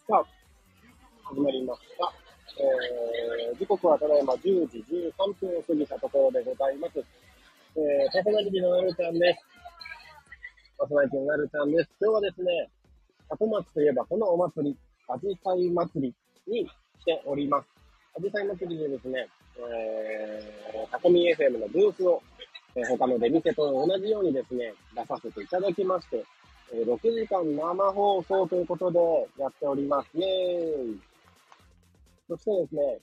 さあ、始まりました。時刻はただいま10時13分を過ぎたところでございます。パーソナリティのなるちゃんです。パーソナリティのなるちゃんです。今日はですね、多古町といえばこのお祭り、あじさい祭りに来ております。あじさい祭りでですね、タコミ FM のブースを、他の出店と同じようにですね、出させていただきまして、6時間生放送ということでやっております。イェーイ。そしてですね、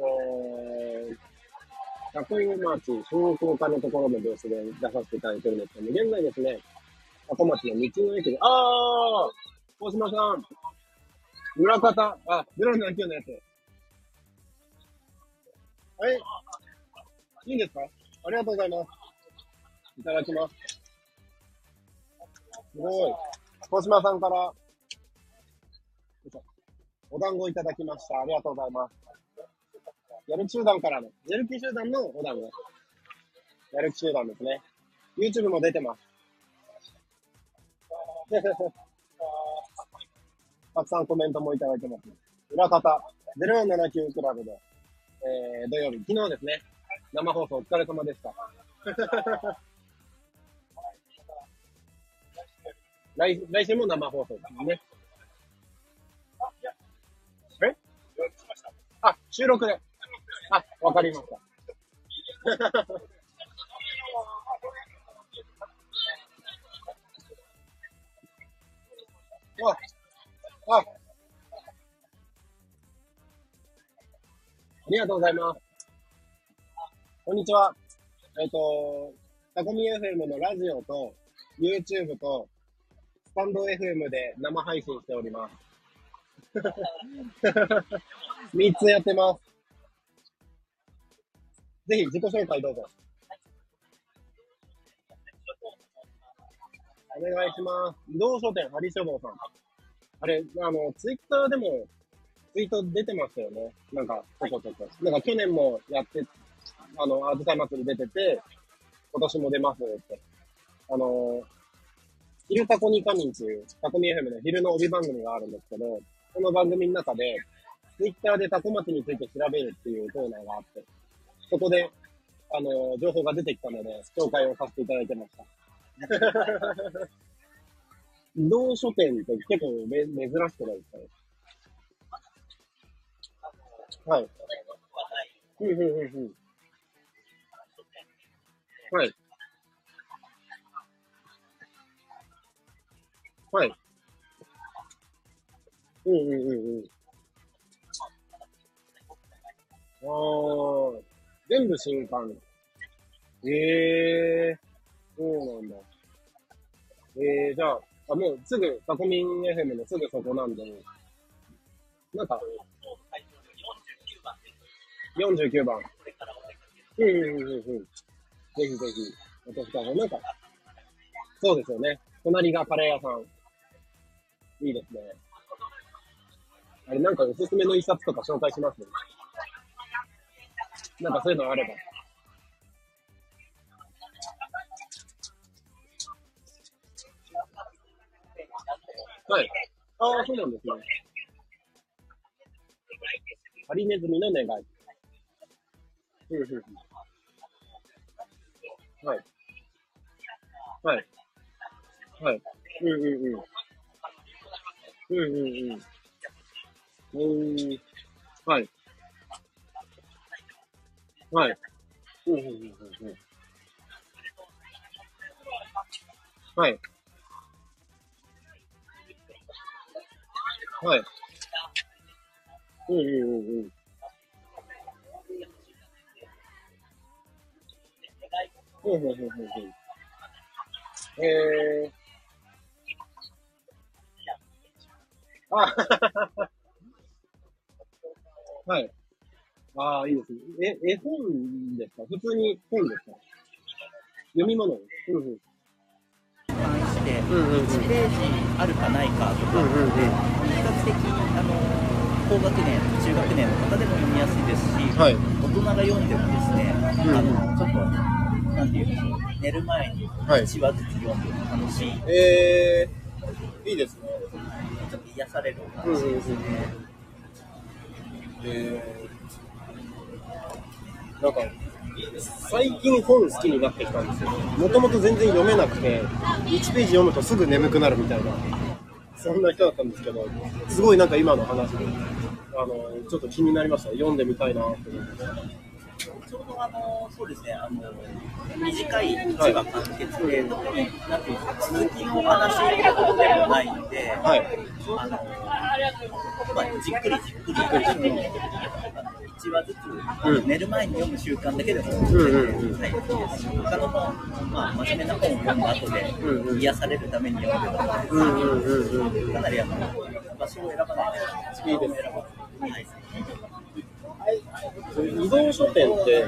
タコ町商工課のところのブースで出させていただいてるんですけども、現在ですね、タコ町の道の駅で、大島さん、裏方、079のやつ。はい、いいんですか？ありがとうございます。いただきます。すごい。大島さんから、お団子いただきました。ありがとうございます。やる気集団からの、やる気集団のお団子。やる気集団ですね。YouTube も出てます。たくさんコメントもいただいてます。裏方、079クラブで、土曜日、昨日ですね、生放送お疲れ様でした。来週も生放送ですね。収録で。わかりました。ありがとうございます。こんにちは。タコミ FM のラジオと YouTube とスタンド FM で生配信しております。3つやってます。ぜひ自己紹介どうぞ。お願いします。移動書店、ハリ書房さん。あれ、ツイッターでもツイート出てましたよね。なんか、ちょこちょこ。なんか去年もやって、あずさい祭り出てて、今年も出ますって。昼タコに仮眠っていう、タコミ FM の昼の帯番組があるんですけど、その番組の中で、ツイッターでタコ町について調べるっていうコーナーがあって、そこで、情報が出てきたので、紹介をさせていただいてました。移動書店って結構珍しくないですかね。はい。うんうんうんうん。はい。はい。うんうんうんうん。ああ、全部新刊。ええー、そうなんだ。じゃあ、もうすぐ、タコミン FM のすぐそこなんで、なんか、49番。うんうんうんうん。ぜひぜひ、私から、なんか、そうですよね。隣がカレー屋さん。いいですね。あれ、なんかおすすめの一冊とか紹介します？なんかそういうのあれば。はい。ああ、そうなんですね。ハリネズミの願い。うんうんうん。はい。はい。はい。うんうんうん。うんうんうん。はい。はい。うんうんうんうん。はい。はい。うんうんうんうん。うんうんうんうんうん。えはい。いいですね。絵本ですか？普通に本ですか？読み物？うんうん。 関してうんうんうん。 1ページあるかないかとかうんうんうん。 で、比較的高学年、中学年の方でも読みやすいですし、 はい。 大人が読んでもですね、 うん。 ちょっと、なんていうんでしょう、寝る前にはい。 1話ずつ読んでも楽しい。 えいいですね。 癒されるお話ですね。 なんか最近本好きになってきたんですよ。もともと全然読めなくて、1ページ読むとすぐ眠くなるみたいな、そんな人だったんですけど、すごいなんか今の話でちょっと気になりました。読んでみたいなと思って。 ちょうどそうですね、短い字が完結で、特になんていうか続きの話ってことでもないので、 はい、 じっくり1話ずつ、寝る前に読む習慣だけでも全然ないですし、他の本、真面目な本を読んだ後で癒されるために読んでたので、かなり場所を選ばないで、 いいです。 はい、 移動書店って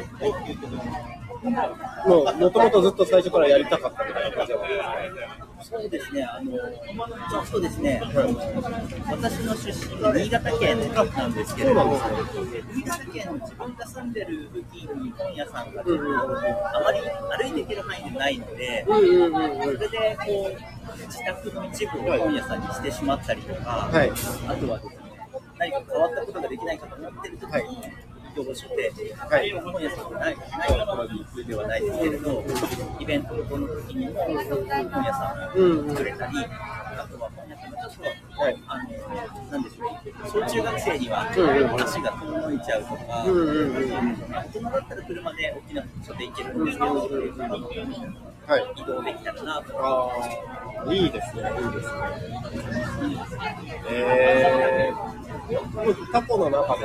もともとずっと最初からやりたかったみたいな感じなんですか？ そうですね、ちょっとですね、私の出身が新潟県なんですけれども、新潟県の自分が住んでる付近に本屋さんがあまり歩いていける範囲でないので、それでこう自宅の一部を本屋さんにしてしまったりとか、はい、あとはですね、何か変わったことができないかと思っているときに、移動書店、本屋さんがないではないですけれど、イベントの時にも本屋さんを作れたり、あとは本屋さんがちょっと、なんでしょう、小中学生には足が遠のいちゃうとか、大人だったら車で大きな書店行けるんですけど、移動できたらなと思います。 いいですね、いいですね。過去の中で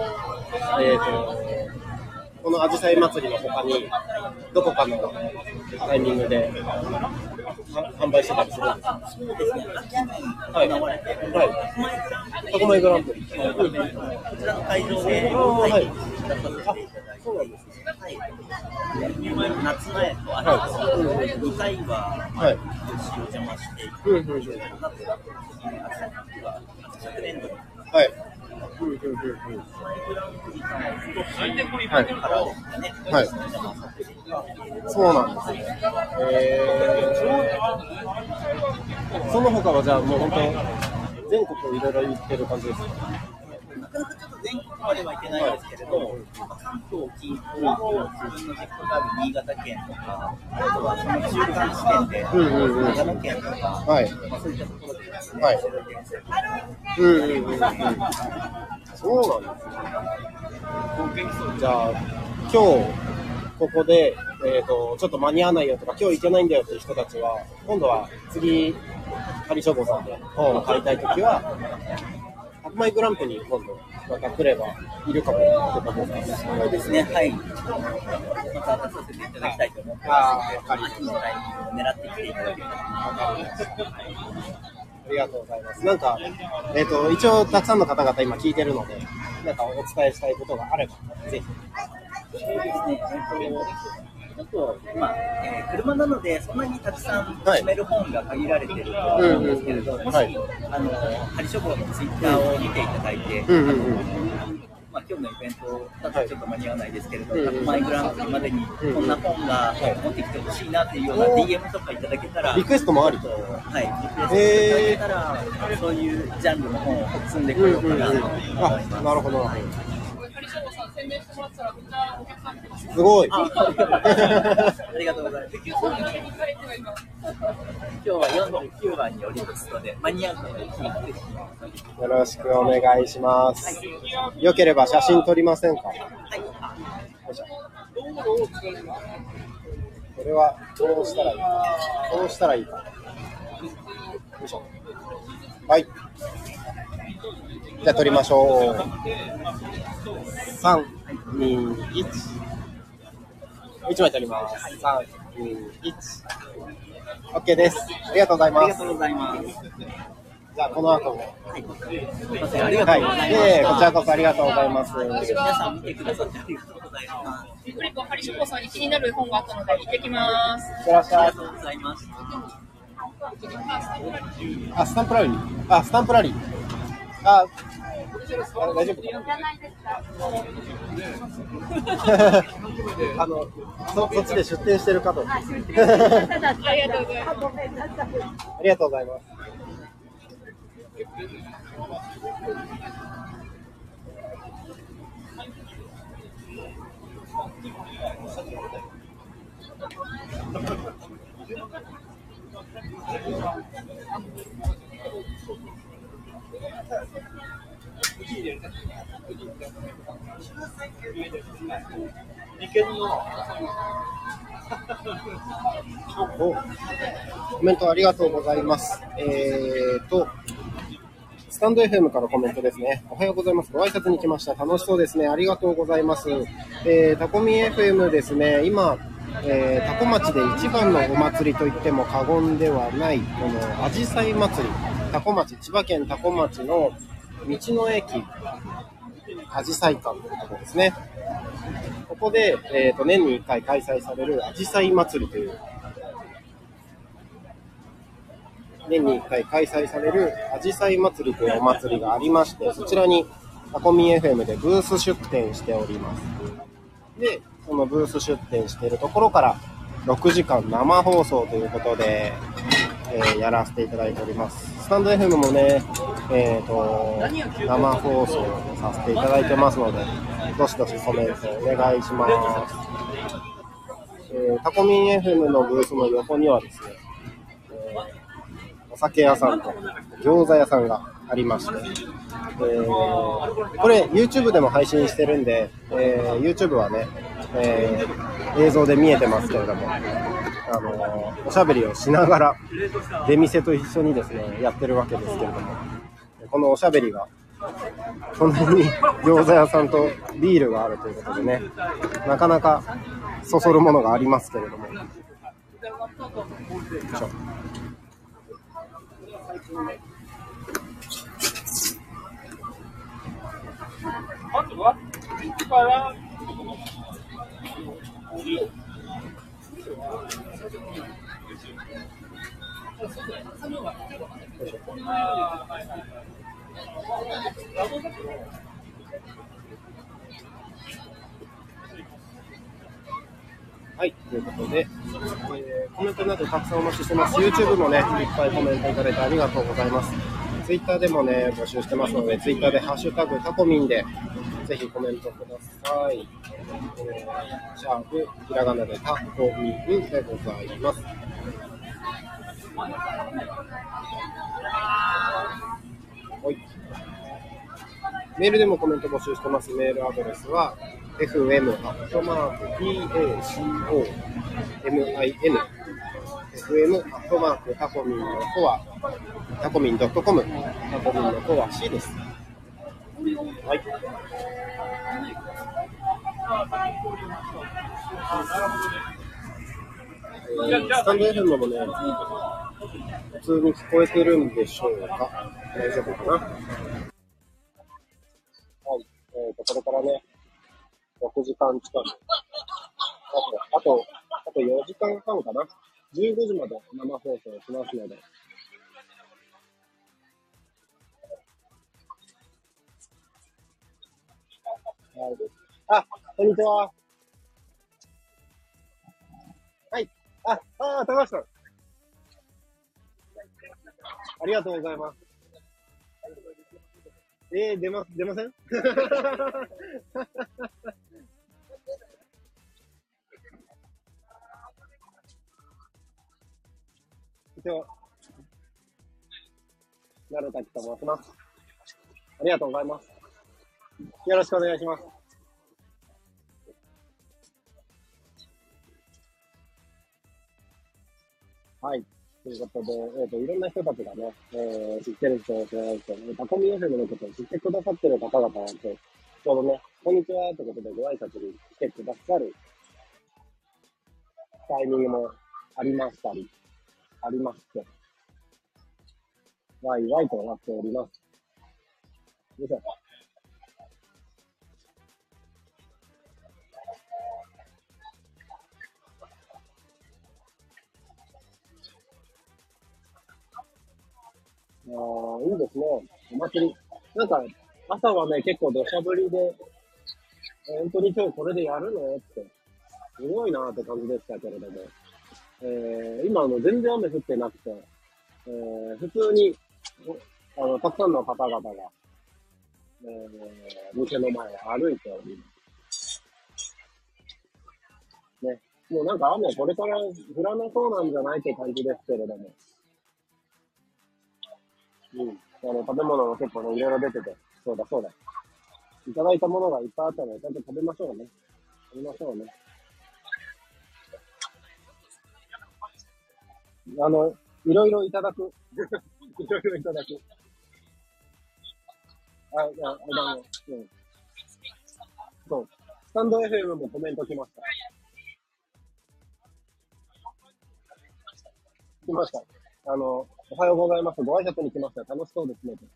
は、このあじさい祭りの他にどこかのタイミングで販売してたりするんですか？ そうですね、秋に行われて、 箱前グランプリ、こちらの会場で、出させていただいて、 そうなんですね。 夏前と秋、2回は毎年お邪魔していて、昨年度そうなんですね。その他はじゃあもう本当全国いろいろ行ってる感じですか？ なかなかちょっと全国までは行けないですけれど、関東近郊の自分の実家がある新潟県とか、あとはその中間地点で長野県とか、そういったところでですね、 そうなんですね。じゃあ今日ここで、ちょっと間に合わないよとか今日行けないんだよっていう人たちは、今度は次仮書房さんで本を買いたいときは100枚グランプに今度また来ればいるかもってことですか？ そうですね、はい。また出させていただきたいと思ってますので、秋のタイミングを狙ってきていただければと思います。 ありがとうございます。なんか、一応たくさんの方々今聞いてるので、なんかお伝えしたいことがあればぜひ。 そうですね。ちょっと車なのでそんなにたくさん読める本が限られているとは思うんですけれど、もし仮書房のツイッターを見ていただいて、今日のイベントだとちょっと間に合わないですけれど、100枚グランプリまでにこんな本が持ってきてほしいなというような DM とかいただけたら、 リクエストもありと、 リクエストいただけたら、そういうジャンルの本を積んでこようかなと思います。 なるほど。すごい。 ありがとうございます。今日は49番におりますので、間に合うので、ぜひよろしくお願いします。よければ写真撮りませんか？はい。これはどうしたらいいか。どうしたらいいか。よいしょ。はい。じゃあ撮りましょう。3、2、1。1枚撮ります。3、2、1。OK です。ありがとうございます。 ありがとうございます。 じゃあこの後も。 ありがとうございます。こちらこそありがとうございます。 皆さん見てくださってありがとうございます。 ゆっくり仮書房さんに気になる本があったので行ってきます。 いってらっしゃい。 ありがとうございます。 スタンプラリー。スタンプラリー。大丈夫そっちで出店してる方です。ありがとうございます。 コメントありがとうございます。スタンド FM からコメントですね。おはようございます。ご挨拶に来ました。楽しそうですね。ありがとうございます。タコミ FM ですね。今、タコ町で一番のお祭りといっても過言ではない、このあじさい祭り。タコ町、千葉県タコ町の道の駅、あじさい館というところですね。ここで、年に1回開催されるあじさい祭りという、年に1回開催されるあじさい祭りというお祭りがありまして、そちらにタコミ FM でブース出展しております。で、そのブース出展しているところから6時間生放送ということで、やらせていただいております。スタンド FM もね、生放送させていただいてますので、どしどしコメントお願いします。タコミン FM のブースの横にはですね、お酒屋さんと餃子屋さんがありまして、これ YouTube でも配信してるんで、YouTube はね、映像で見えてますけれども、おしゃべりをしながら出店と一緒にですねやってるわけですけれども、このおしゃべりが隣に餃子屋さんとビールがあるということでね、なかなかそそるものがありますけれども、よいしょ。はい、ということで、コメントなどたくさんお待ちしてます。YouTube もね、いっぱいコメントいただいてありがとうございます。Twitter でもね、募集してますので、Twitter でハッシュタグタコミンで、ぜひコメントください。シャープ、ひらがなでタコミンでございます。はい。メールでもコメント募集してます。メールアドレスは、fm@tacomin、fm@tacomin の子は、tacomin.com、タコミンの子は C です。はい。スタンド FM もね、普通に聞こえてるんでしょうか。大丈夫かな。はい。これからね、6時間近く。あと4時間半かな。15時まで生放送しますので。はい。あ、こんにちは。はい。高橋さん。ありがとうございます。出ません一応、なるたきと申します。ありがとうございます。よろしくお願いします。はい。ということで、いろんな人たちがね、知ってる人、知らない人、タコミ FM のことを知ってくださってる方々と、ちょうどね、こんにちはということでご挨拶に来てくださるタイミングもありまして、ワイワイとなっております。よいしょ。いいですね。お祭り。なんか、朝はね、結構土砂降りで、本当に今日これでやるのって、すごいなーって感じでしたけれども、今全然雨降ってなくて、普通にたくさんの方々が、店の前を歩いております。ね。もうなんか雨これから降らなそうなんじゃないって感じですけれども。食べ物も結構ね、いろいろ出てて、そうだ。いただいたものがいっぱいあったので、ちゃんと食べましょうね。いろいろいただく。いろいろいただく。そう。スタンド FM もコメント来ました。来ました。おはようございます。ご挨拶に来ました。楽しそうですね。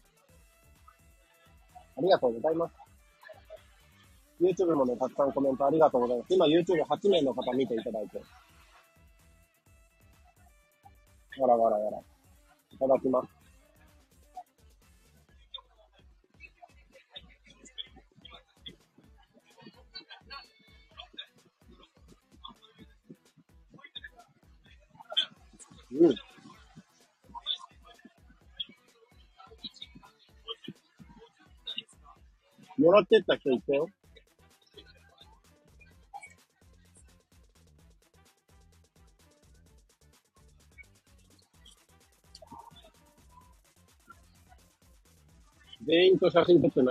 ありがとうございます。YouTube もね、たくさんコメントありがとうございます。今 YouTube8 名の方見ていただいて。わら。いただきます。もらってった人いたよ。全員と写真撮ってない。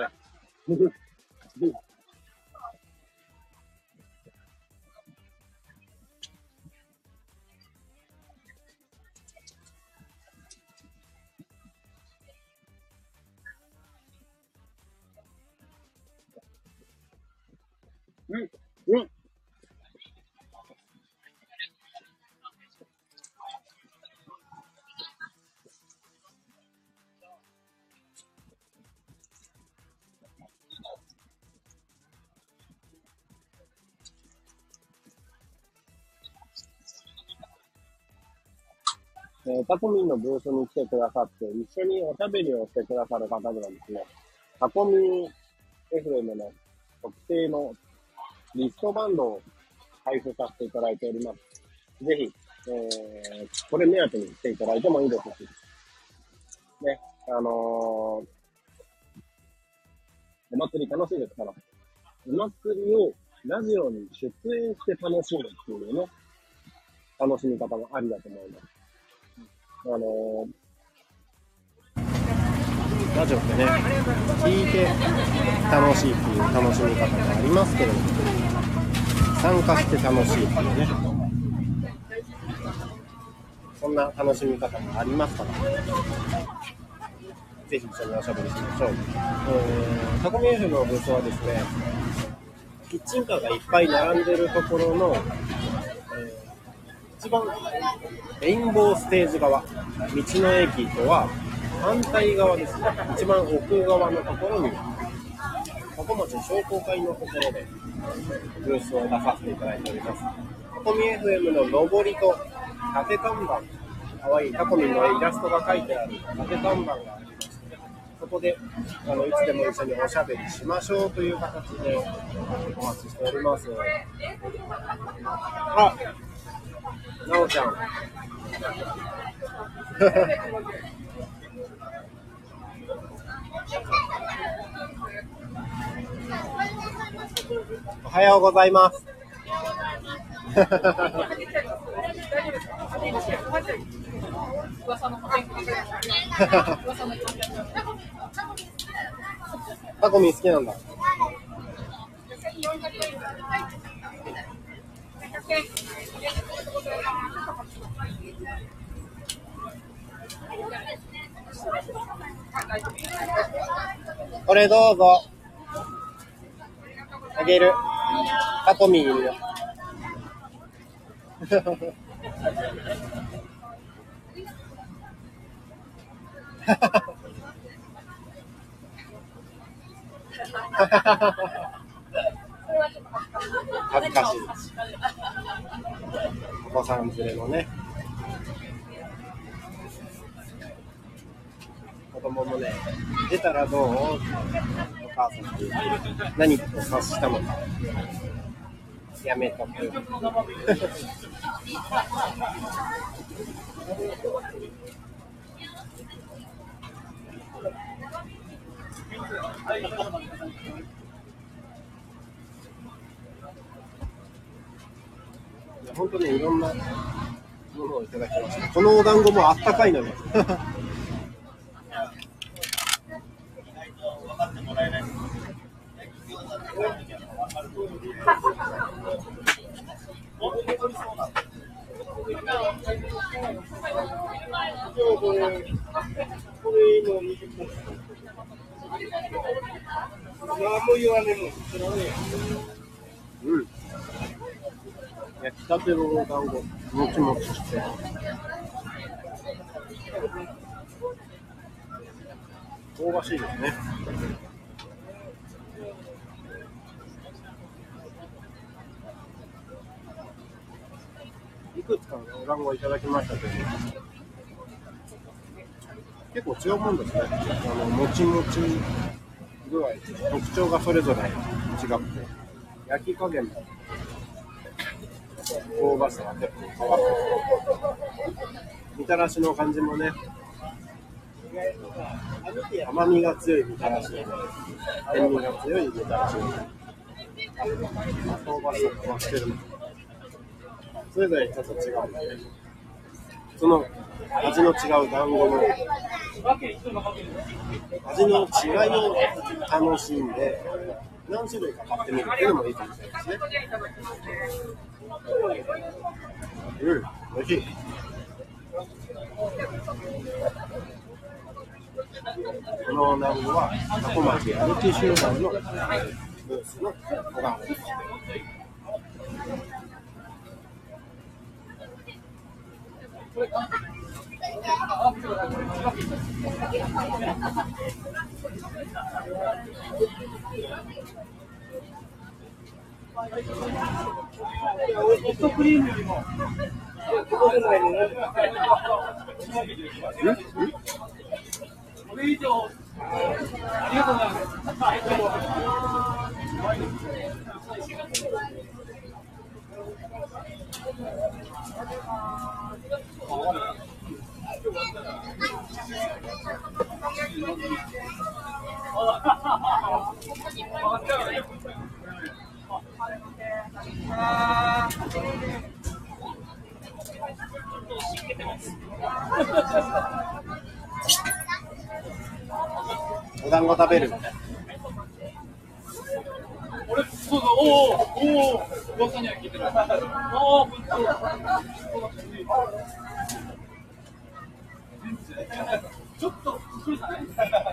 タコミンのブースに来てくださって、一緒におしゃべりをしてくださる方にはですね、タコミン FM の特製のリストバンドを配布させていただいております。ぜひ、これ目当てに来ていただいてもいいですし、ね、お祭り楽しいですから、お祭りをラジオに出演して楽しむっていうね、楽しみ方もありだと思います。ラジオってね、聞いて楽しいっていう楽しみ方がありますけれども、参加して楽しいっていうね、そんな楽しみ方もありますから、ぜひ一緒におしゃべりしましょう。タコミ F のブースはですね、キッチンカーがいっぱい並んでるところの、一番レインボーステージ側、道の駅とは反対側ですね。一番奥側のところに、タコ町商工会のところでブースを出させていただいております。タコミ FM の上りと縦看板、かわいいタコミのイラストが書いてある縦看板がありまして、そこでいつでも一緒におしゃべりしましょうという形でお待ちしております。あ、なおちゃん。おはようございます。タコミ好きなんだ。これどうぞ。あげる。タコミいるよ。恥ずかしいです。お子さん連れのね。子供もね、出たらどう？お母さんに何と察したのか。やめとく。 本当にいろんなものをいただきました。このお団子もあったかいのに。うん。焼きたてのお団子、もちもちして。香ばしいですね。いくつかのお団子をいただきましたけど、結構違うもんですね。もちもち具合、特徴がそれぞれ違って、焼き加減も香ばしさが結構変わって、みたらしの感じもね、甘みが強いみたらしで、塩味が強いみたらしで、香ばしさが増してるの。それぞれちょっと違うので、その味の違う団子の味の違いを楽しんで、何種類か買ってみるっていうのもいいかもしれないですね。うん、美味しい。このお団子は多古町やる気集団のブースのお団子です。ソフトクリームよりもこれ以上ありがとうございます。お団子食べる。 俺、そうそう、おお、噂には聞いてる。おお、ちょっと作るさね。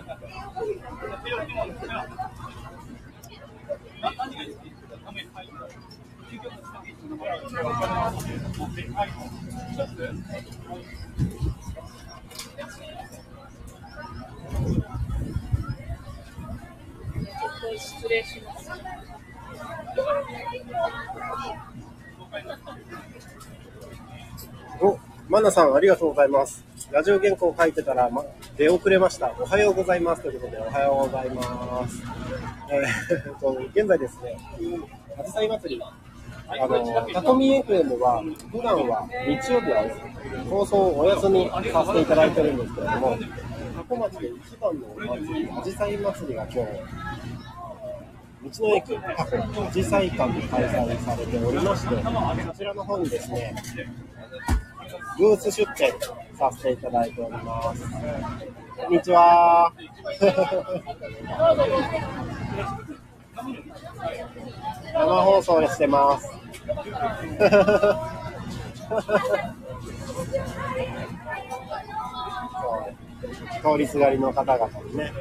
何がいいですか？ 失礼します。 お、マナさんありがとうございます。ラジオ原稿を書いてたら、出遅れました。おはようございますということで、おはようございます。現在ですね、あじさい祭り、タコミ FM は普段は日曜日は放送をお休みさせていただいてるんですけれども、タコ町で一番のお祭り、あじさい祭りが今日、道の駅タコあじさい館で開催されておりまして、そちらの方にですね、ブース出店させていただいております。こんにちは。生放送してます。通りすがりの方々にね、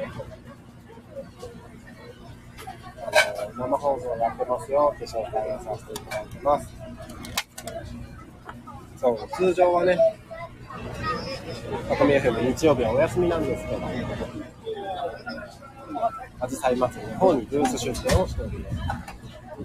生放送やってますよって紹介をさせていただいてます。そう、通常はね、タコミ FM 日曜日はお休みなんですけど、あじさい祭りの方にブース出店をしております。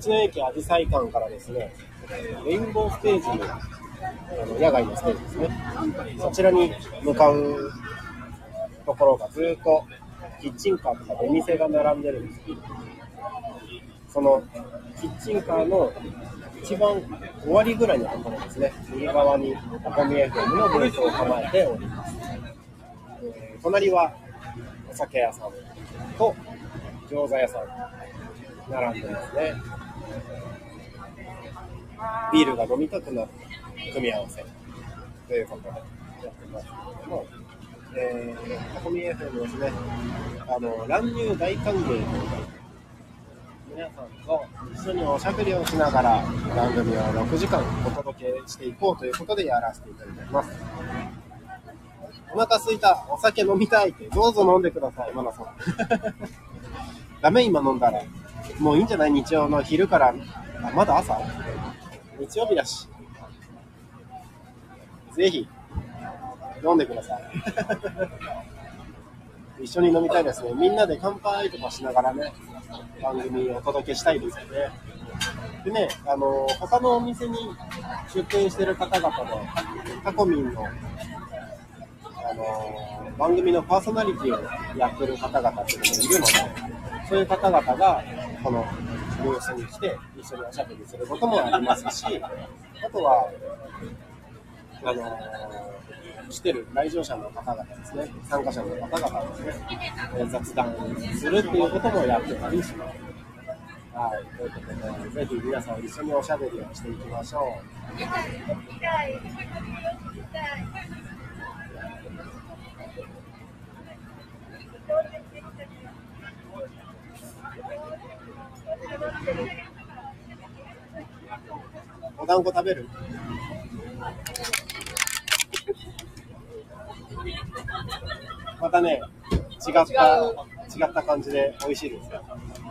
道の駅あじさい館からですね、レインボーステージに野外のステージですね、そちらに向かうところがずっとキッチンカーとか出店が並んでるんですけど、そのキッチンカーの一番終わりぐらいのところですね、右側にタコミ FM のブースを構えております。隣はお酒屋さんと餃子屋さん並んでますね。ビールが飲みたくなる組み合わせということでやってますけども、タコミ FM ですね、乱入大歓迎という皆さんと一緒におしゃべりをしながら番組を6時間お届けしていこうということでやらせていただいております。お腹空いた、お酒飲みたいってどうぞ飲んでください、マナさん。ダメ今飲んだらもういいんじゃない？日曜の昼から、まだ朝？日曜日だし、ぜひ飲んでください。一緒に飲みたいですね。みんなで乾杯とかしながらね、番組をお届けしたいですよね。でね、他のお店に出店してる方々で、タコミンの、番組のパーソナリティをやってる方々っていうのもいるので、そういう方々がこのブースに来て一緒におしゃべりすることもありますし、あとは来てる来場者の方々ですね、参加者の方々ですね、雑談するっていうこともやってたりします。はい、ということで、ぜひ皆さん一緒におしゃべりをしていきましょう。お団子食べる？またね、違った感じで美味しいですよ。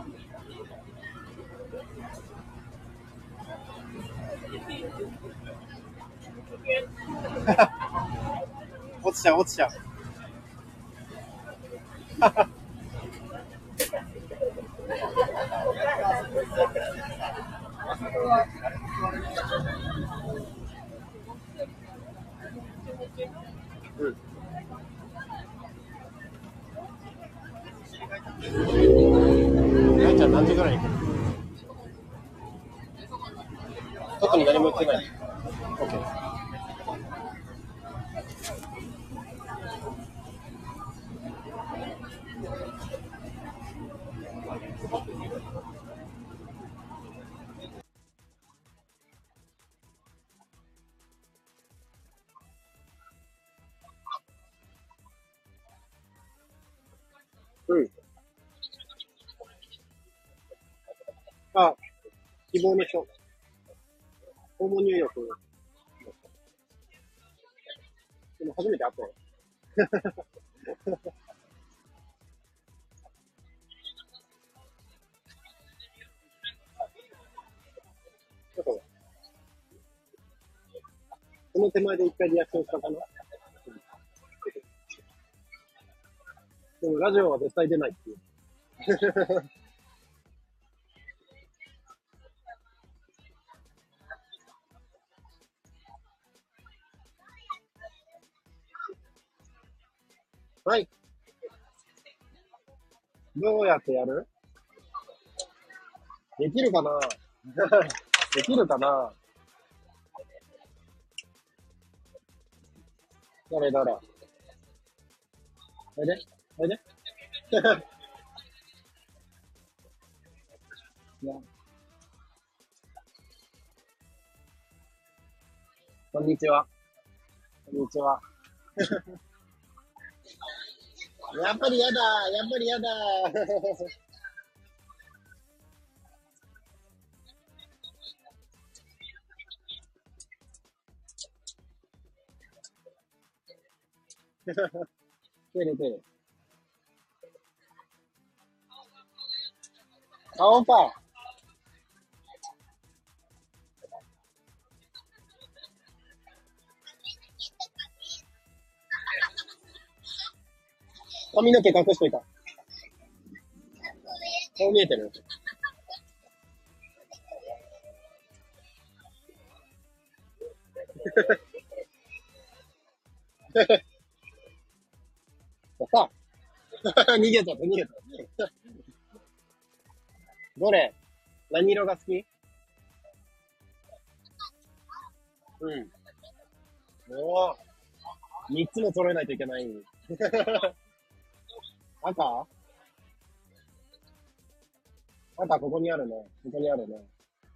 落ちちゃう。なっちゃん何時ぐらいに来る？特に何も言ってない。OK。あ、希望の人。訪問入浴。でも初めて会ったよ。この手前で一回リアクションしたかな。でもラジオは絶対出ないっていう。はい。どうやってやる？できるかな？できるかな？誰おいでこんにちは。やっぱりやだ。トイレ。顔か。髪の毛隠しといた。顔見えてる？さあ、逃げた。どれ？何色が好き？おー。3つも揃えないといけない。赤？ またここにあるね。ここにあるね。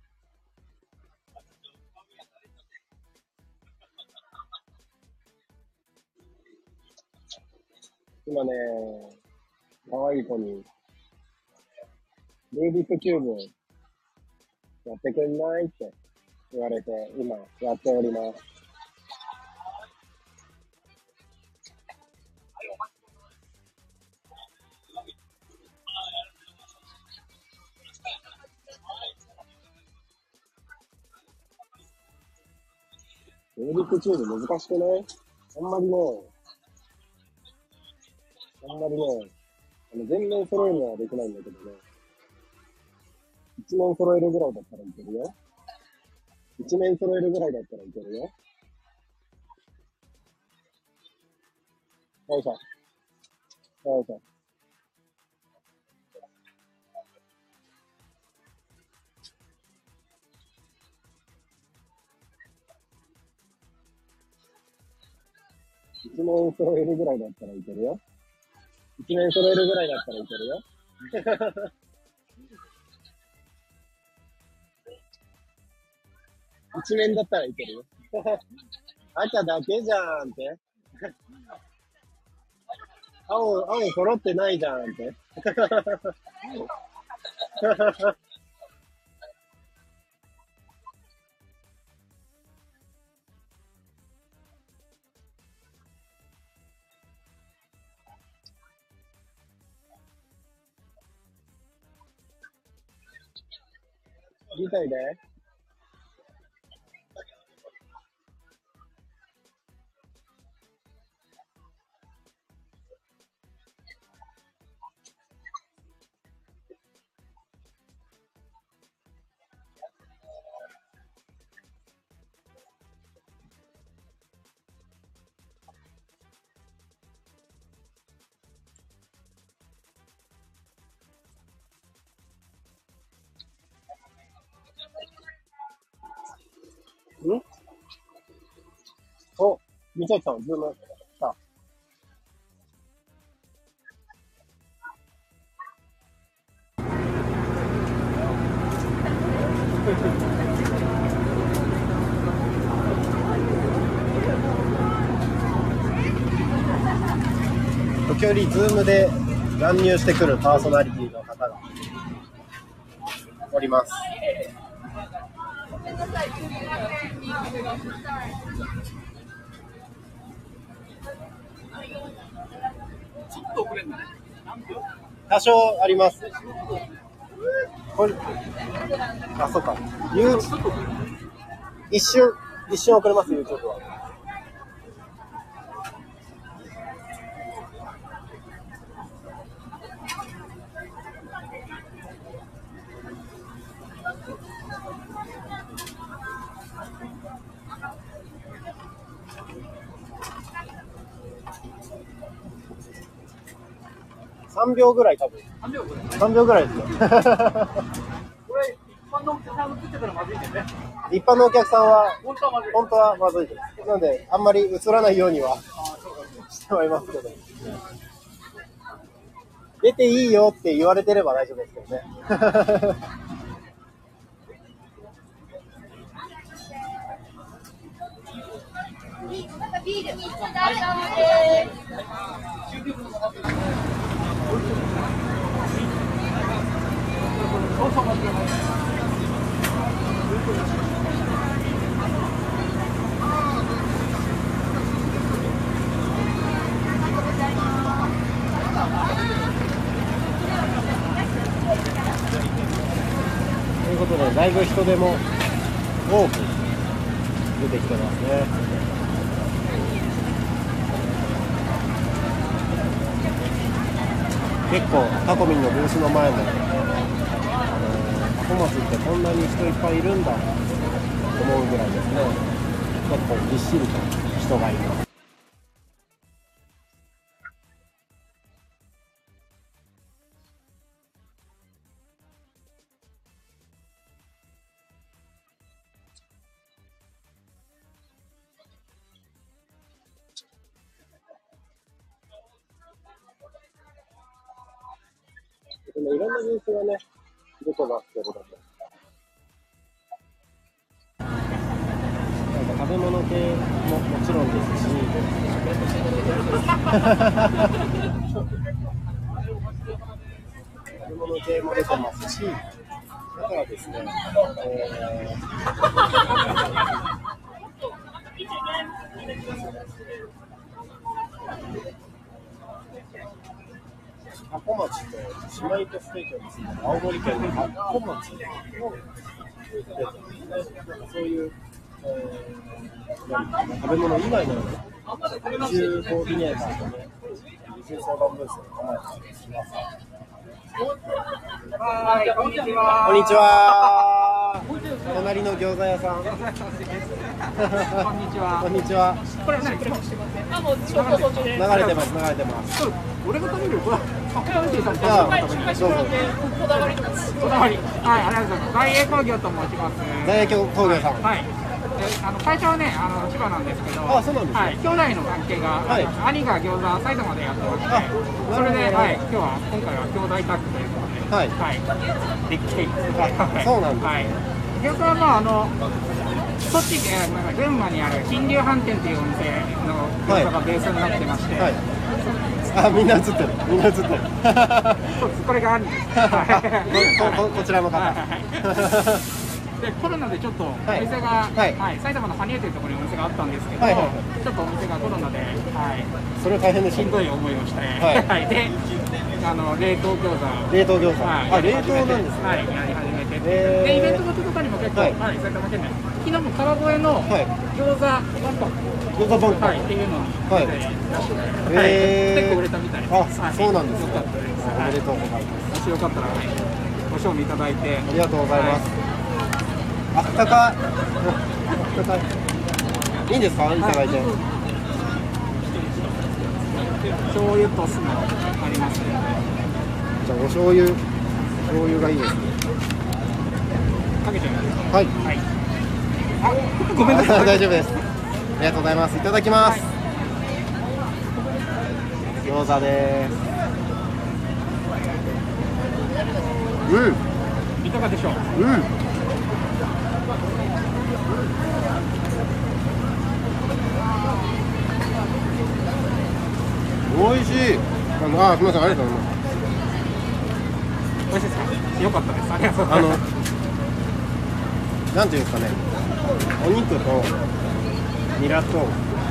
今ね、可愛い子に、ルービックキューブやってくんないって言われて、今やっております。ルービックキューブ難しくない？あんまりね、全面揃えるのはできないんだけどね。一面揃えるぐらいだったらいけるよ。一面揃えるぐらいだったらいけるよ。よいしょ。よいしょ。一面揃えるぐらいだったらいけるよ。一面揃えるぐらいだったらいけるよ。一面だったらいけるよ。赤だけじゃんって。青揃ってないじゃんって。理解でんお、みちゃきさん、ズームした。時折、ズームで乱入してくるパーソナリティの方がおります。 ちょっと遅れんだね。何秒？ 多少あります。これ、あ、そうか。一瞬遅れます、YouTube は。3秒ぐらい多分。3秒ぐらいですよ。 これ、一般のお客さんが映ってたらまずいんだよね。 一般のお客さんは、 本当はまずい。 本当はまずいです。なので、あんまり映らないようにはしてはいますけど。出ていいよって言われてれば大丈夫ですけどね。 ビール、大丈夫です。 ということで、だいぶ人手も多く出てきてますね。結構タコミンのブースの前も、タコ町ってこんなに人いっぱいいるんだと思うぐらいですね。結構ぎっしりと人がいます。いろんなブースがね、 どこますけれども。なんか食べ物系ももちろんですし、食べ物系も出てますし、だからですね、タコ町と姉妹都市提供について青森県のタコ町のそういう、食べ物以外の宇宙コーディネーターとね、宇宙相談ブースを構えてます。 はい、こんにちは。 こんにちは。隣の餃子屋さん。 こんにちは。 こんにちは。 これ何？ あ、もうちょっと途中で。 流れてます、流れてます。 俺が食べるよ。これ。 紹介してもらって、こだわりとか。 こだわり。はい、ありがとうございます。大栄工業と申します。 大栄工業さん。 はい。会社はね、千葉なんですけど、 あ、そうなんですね。 はい、兄弟の関係が、 はい、 兄が餃子埼玉でやってまして、それで、はい、今回は兄弟タッグということで、 はい、 はい、できています。 そうなんです。 はい。餃子は栃木、群馬にある金龍飯店というお店の餃子がベースになってまして、はい、 あ、みんな映ってる、みんな映ってる。 そうです、これが兄です。 こちらの方。 でコロナでちょっとお店が、はいはい、埼玉の羽生というところにお店があったんですけど、はいはい、ちょっとお店がコロナで、はい、 それは大変でした、 しんどい思いをして、はいはい、で冷凍餃子、 冷凍餃子、はい、あ、冷凍なんですね、 はい、やり始めて、でイベントのとかにも結構、はいはい、埼玉県内、昨日も川越の餃子ワンパン、 餃子バンパン、 はい、っていうのに出して、 はい、 結構売れたみたいです。 あ、そうなんですね。 よかったです。 おめでとうございます。 もしよかったら、ご賞味いただいて、 ありがとうございます。あったかい。いいんですか、いただいて。 醤油と酢のありますね。 じゃあお醤油がいいですね。 かけちゃいます。 はい。 はい。あ、ごめんなさい。 大丈夫です。ありがとうございます。いただきます。はい、餃子です。 いかがでしょう。 美味しい。すみません、ありがとうございます。 美味しいですか。よかったです。ありがとうございます。 なんていうんですかね。お肉とニラと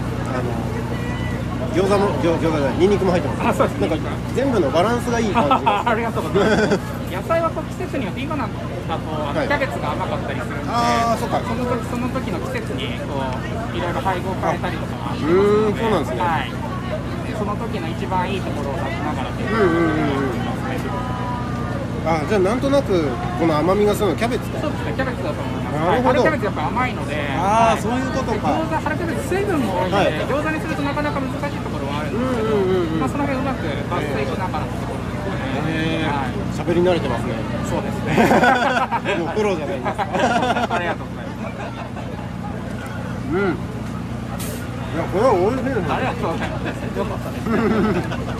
餃子もニンニクも入ってます。 あ、そうです。 なんか全部のバランスがいい感じが。 ありがとうございます。野菜は季節によって今なんだとキャベツが甘かったりするので、 そうか。 その時の季節にいろいろ配合を変えたりとか。 そうなんですね。 はい。その時の一番いいところを出しながらという。 じゃあなんとなくこの甘みがするのキャベツか。 そうですね、キャベツだと思います。 なるほど。 春キャベツやっぱ甘いので。 そういうことか。 餃子春キャベツ水分も多いので、餃子にするとなかなか難しいところはあるんですけど、その辺うまく抜粋しながらのところですね。 喋り慣れてますね。 そうですね。 もうプロじゃないですか。 ありがとうございます。 いや、これは美味しいですね。 ありがとうございます。よかったです。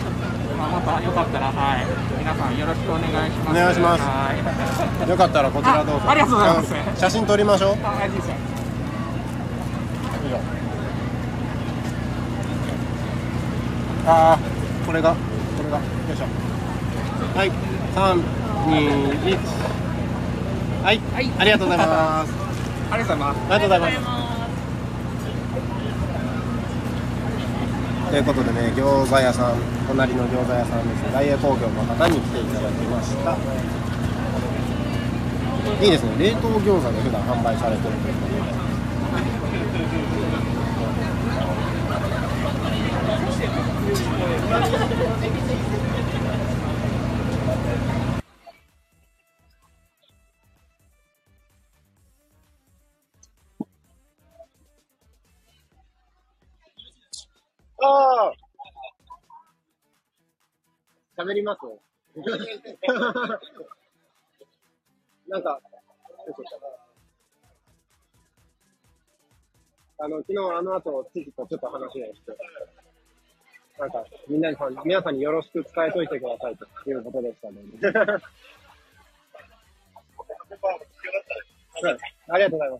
またよかったら、はい、皆さんよろしくお願いします。 お願いします。 はい。 よかったらこちらどうぞ。 ありがとうございます。 写真撮りましょう。 あ、いいですよ。 これがよいしょ。はい、3、2、1。はい、ありがとうございます。 ありがとうございます。 ありがとうございます。ということでね、餃子屋さん、隣の餃子屋さんですね、大栄工業の方に来ていただきました。いいですね、冷凍餃子で普段販売されているということで。喋りますなんか、昨日あの後、父とちょっと話をして、なんか、皆さんによろしく伝えといてくださいということでしたので。 はい。ありがとうございます。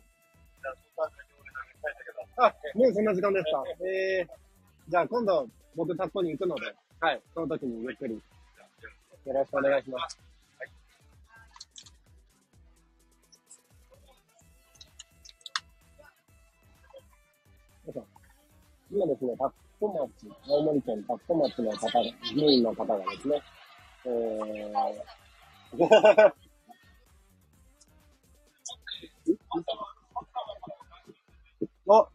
あ、もうそんな時間ですか。じゃあ今度僕タッコに行くので、はい。その時にゆっくりよろしくお願いします。今ですね、タッコ町、青森県タッコ町の方、議員の方がですね、お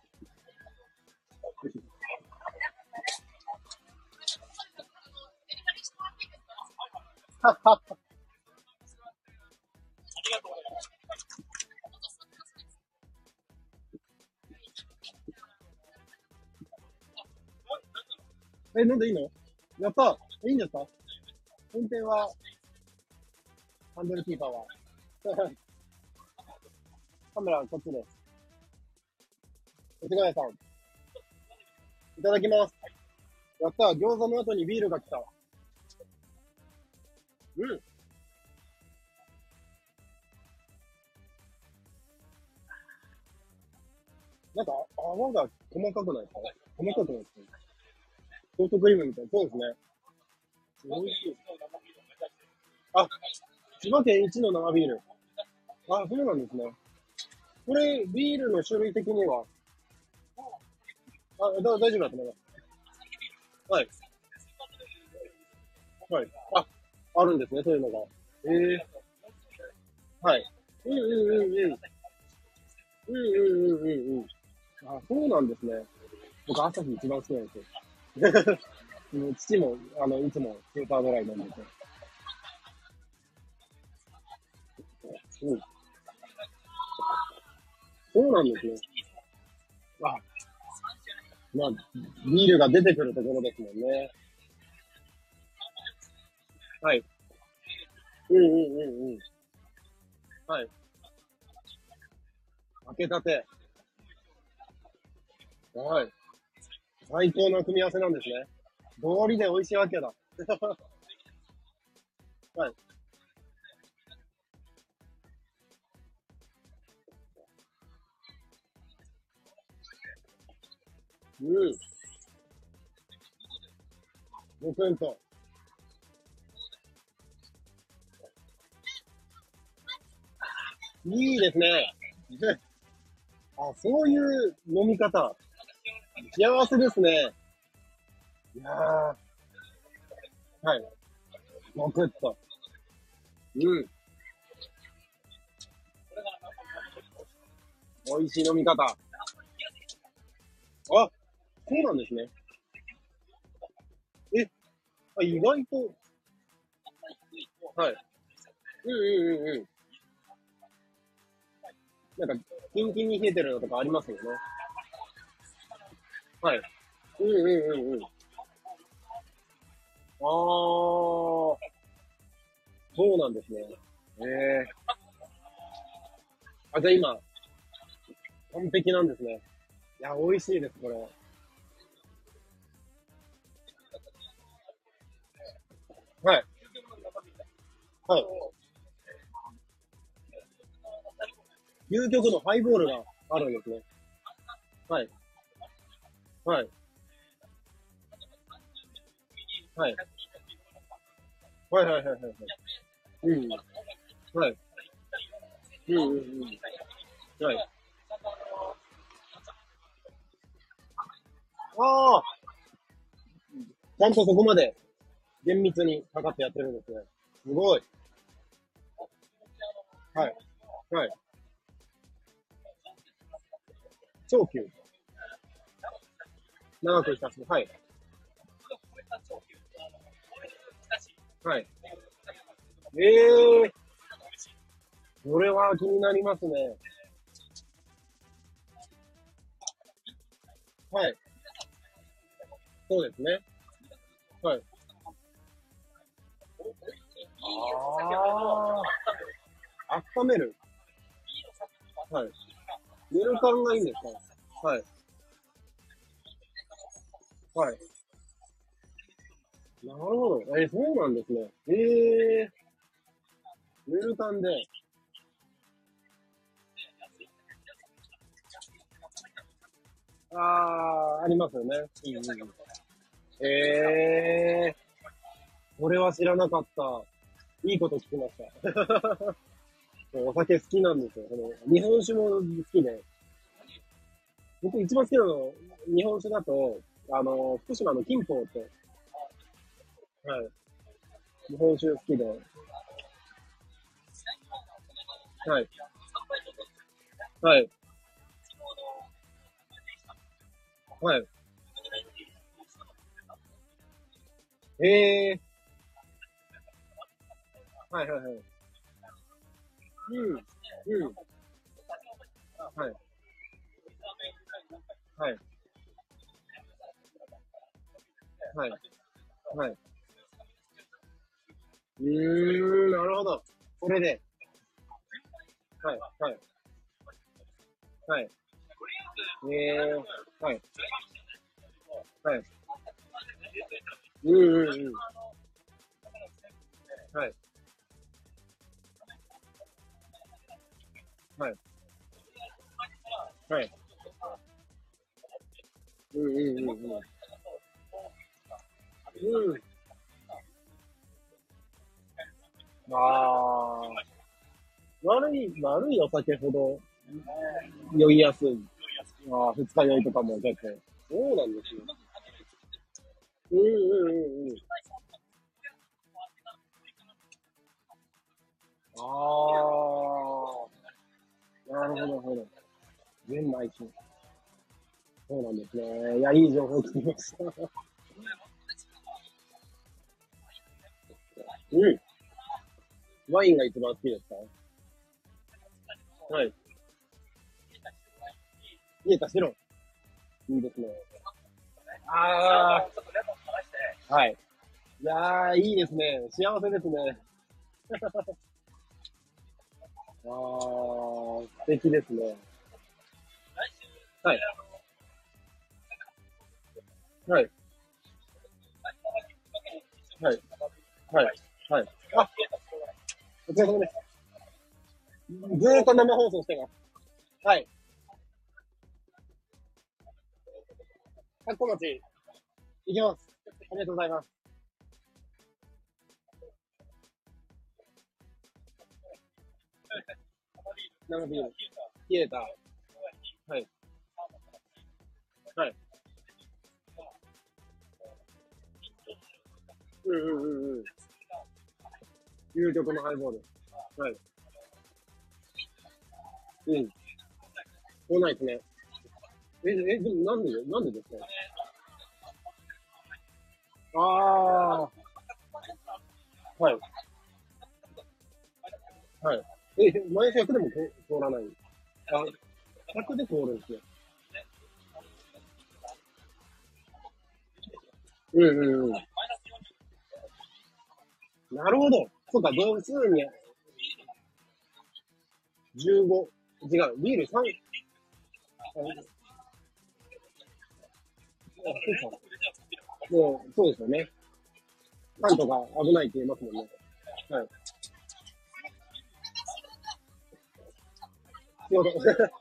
飲んでいいの？やった。いいんですか？運転は、ハンドルキーパーは。カメラはこっちです。お疲れさん。いただきます。やった。餃子の後にビールが来た。うん。なんか、泡が細かくないですか？細かくないですか？ソフトクリームみたいな。そうですね。美味しい。あ、千葉県一の生ビール。あ、そうなんですね。これ、ビールの種類的には、大丈夫だと思います。はい。はい。あ、あるんですね、そういうのが。はい。うんうんうんうん。うんうんうんうんうん。あ、そうなんですね。僕、朝日一番好きなんですよ。もう父も、いつもスーパードライ飲んでて。うん。そうなんですね。あ、まあ、ビールが出てくるところですもんね。はい。うんうんうんうん。はい。開けたて。はい。最高の組み合わせなんですね。道理で美味しいわけだ。はい。うん。5分と。いいですね。あ、そういう飲み方。幸せですね。いやー、はい。もくっと。うん。美味しい飲み方。あ、そうなんですね。え、意外と、はい。うんうんうんうん。なんか、キンキンに冷えてるのとかありますよね。はい。うんうんうんうん。あー、そうなんですね。ええあ、じゃあ今、完璧なんですね。いや、美味しいです、これ。はい。はい。究極のハイボールがあるんですね。はい。はい。はい。はいはいはいはいはい。うん。はい。うんうんうん。はい。ああ、ちゃんとそこまで厳密にかかってやってるんですね。すごい。はい。はい。長久。長く親しむ。はい。はい。ええー、これは気になりますね。はい。そうですね。はい。ああ、温める。はい。寝る感がいいんですか？はい。はい。なるほど。そうなんですね。ええー、寝る感で。 ありますよね。これは知らなかった。いいこと聞きました。お酒好きなんですよ。日本酒も好きで。僕一番好きなの、日本酒だと、福島の金峰って、はい。日本酒好きで。はい。はい。はい。えー。はいはいはい。うん。うん。はい。はい。はい。はい。なるほど。それで、はい。はい。はい。はい。はい。うんうんうん。はい。はい。はい。うんうんうんうん。うん。ああ。悪いお酒ほど酔いやすい。二日酔いとかも結構。そうなんですよ。うんうんうんうん。ああ。なるほど、なるほど。玄米酒。そうなんですね。いや、いい情報聞きました。うん。ワインが一番好きですか？はい。冷えた白。いいですね。ああ。はい。いやー、いいですね。幸せですね。ああ、素敵ですね。はい。はい。はい。はい。はい。あ、お疲れ様です。ずーっと生放送してます。はい。かっこ町、行きます。ありがとうございます。生ビール。冷えた。はい。はい。うんうんうんうん。究極のハイボール。はい。うん。来ないですね。でもなんでですか？ああ、はい。はい。マイナス100でも通らない。あ、100で通るんですね。うんうんうん。なるほど。そうか、分数に15。違う、ビール3。そうか。もう、そうですよね。3とか危ないって言いますもんね。はい。すいません。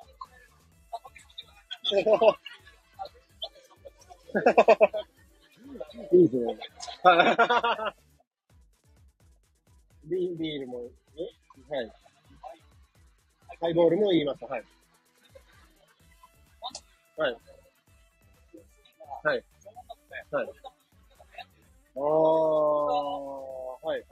いいですね。はい。ビールも、はい。ハイボールも言いました。はい。はい。はい。はい。ああ、はい、はい、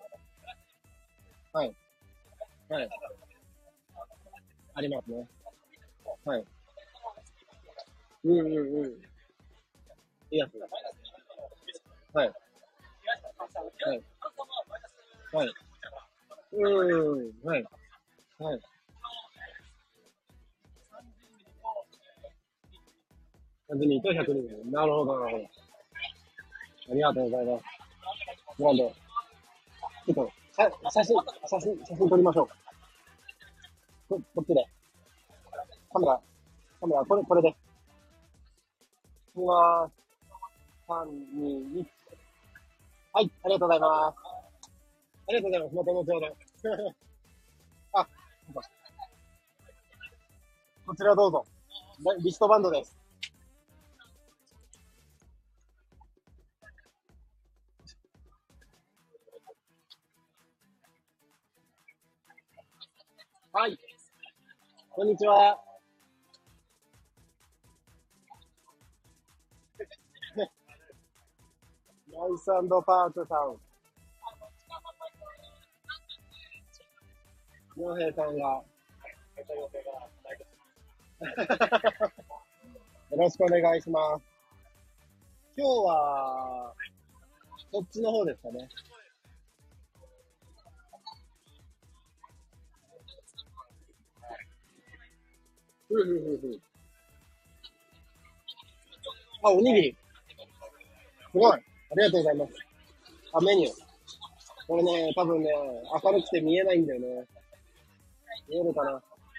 はい。はい。はい。ありますね。はい。うんうんうん。いいやつ。はい。はい。はい。うん。はい。はい。102と102。なるほど、なるほど。ありがとうございます。なんで、ちょっと、写真撮りましょう。こっちで。カメラ、これで。うわー、3、2、1。はい、ありがとうございます。ありがとうございます。また後ほど。あ、こちらどうぞ。リストバンドです。 こんにちは。ライス&パークさん。洋平さんが。よろしくお願いします。今日は、こっちの方ですかね。あ、おにぎり。すごい。ありがとうございます。あ、メニュー。これね、多分ね、明るくて見えないんだよね。見えるかな。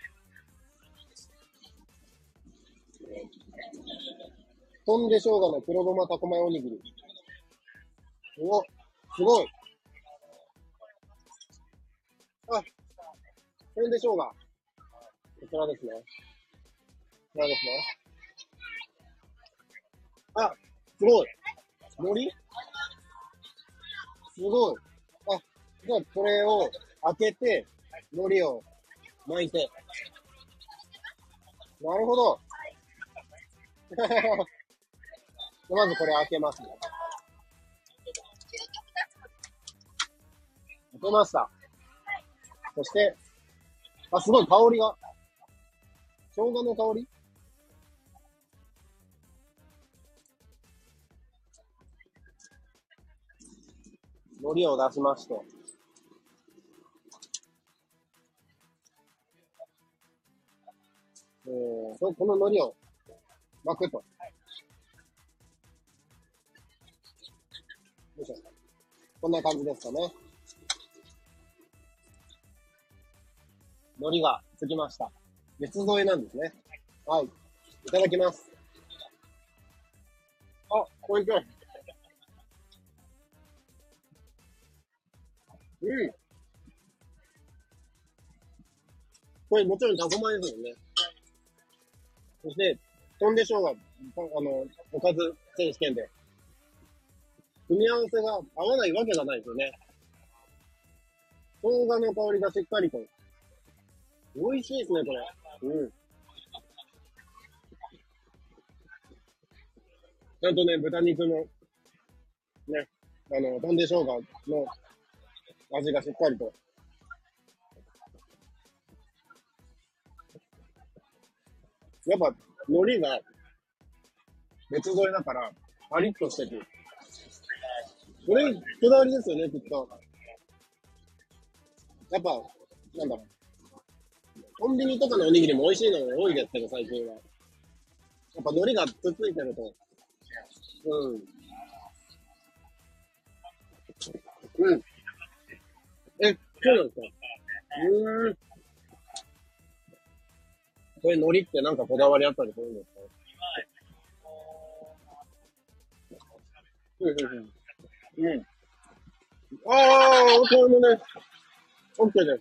飛んで生姜の黒ごまタコマヨおにぎり。お、すごい。あ、飛んで生姜。こちらですね。こちらですね。あ、すごい。海苔すごい。あ、じゃあこれを開けて、海苔を巻いて。なるほど。まずこれ開けますね。開けました。そして、あ、すごい香りが。生姜の香り海苔を出しまして。この海苔を巻くと。よいしょ。こんな感じですかね。海苔がつきました。別添えなんですね。はい。いただきます。あ、おいしい。うん。これもちろんタコ米ですよね。そして、飛んで生姜、おかず選手権で。組み合わせが合わないわけがないですよね。生姜の香りがしっかりと。美味しいですね、これ。うん。ちゃんとね、豚肉の、ね、飛んで生姜の味がしっかりと。やっぱ、海苔が別添えだから、パリッとしてて。これ、こだわりですよね、きっと。やっぱ、なんだろう。コンビニとかのおにぎりも美味しいのが多いですけど、最近は。やっぱ海苔がつっついてると。うん。うん。そうなんですか。これ海苔ってなんかこだわりあったりするんですか？うん。ああ、これもね、OK です。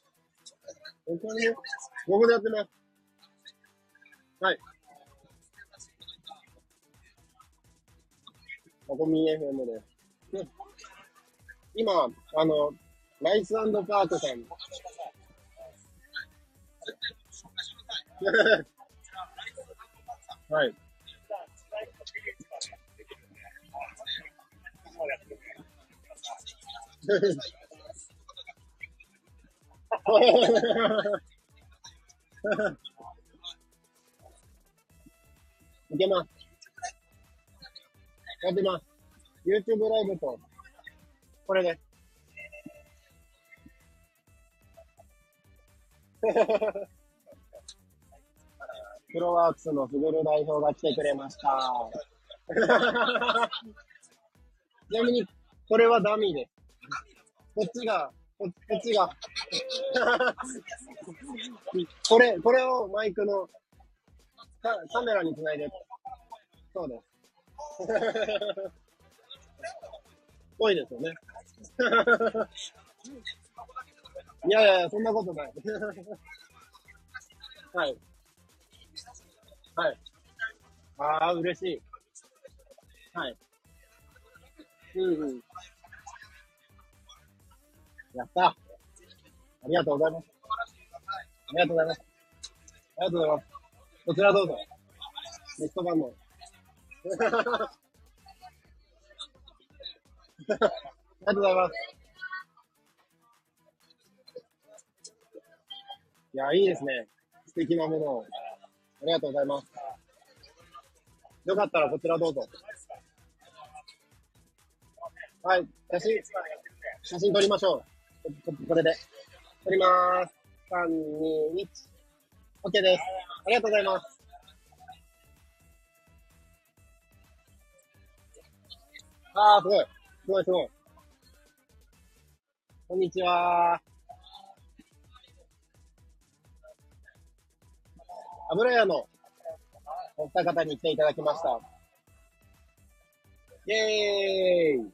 これも、僕でやってます。はい。タコミ FM です。ね、今、ライス&パークさん。はい。いけます。やってます。YouTube ライブと、これで。プロワークスのフグル代表が来てくれました。ちなみに、これはダミーです。こっちが、こっちが。これをマイクのカメラにつないで。そうです。ぽいですよね。いやいや、そんなことない。はい。はい。ああ、嬉しい。はい。うんうん。やった。ありがとうございます。ありがとうございます。 りがとうございます。こちらどうぞ。リストバンド。ありがとうございます。いや、いいですね。素敵なものを。ありがとうございます。よかったらこちらどうぞ。はい、写真撮りましょう。これで。撮りまーす。3、2、1。OK です。ありがとうございます。あー、すごい。すごいすごい。こんにちは。油屋のお二方に来ていただきました。イェーイ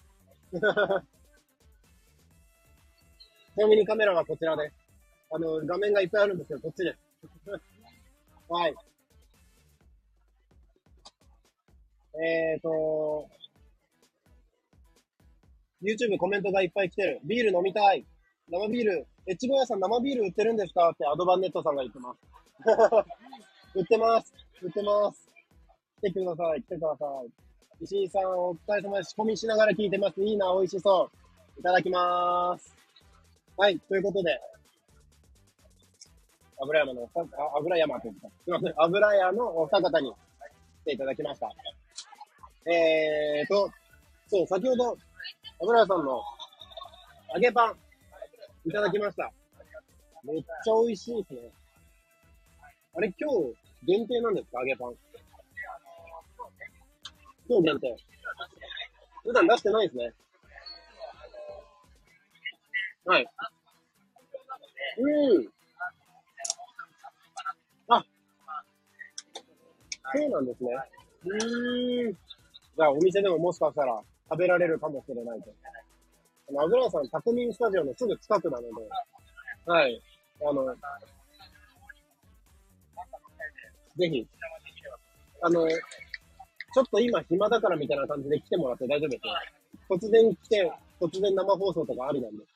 ちなみにカメラはこちらです。画面がいっぱいあるんですけど、こっちです。はい。YouTube コメントがいっぱい来てる。ビール飲みたい。生ビール。越後屋さん生ビール売ってるんですかってアドバンネットさんが言ってます。売ってます。売ってます。来てください。来てください。石井さん、お疲れ様です。仕込みしながら聞いてます。いいな、美味しそう。いただきます。はい、ということで、油山の、油山というか、すいません、油屋のお二方に来ていただきました。そう、先ほど、油屋さんの揚げパン、いただきました。めっちゃ美味しいですね。あれ、今日限定なんですか、揚げパン。今日限定。普段出してないですね。はい。あ、そうなんですね。じゃあ、お店でももしかしたら食べられるかもしれないと。油屋さん、タコミンスタジオのすぐ近くなので、はい。ぜひ、ちょっと今暇だからみたいな感じで来てもらって大丈夫ですよ。突然来て、突然生放送とかありなんで。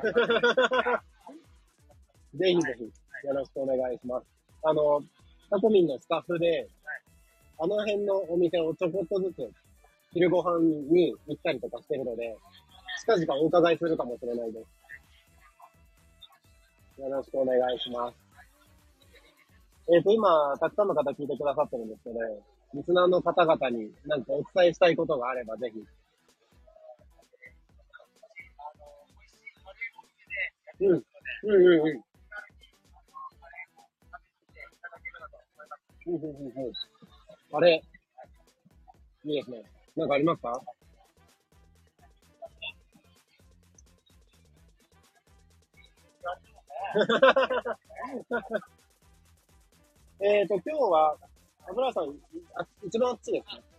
ぜひぜひ、よろしくお願いします。タコミンのスタッフで、あの辺のお店をちょこっとずつ、昼ご飯に行ったりとかしてるので、近々お伺いするかもしれないです。よろしくお願いします。今、たくさんの方聞いてくださってるんですけど、リスナーの方々に何かお伝えしたいことがあれば、ぜひ。うん。うんうんうん。うんうんうんうん。あれ、いいですね。なんかありますか？今日は、油さん、一番あっちですね。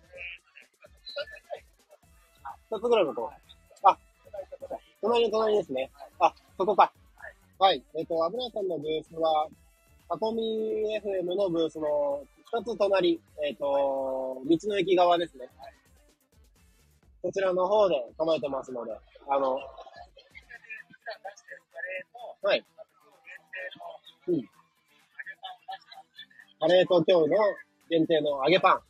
二つぐらいのとこ。あ、隣ですね。あ、そこか。はい。油さんのブースは、タコミ FM のブースの二つ隣、道の駅側ですね。こちらの方で構えてますので、はい。うん。カレーと今日の限定の揚げパン。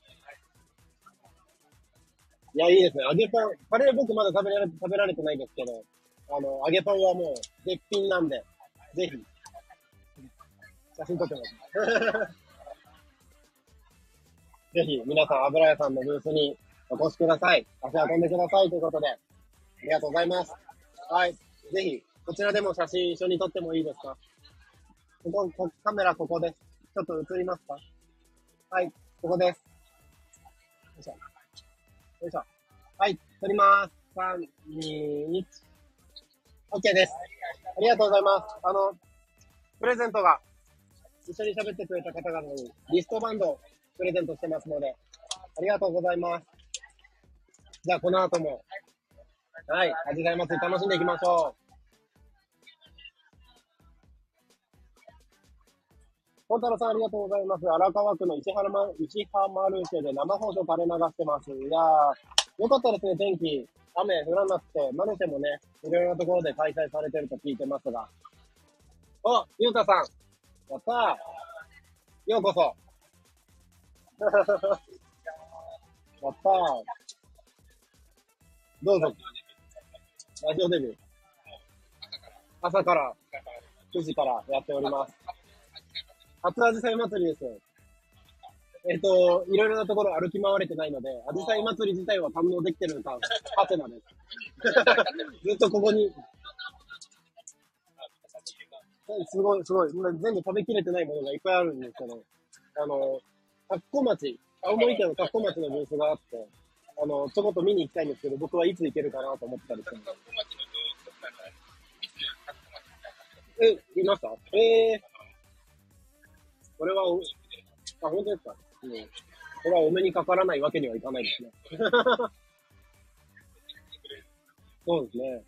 いや、いいですね。揚げパン。カレー僕まだ食べられてないですけど、揚げパンはもう絶品なんで、ぜひ、写真撮ってます。ぜひ、皆さん、油屋さんのブースにお越しください。足運んでくださいということで、ありがとうございます。はい。ぜひ、こちらでも写真一緒に撮ってもいいですか？カメラここです。ちょっと映りますか？はい、ここです。よいしょ。よいしょ。はい、撮ります。3、2、1。OK です。ありがとうございます。プレゼントが一緒に喋ってくれた方々にリストバンドプレゼントしてますので、ありがとうございます。じゃあ、この後も、はい、アジサイ祭り楽しんでいきましょう。本太郎さんありがとうございます。荒川区の石浜ルシェで生放送垂れ流してます。いやー、よかったですね、天気。雨降らなくて、マルシェもね、いろいろなところで開催されてると聞いてますが。ゆうたさん。やったようこそ。やったー。どうぞ。ラジオデビュー。朝から9時からやっております。初アジサイ祭りです。いろいろなところ歩き回れてないので、アジサイ祭り自体は堪能できてるのか、ハテナです。ずっとここに。すごい。全部食べきれてないものがいっぱいあるんですけど、田子町、青森県の田子町のブースがあって、ちょこっと見に行きたいんですけど、僕はいつ行けるかなと思ったりしてます。いました？これは本当ですか？これはお目にかからないわけにはいかないですね。そうですね。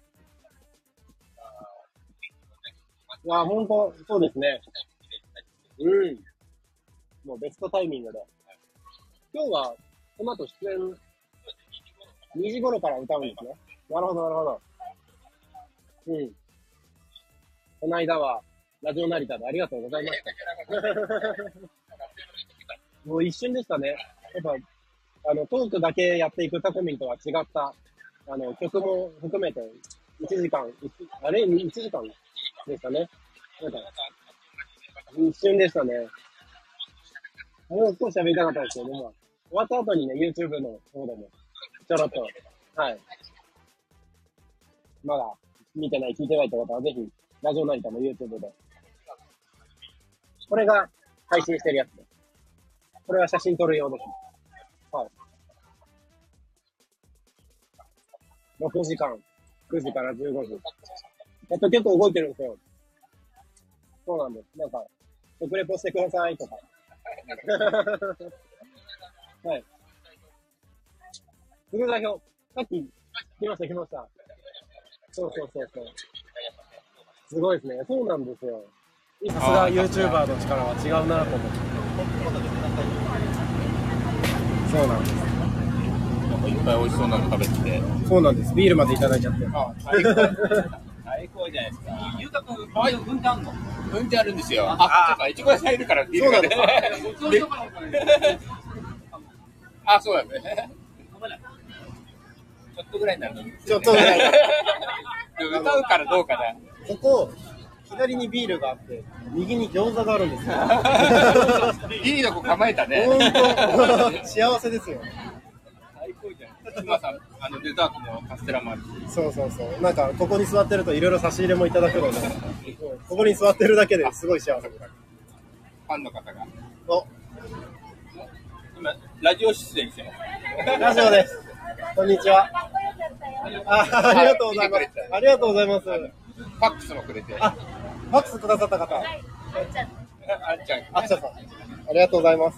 いや、本当、そうですね。もうベストタイミングで。今日は、この後出演、2時頃から歌うんですね。なるほど。この間は、ラジオ成田でありがとうございました。もう一瞬でしたね。やっぱ、トークだけやっていくタコミンとは違った、曲も含めて、1時間でしたね。なんか、一瞬でしたね。もう少し喋りたかったんですけど、終わった後にね、YouTube の方でも、ちょろっと、はい。まだ、見てない、聞いてないって方は、ぜひ、ラジオ成田の YouTube で。これが、配信してるやつです。これは写真撮る用です。はい。6時間、9時から15時。結構動いてるんですよ。そうなんです。なんか、食レポしてくださいとか。はい。副代表。さっき、来ました。そう。すごいですね。そうなんですよ。さすが YouTuber の力は違うなと思って。そうなんです。 いっぱい美味しそうなの食べてて。 そうなんです。ビールまでいただいちゃって。 最高じゃないですか。ゆうたくん、運転あんの？運転あるんですよ。そうか、いちご屋さんいるからビールがね。そうなんですね。ちょっとぐらいになるの。 ちょっとぐらい。 歌うからどうかな。 ここ、左にビールがあって、右に餃子があるんですよ。 いいとこ構えたね。 本当、幸せですよ。 最高じゃん。今さ、デザートのカステラもあるし。 そう。なんか、ここに座ってるといろいろ差し入れもいただくので、ここに座ってるだけですごい幸せです。 ファンの方が。 お、 今、ラジオ出演してます。 ラジオです。こんにちは。ありがとうございます。ありがとうございます。 ファックスもくれて。 ファックスくださった方。 あっちゃん。 あっちゃさん。ありがとうございます。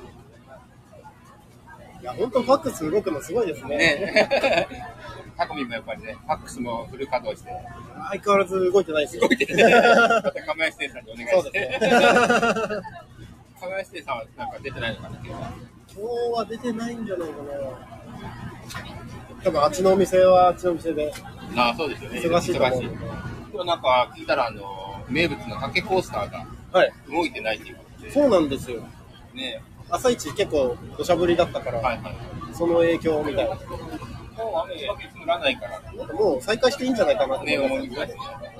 いや、本当ファックス動くのすごいですね。 タコミンもやっぱりね、ファックスもフル稼働して。 相変わらず動いてないですよ。 動いてるね。また亀梨店さんにお願いして。そうですね。亀梨店さんはなんか出てないのかな、今日は。 今日は出てないんじゃないかな。多分あっちのお店はあっちのお店で。 そうですよね。 忙しいと思う。 今日なんか聞いたら名物の竹コースターが動いてないっていうことで。 そうなんですよ。 ね。 朝一結構土砂降りだったから、その影響みたいな。 もう雨降らないから。 もう再開していいんじゃないかなと思います。てか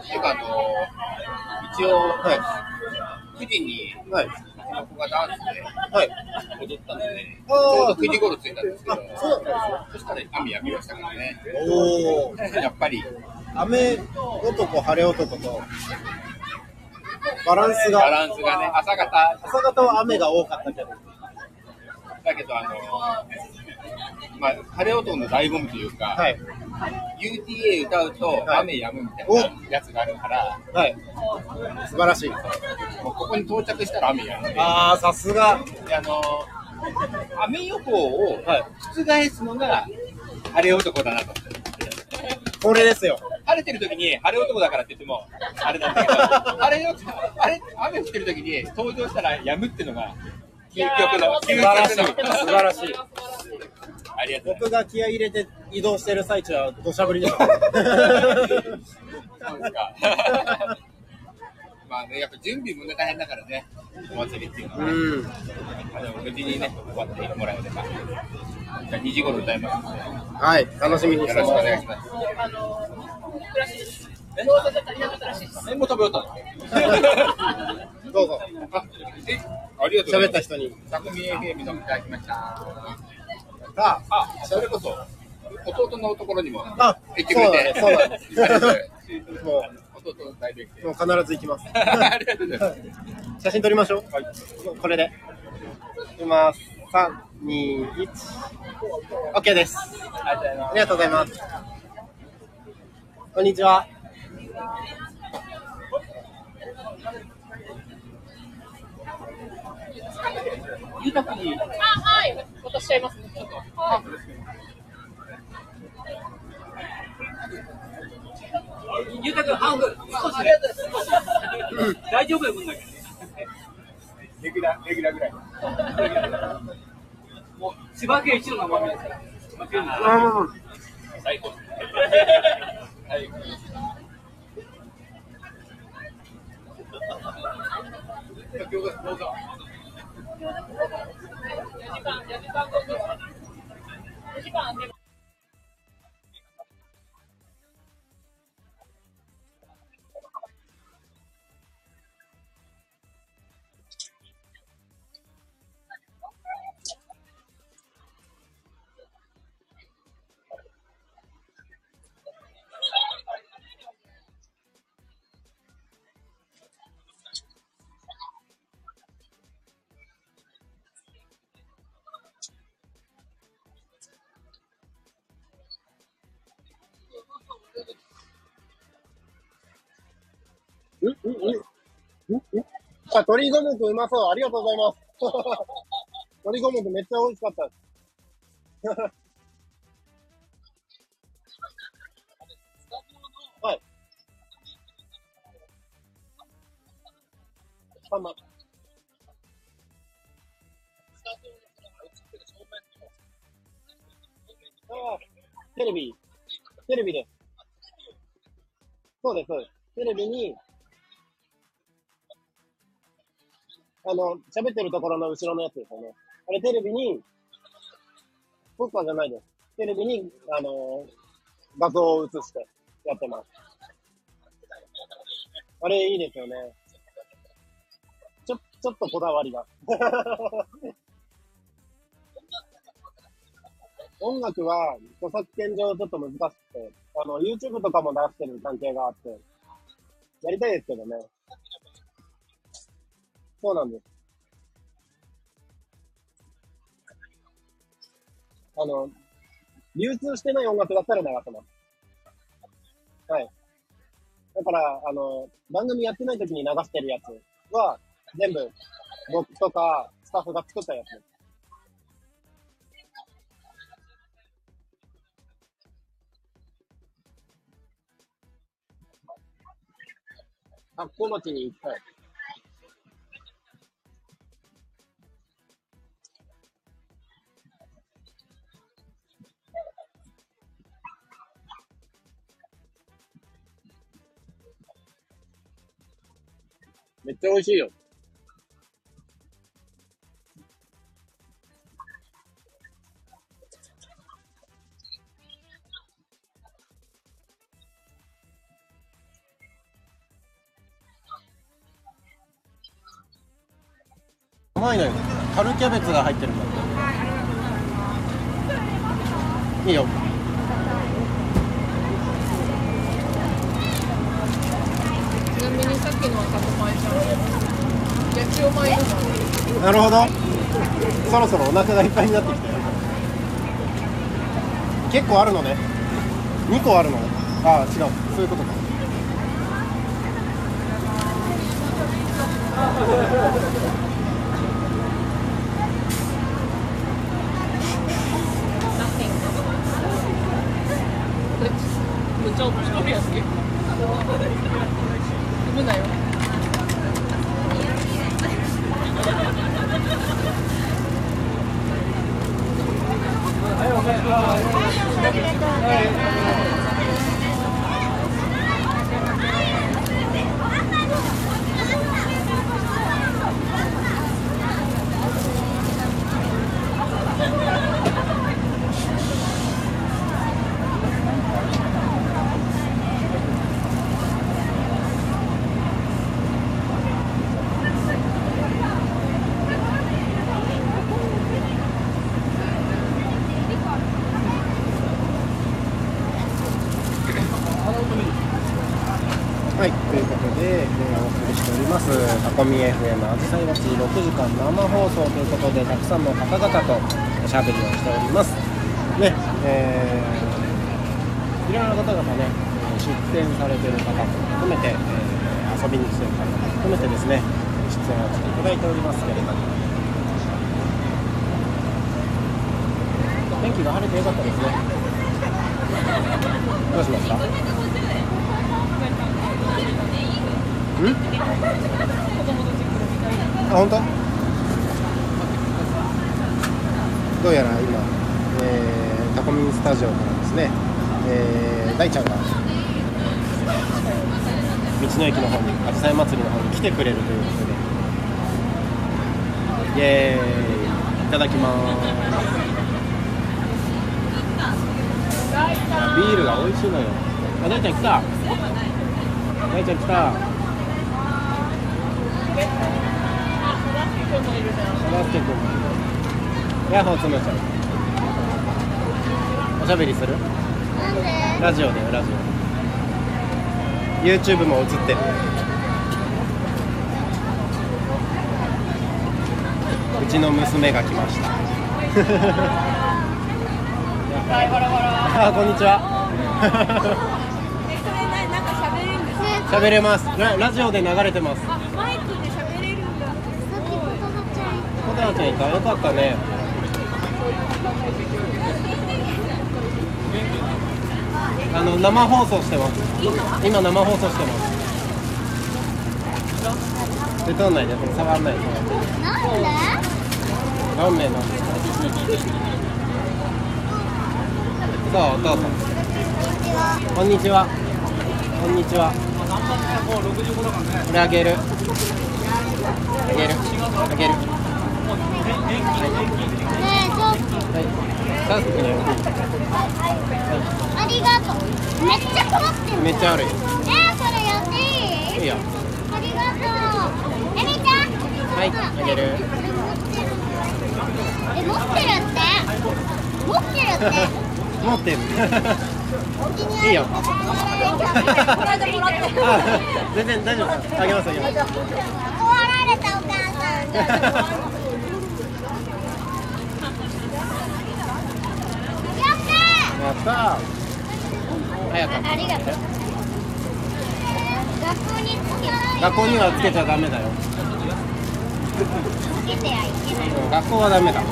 一応、9時に僕がダンスで踊ったので、ちょうど9時頃着いたんですけど、そしたら雨やみましたからね。やっぱり雨男、晴れ男とバランスがね、朝方は雨が多かったけど。 だけど晴れ男の醍醐味というか、UTA 歌うと雨止むみたいなやつがあるから、素晴らしい。 もうここに到着したら雨止む。 さすが。 雨予報を覆すのが晴れ男だなと。 これですよ。 晴れてる時に晴れ男だからって言ってもあれなんだけど、雨降ってる時に登場したら止むっていうのが究極の素晴らしい。 ありがとうございます。 僕が気合い入れて移動してる最中は土砂降りでした。 そうですか。 まあね、やっぱ準備もね大変だからね、お祭りっていうのはね。でも無事にね、終わってもらえれば。じゃあ2時頃歌いますので。 はい、楽しみにしてます。 よろしくお願いします。もう食べ終わったの？ どうぞ。 ありがとうございます。 喋った人に。 匠 FM のいただきました。 あ、 それこそ弟のところにもあ、 行ってくれて、 そうなんです。 ありがとうございます。 も弟の大勉強。 う必ず行きます。 ありがとうございます。 写真撮りましょう。はい。これで。いきます。3、2、1。OK です。ありがとうございます。こんにちは。 ゆうたくんに。 はい。渡しちゃいますね。ちょっと。はい。 ゆうたくん、半分。少し。大丈夫よ、分だけ。 レギュラーぐらい。 もう、千葉県一の生身ですから。 最高。はい。どうぞ。 あ、鶏五目うまそう。ありがとうございます。鶏五目めっちゃ美味しかったです。はい。あ、テレビです。そうです。テレビに、喋ってるところの後ろのやつですよね。あれテレビに、ポスターじゃないです。テレビに、画像を映してやってます。あれいいですよね。ちょっとこだわりが。音楽は著作権上ちょっと難しくて、YouTube とかも出してる関係があって、やりたいですけどね。そうなんです。流通してない音楽だったら流せます。はい。だから、番組やってない時に流してるやつは、全部、僕とかスタッフが作ったやつです。発酵町に行きたい。めっちゃ美味しいよ。甘いのよ。春キャベツが入ってるんだって。いいよ。 ちなみにさっきのはタコ米ちゃん。焼きお米です。 なるほど。そろそろお腹がいっぱいになってきたよ。結構あるのね。2個あるのね。ああ、違う。そういうことか。 めっちゃ面白いやつ。踏むなよ。 コミ FM あじさい祭り6時間生放送ということで、たくさんの方々とおしゃべりをしておりますね。いろんな方々ね、出店されている方も含めて、遊びに来ている方も含めてですね、出演をしていただいておりますけれども、天気が晴れてよかったですね。どうしました？あ、本当？どうやら今、タコミンスタジオからですね、大ちゃんが道の駅の方に、あじさい祭りの方に来てくれるということで、イエーイ、いただきます。ビールが美味しいのよ。あ、大ちゃん来た。大ちゃん来た。バスケ君もいる。ヤッホーつむちゃん。おしゃべりする？ なんで？ ラジオだよ、ラジオ。YouTube も映ってる。うちの娘が来ました。あ、こんにちは。 なんか喋れるんですか？ 喋れます。ラジオで流れてます。 マイクで喋れるんだ。さっきコタナちゃんいた？よかったね。生放送してます。今生放送してます。で、通んないで、触んないで。 なんで？ なんでなんで。そう、お父さん。こんにちは。こんにちは。これあげる。あげる。あげる。はい。サウス君にありがとう。めっちゃ困ってる。 めっちゃあるよ。 これやっていい？ いいよ。 ありがとう。エミちゃん。 はい、あげる。 持ってるって。持ってるって。 持ってる。いいよ。全然大丈夫。あげますあげます。 怒られたお母さん。 やったー。早かった。 ありがとう。 学校にはつけちゃダメだよ。 つけてはいけない。 学校はダメだ。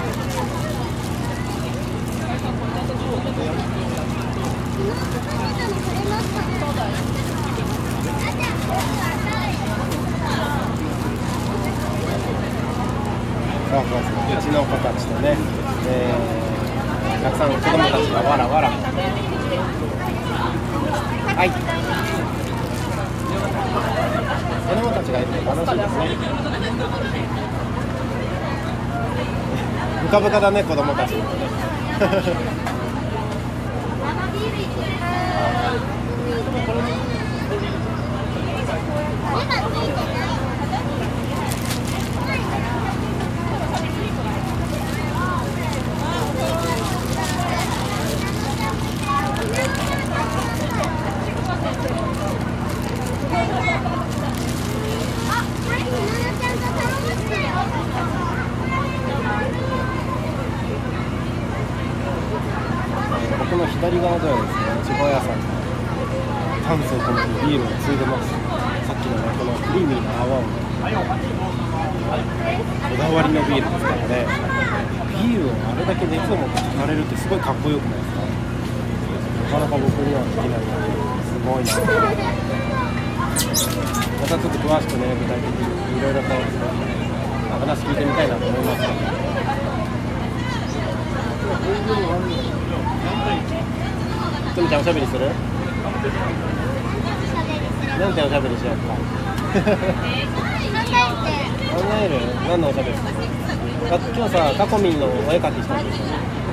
うちの子たちとね、たくさん子供たちがわらわら。はい。子供たちがいると楽しいですね。ブカブカだね、子供たちもね。僕の左側ではですね、いちご屋さんが丹精込めてビールをついでます。さっきのね、このクリーミーな泡をこだわりのビールですからね。ビールをあれだけ熱を持って引かれるってすごいかっこよくないですか？なかなか僕にはできないのですごいな。またちょっと詳しくね、具体的にいろいろと話聞いてみたいなと思いますけど。つみちゃんおしゃべりする？なんておしゃべりしようか。考える？何のおしゃべり？今日さ、タコミンのお絵描きしたんでしょ？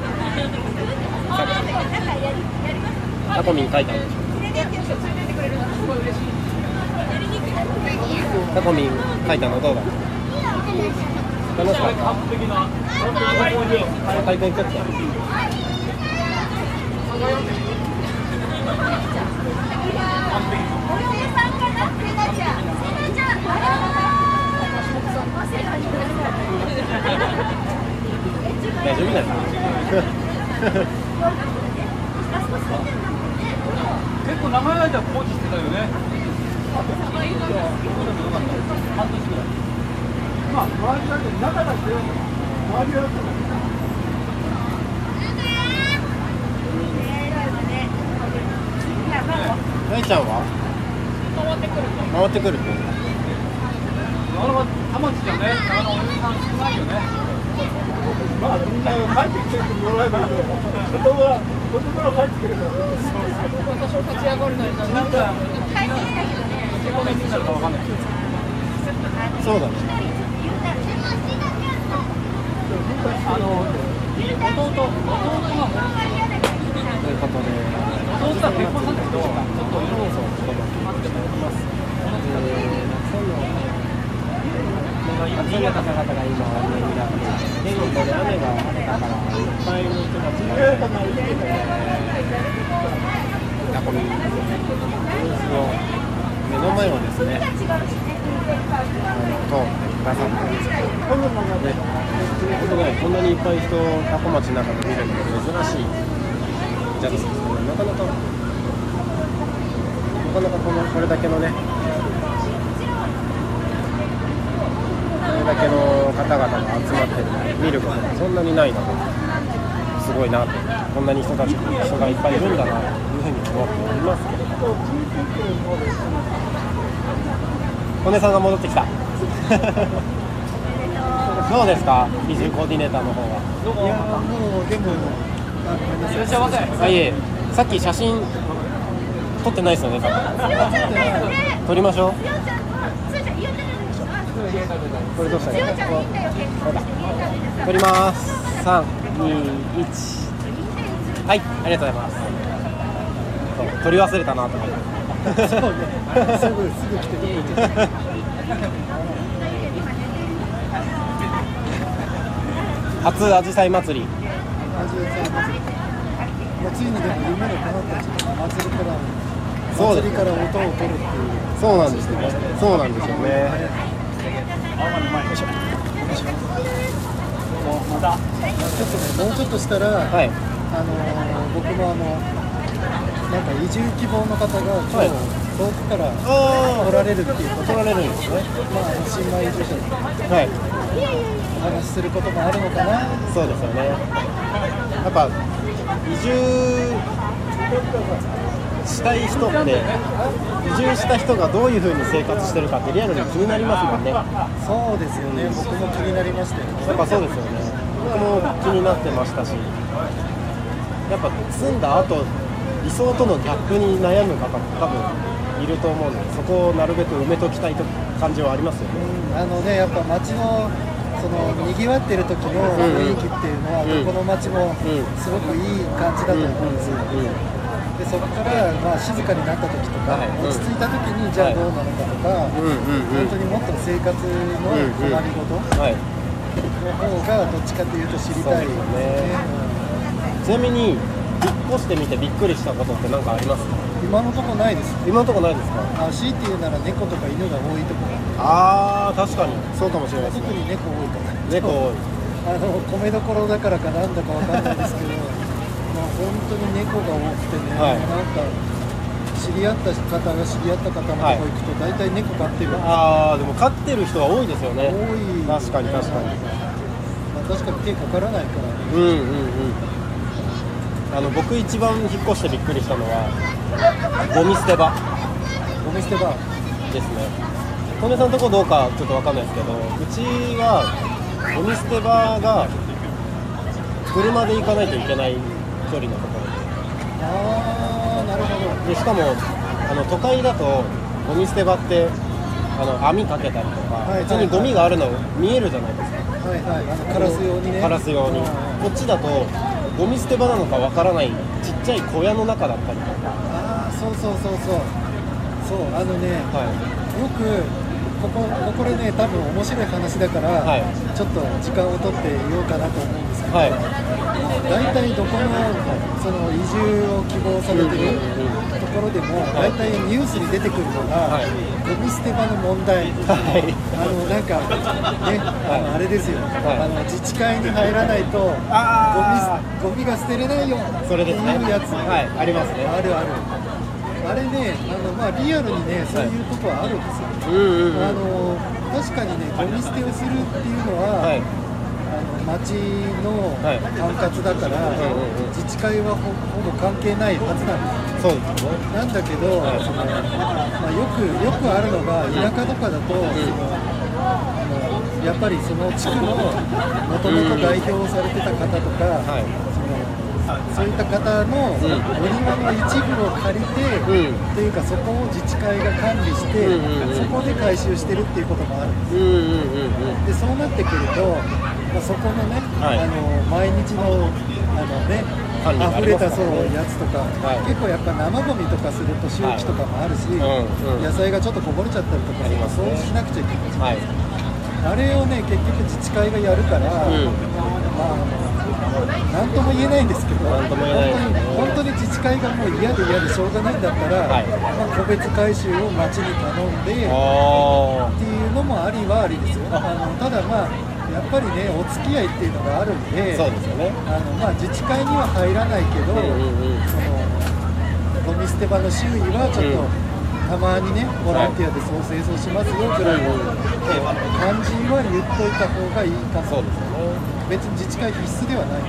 タコミン描いたんでしょ？タコミン描いたのどうだった？楽しかった？体験ちょっと。 大丈夫だよ。 結構長い間放置してたよね。半年ぐらい。まあ周りだけ中だけ周りは。 大ちゃんは？回ってくる。 田町じゃね、お嫁さん少ないよね。まあみんな帰ってきてもらえばいいけど、子供が帰ってくるから。 私も立ち上がるのになんか自分がいつになるかわかんない。 そうだね。 弟がということで、 弟は結婚したんだけど、ちょっと色をそう待ってもらいます。 いい方々が今雨になって、天国で雨があったから、いっぱいの人たちがやこの目の前をですね、通ってくださってですね、こんなにいっぱい人、多古町の中で見るの珍しいじゃないですか。なかなかこれだけのね、これだけの方々が集まってるのを見ることがそんなにないのですごいなと、こんなに人がいっぱいいるんだなというふうに思っておりますけれども、小根さんが戻ってきたどうですか、移住コーディネーターの方は。 いやもうでもいらっしゃいませ。 あ、いえ、さっき写真撮ってないですよね。撮りましょう。これどうしたらいいの？そうだ。撮ります。3、2、1。はい、ありがとうございます。撮り忘れたなと思って。 そうね。すぐ来て。 初あじさい祭り。 ついにでも夢の叶った人が祭りから音を取るっていう。 そうなんですよね。そうなんですよね。 またちょっとね、もうちょっとしたら、 はい、 僕もなんか移住希望の方が今日、遠くから来られるっていうこと、 来られるんですね。 まあ新米移住者ではい、 お話しすることもあるのかな。 そうですよね。やっぱ移住したい人って、移住した人がどういう風に生活してるかってリアルに気になりますもんね。 そうですよね。僕も気になりましたよ。 やっぱそうですよね。僕も気になってましたし、やっぱ住んだ後理想とのギャップに悩む方も多分いると思うので、そこをなるべく埋めときたいと感じはありますよね。 やっぱ街のその賑わってる時の雰囲気っていうのは、どこの街もすごくいい感じだと思うんですよ。でそこからまあ静かになった時とか、落ち着いた時にじゃあどうなのかとか、本当にもっと生活の困りごとの方がどっちかというと知りたいですね。 ちなみに引っ越してみてびっくりしたことって何かありますか？ 今のところないです。 今のところないですか？ 強いて言うなら猫とか犬が多いところ。 ああ、確かにそうかもしれないですね。 特に猫多いから。 猫多い。 米どころだからかなんだかわかんないですけど、まあ本当に猫が多くてね、なんか知り合った方が知り合った方のとこ行くと大体猫飼ってる。 ああ、でも飼ってる人は多いですよね。 多い。 確かに確かに。 まあ確かに手かからないから。 僕一番引っ越してびっくりしたのはゴミ捨て場。 ゴミ捨て場ですね。小根さんのとこどうかちょっとわかんないですけど、うちはゴミ捨て場が車で行かないといけない距離のところで。 ああ、なるほど。 でしかも都会だとゴミ捨て場って網かけたりとか、普通にゴミがあるの見えるじゃないですか。 はいはい。カラス用にね。 カラス用に。こっちだとゴミ捨て場なのかわからないちっちゃい小屋の中だったりとか。 ああ、そう。そうよくこれね、多分面白い話だから、 はいちょっと時間を取って言おうかなと思うんですけど、 はい大体どこのその移住を希望されてるところでも、大体ニュースに出てくるのが、ゴミ捨て場の問題、なんかね、あれですよ、自治会に入らないとゴミが捨てれないよっていうやつ、 ありますね。 あるある。あれね、リアルにね、そういうとこはあるんですよ。確かにね、ゴミ捨てをするっていうのは、町の管轄だから、自治会はほぼ関係ないはずなんですよ。 そうですね。 なんだけど、よくあるのが、田舎とかだと、やっぱりその地区のもともと代表されてた方とか、そういった方の売り場の一部を借りて、というかそこを自治会が管理して、そこで回収してるっていうこともあるんですよ。でそうなってくると、そこのね、毎日の溢れたやつとか、結構やっぱ生ゴミとかすると周期とかもあるし、野菜がちょっとこぼれちゃったりとか、そうしなくちゃいけない。あれをね、結局自治会がやるから、なんとも言えないんですけど、本当に自治会がもう嫌でしょうがないんだったら、個別回収を町に頼んでっていうのもありはありですよ。ただやっぱりね、お付き合いっていうのがあるんで、 そうですよね。 自治会には入らないけど、ゴミ捨て場の周囲はちょっと、たまにね、ボランティアでそう清掃しますよぐらいの感じは言っといた方がいいかも。 そうですよね。 別に自治会必須ではない。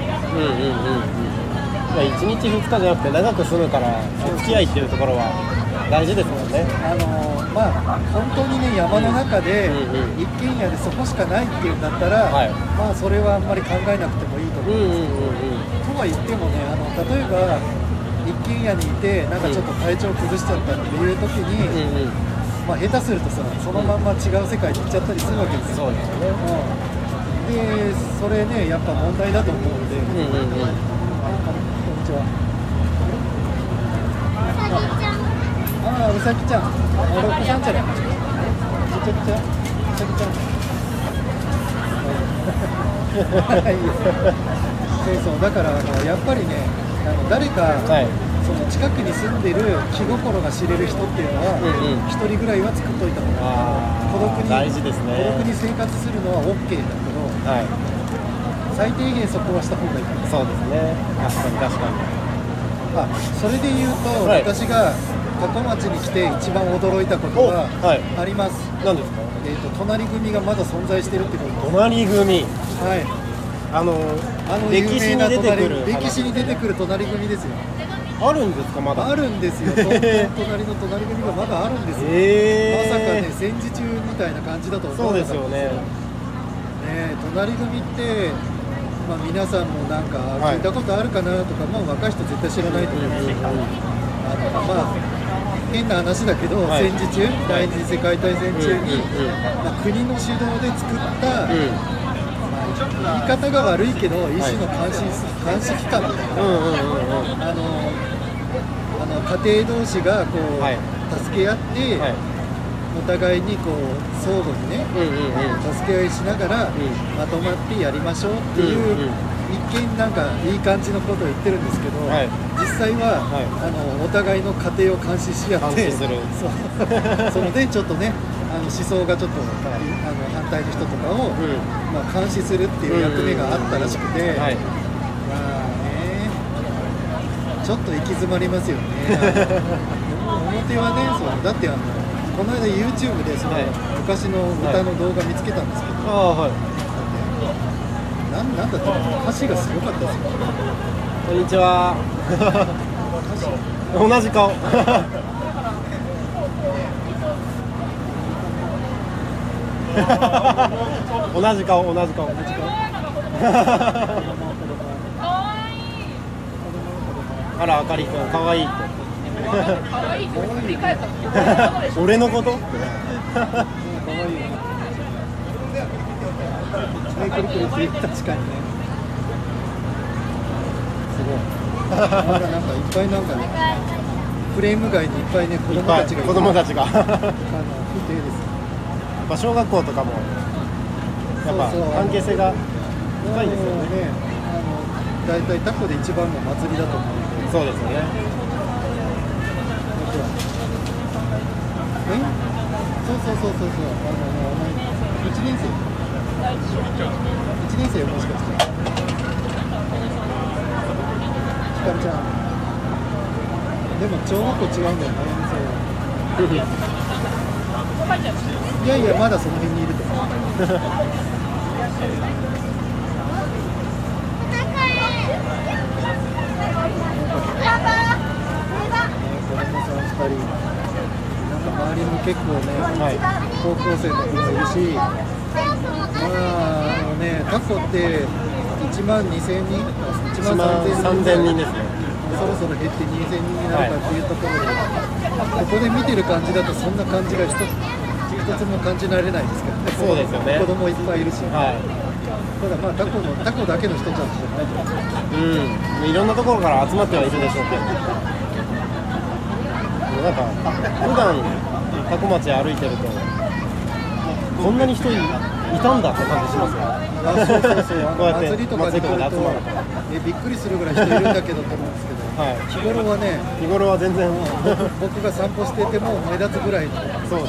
1日2日じゃなくて長く住むからお付き合いっていうところは大事ですもんね。 本当にね、山の中で一軒家でそこしかないっていうんだったら、それはあんまり考えなくてもいいと思うんですよ。とは言ってもね、例えば一軒家にいてなんかちょっと体調崩しちゃったっていう時に、下手するとさ、そのまんま違う世界に行っちゃったりするわけですよ。 そうですよね。 でそれね、やっぱ問題だと思うので。こんにちは。うさぎちゃん。お子さんちゃら。めちゃくちゃ。うさぎちゃん。そうだからやっぱりね、誰か、その近くに住んでる気心が知れる人っていうのは一人ぐらいは作っといた方がいい。 大事ですね。 孤独に生活するのは OK だけど、最低限そこはした方がいい。 そうですね。確かに。 それで言うと、私が加古町に来て一番驚いたことがあります。 何ですか？ 隣組がまだ存在してるってこと。 隣組。歴史に出てくる。 歴史に出てくる隣組ですよ。 あるんですか、まだ。 あるんですよ。隣の隣組がまだあるんですよ。まさかね、戦時中みたいな感じだと思うんですよ。 そうですよね。 隣組って、皆さんもなんか聞いたことあるかなとか、若い人絶対知らないと思うんですけど、変な話だけど、戦時中、第二次世界大戦中に、国の主導で作った、言い方が悪いけど、一種の監視機関みたいな、家庭同士がこう、助け合って、お互いにこう相互にね、助け合いしながら、まとまってやりましょうっていう、一見なんかいい感じのことを言ってるんですけど、実際は、お互いの家庭を監視し合って、そのでちょっとね、思想がちょっと、反対の人とかを、監視するっていう役目があったらしくて、ちょっと行き詰まりますよね。表はね、そうだってこの間 YouTube でその、昔の歌の動画見つけたんですけど、なんだって歌詞がすごかったですよ。 こんにちは。同じ顔。同じ顔。あら、あかりくん、かわいいって。 可愛いって振り返ったの。 俺のこと？ かわいいよね。くるくるって確かにね。すごい。なんかいっぱいなんかね、フレーム外にいっぱいね、子供たちが。風情です。 ぱ小学校とかもやっぱ関係性が深いですよね。 大体タコで一番の祭りだと思うんで。 そうですよね。 そう1年生もしかしてひかるちゃんでも小学校違うんだよね。いやいやまだその辺にいると思う。周りも結構ね、高校生の子もいるし、タコって1万2000人、1万3000人ですね。そろそろ減って2000人になるかっていうところで、ここで見てる感じだとそんな感じが一つも感じられないですけどね。 そうですよね。 子供いっぱいいるし、ただまあタコだけの人たちじゃないと思う。 いろんなところから集まってはいるでしょうけど。なんか普段多古町歩いてるとこんなに人いたんだって感じしますよ。こうやって祭りとかで来るとびっくりするぐらい人いるんだけどと思うんですけど、日頃は全然僕が散歩してても目立つぐらいの。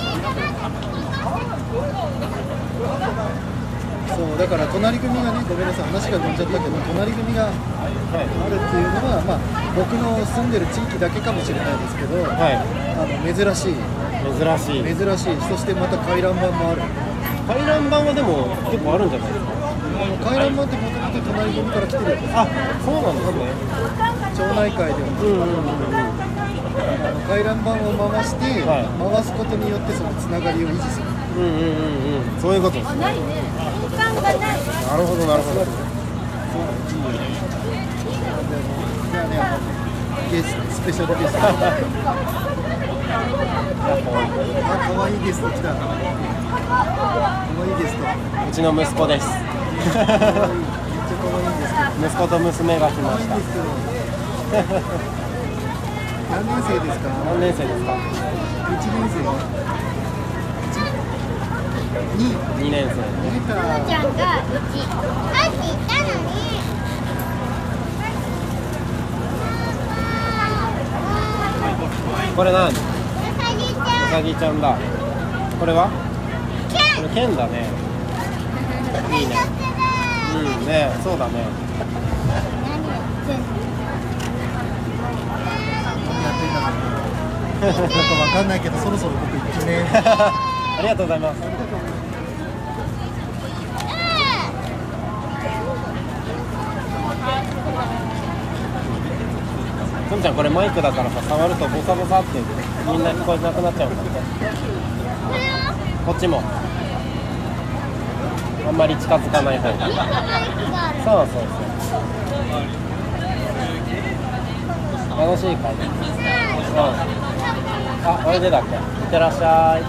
そうだから隣組がね、ごめんなさい話が飛んじゃったけど、隣組があるっていうのは、僕の住んでる地域だけかもしれないですけど、珍しい。そしてまた回覧板もある。 回覧板はでも結構あるんじゃないですか。 回覧板ってもともと隣組から来てるんです。 あ、そうなんですね。 町内会では、回覧板を回して、回すことによってそのつながりを維持する。 そういうことですね。なるほど。 スペシャルゲスト。可愛いゲスト来た。可愛いゲスト。 うちの息子です。 めっちゃ可愛いんですけど。 息子と娘が来ました。 何年生ですか。 1年生。2年生。 ちゃんがうち。さっき言ったのに。 これ何？うささぎちゃんだ。これは？これ剣だね。いいね。ね、そうだね。 なんかわかんないけど、そろそろ僕行くね。 ありがとうございます。くんちゃん、これマイクだからさ、触るとボサボサってみんな聞こえなくなっちゃうんだって。こっちもあんまり近づかない方が。そう。楽しいかい。あ、おいでだっけ。いってらっしゃい。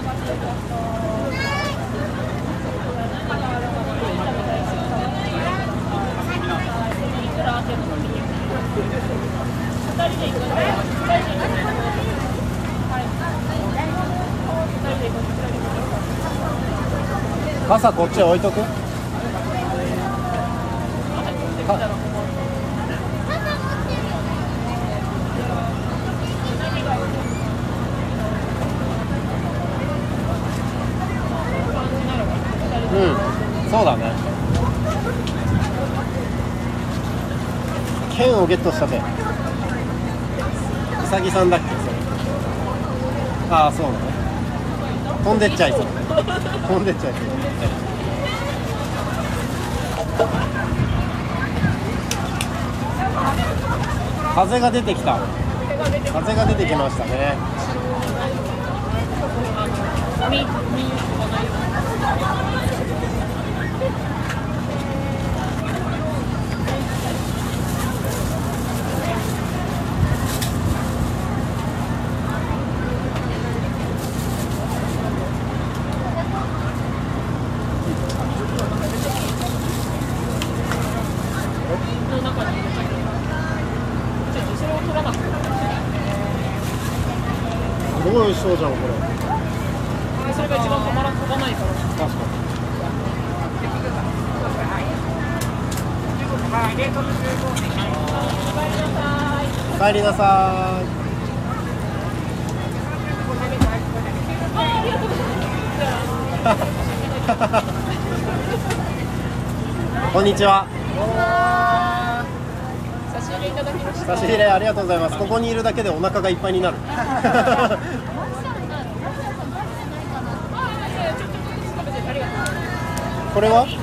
傘こっち置いとく。そうだね。剣をゲットしたぜ。うさぎさんだっけそれ。ああ、そうだね。飛んでっちゃいそう。風が出てきた。風が出てきましたね。すごい美味しそうじゃんこれ。 それが一番飛ばないから。 確かに。お帰りなさい。こんにちは。 差し入れいただきました。 差し入れありがとうございます。ここにいるだけでお腹がいっぱいになる。これは？ これ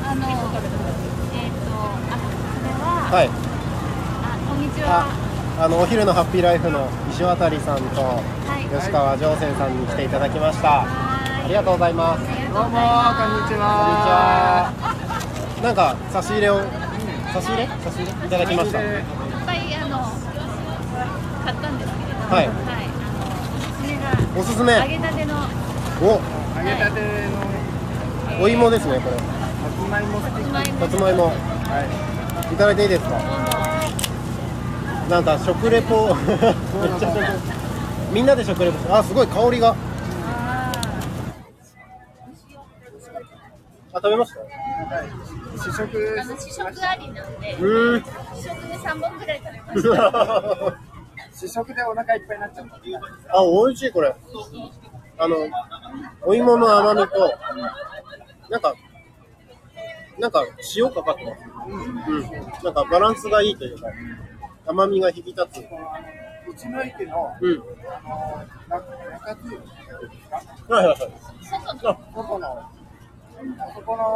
は、 はい。 こんにちは。 お昼のハッピーライフの石渡さんと吉川上泉さんに来ていただきました。ありがとうございます。 どうも、こんにちこんにちは。なんか差し入れを、差し入れいただきました。 いっぱい買ったんですけれども、 はいおすすめがおすすめ。 揚げたての揚げたてのお芋ですね、これ。 さつまいもスティック。 さつまいも。いただいていいですか。なんか食レポめっちゃみんなで食レポ。あ、すごい香りが。食べました。 試食試食ありなんで、試食で3本ぐらい食べました。 試食でお腹いっぱいになっちゃった。 あ、美味しいこれ。お芋の甘みとなんか塩かかってます。なんかバランスがいいというか、甘みが引き立つ。 うちの駅の中津ですか？ はいはいはい。 外のあそこの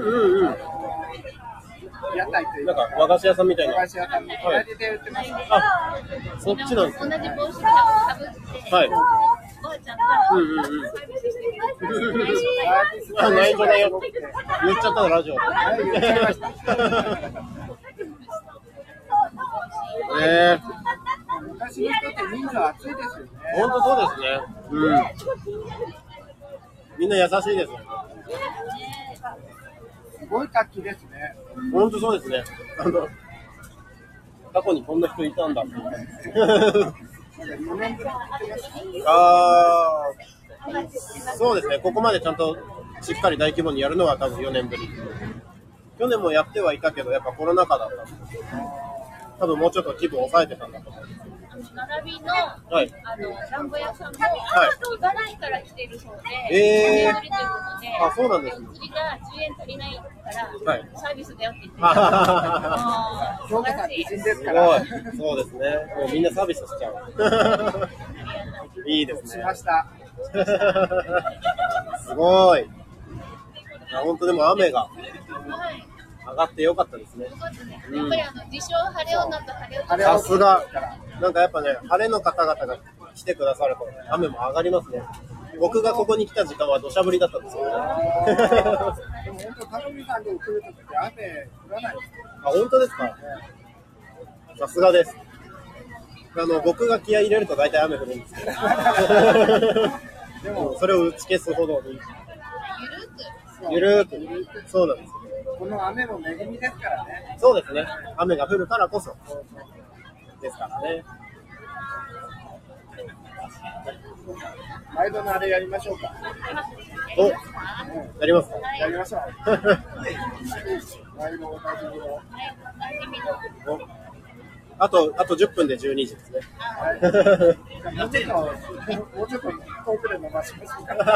屋台というなんか和菓子屋さんみたいな。 和菓子屋さんの隣で売ってます。 あ、そっちなんです同じね。 帽子かぶって、 はい。 おばあちゃんがサービスしてくれてあ、内緒だよ。言っちゃったのラジオ。 はい、言っちゃいました。昔の人って人数熱いですよね。 本当そうですね。みんな優しいですよね。 すごい活気ですね。 本当そうですね。過去にこんな人いたんだって。 4年ぶりそうですね。ここまでちゃんとしっかり大規模にやるのは多分4年ぶり。去年もやってはいたけど、やっぱコロナ禍だったんで、多分もうちょっと規模を抑えてたんだと思います。 並びのはい。 団子屋さんもはい茨城から来ているそうで、 えー 10円売りということで、 あ、そうなんですね。 売りが10円足りないから、 はいサービスだよって言ってあはははた。 評価さん美人ですすから。 ごい。そうですね。もうみんなサービスしちゃう。いいですね。 しました。 すごい。いや本当でも雨がはい。 上がってよかったですね。 よかったね。やっぱり自称晴れ女と晴れ男。 さすが。なんかやっぱね、晴れの方々が来てくださると雨も上がりますね。僕がここに来た時間は土砂降りだったんですよね。 でも本当、タロミさんで来るときって雨降らないですか？ あ、本当ですか。さすがです。僕が気合い入れると大体雨降るんですけど。でもそれを打ち消すほどに。ゆるーく。そうなんですよ。 この雨も恵みですからね。 そうですね。雨が降るからこそ。ですからね。 毎度のあれやりましょうか。 お、やりますか。 やりましょう。毎度おなじみの。 おあと10分で12時ですね。 もうちょっと遠くで伸ばしましょうか。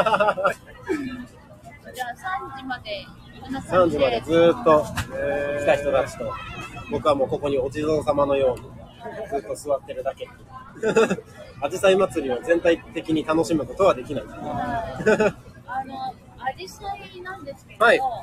じゃあ3時まで 3時までずーっと来た人たちと、僕はもうここにお地蔵様のようにずっと座ってるだけ。あじさい祭りを全体的に楽しむことはできない。 あじさいなんですけど、 はい、 こ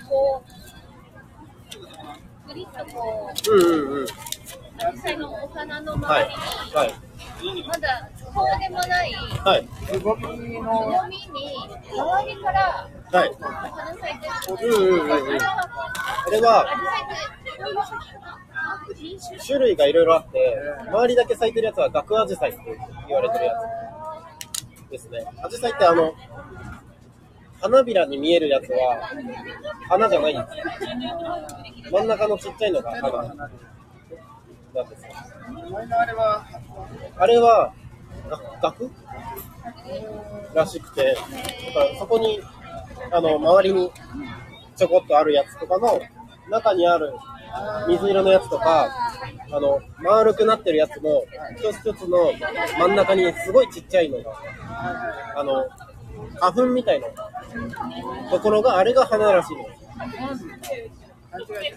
う、くりっとこう、あじさいのお花の周りに、まだこうでもない、 つぼみのつぼみに周りから花咲いてる。 あれは種類がいろいろあって、周りだけ咲いてるやつは学アジサイって言われてるやつですね。アジサイって花びらに見えるやつは花じゃないんですよ。真ん中のちっちゃいのが花なんですよ。 あれはあれは学らしくて、だからそこに周りにちょこっとあるやつとかの中にある水色のやつとか、丸くなってるやつも一つ一つの真ん中にすごいちっちゃいのが、花粉みたいなところが、あれが花らしいの。 そういう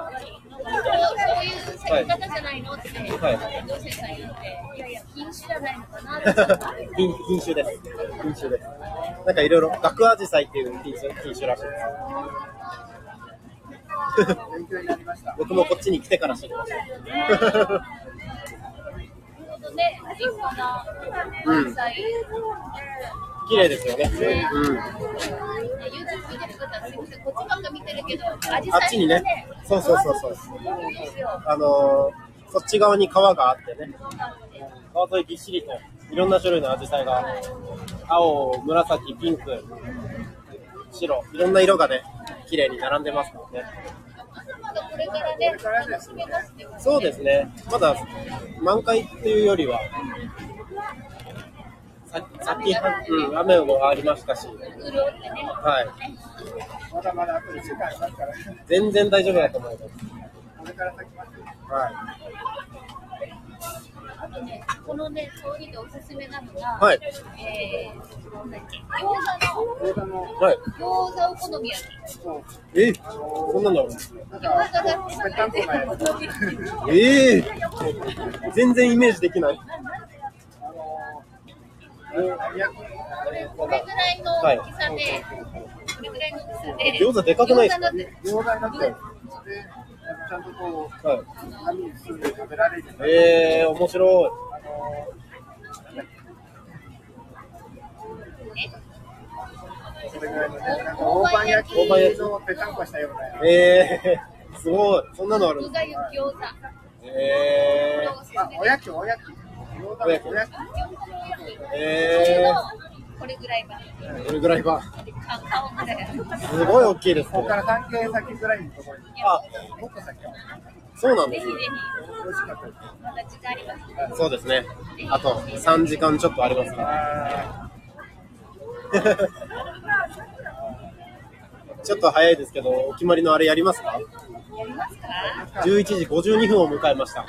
咲き方じゃないのって、同性さん言って、いやいや、品種じゃないのかなって。 品種です。品種です。なんかいろいろ、学アジサイっていう品種らしいです。僕もこっちに来てから知りました。綺麗ですよね。YouTube 見てる方はすみません、こっちばっか見てるけど、あっちにね、そう。そっち側に川があってね、川沿いぎっしりといろんな種類のアジサイが、青、紫、ピンク、白、いろんな色がね、綺麗に並んでますからね。 これからね、楽しめますね。 そうですね。まだ満開っていうよりは、雨もありましたし、はい。 まだまだあと1週間ありますから。 全然大丈夫だと思います。 これから咲きます。 はい。 あとね、このね、通りでおすすめなのが、 はい。 餃子のはい。 餃子お好み焼き。 そんなのあるんですか？全然イメージできない。 これぐらいの大きさで、これぐらいの大きさで、 餃子でかくないですか？ 餃子になって、ちゃんとこう、紙に包んで食べられる。 面白い。 それぐらいのね、なんか大判焼きのぺたんこしたような。 すごい。そんなのあるんですか？ 餃子。 おやき。餃子のおやき。 これぐらいば。 これぐらいば。すごい大きいですね。 ここから半径先ぐらいのところに。もっと先は。 そうなんですね。 美味しかったです。まだ時間ありますね。 そうですね。あと3時間ちょっとありますから。ちょっと早いですけど、お決まりのあれやりますか？ やりますか ？11時52分を迎えました。 も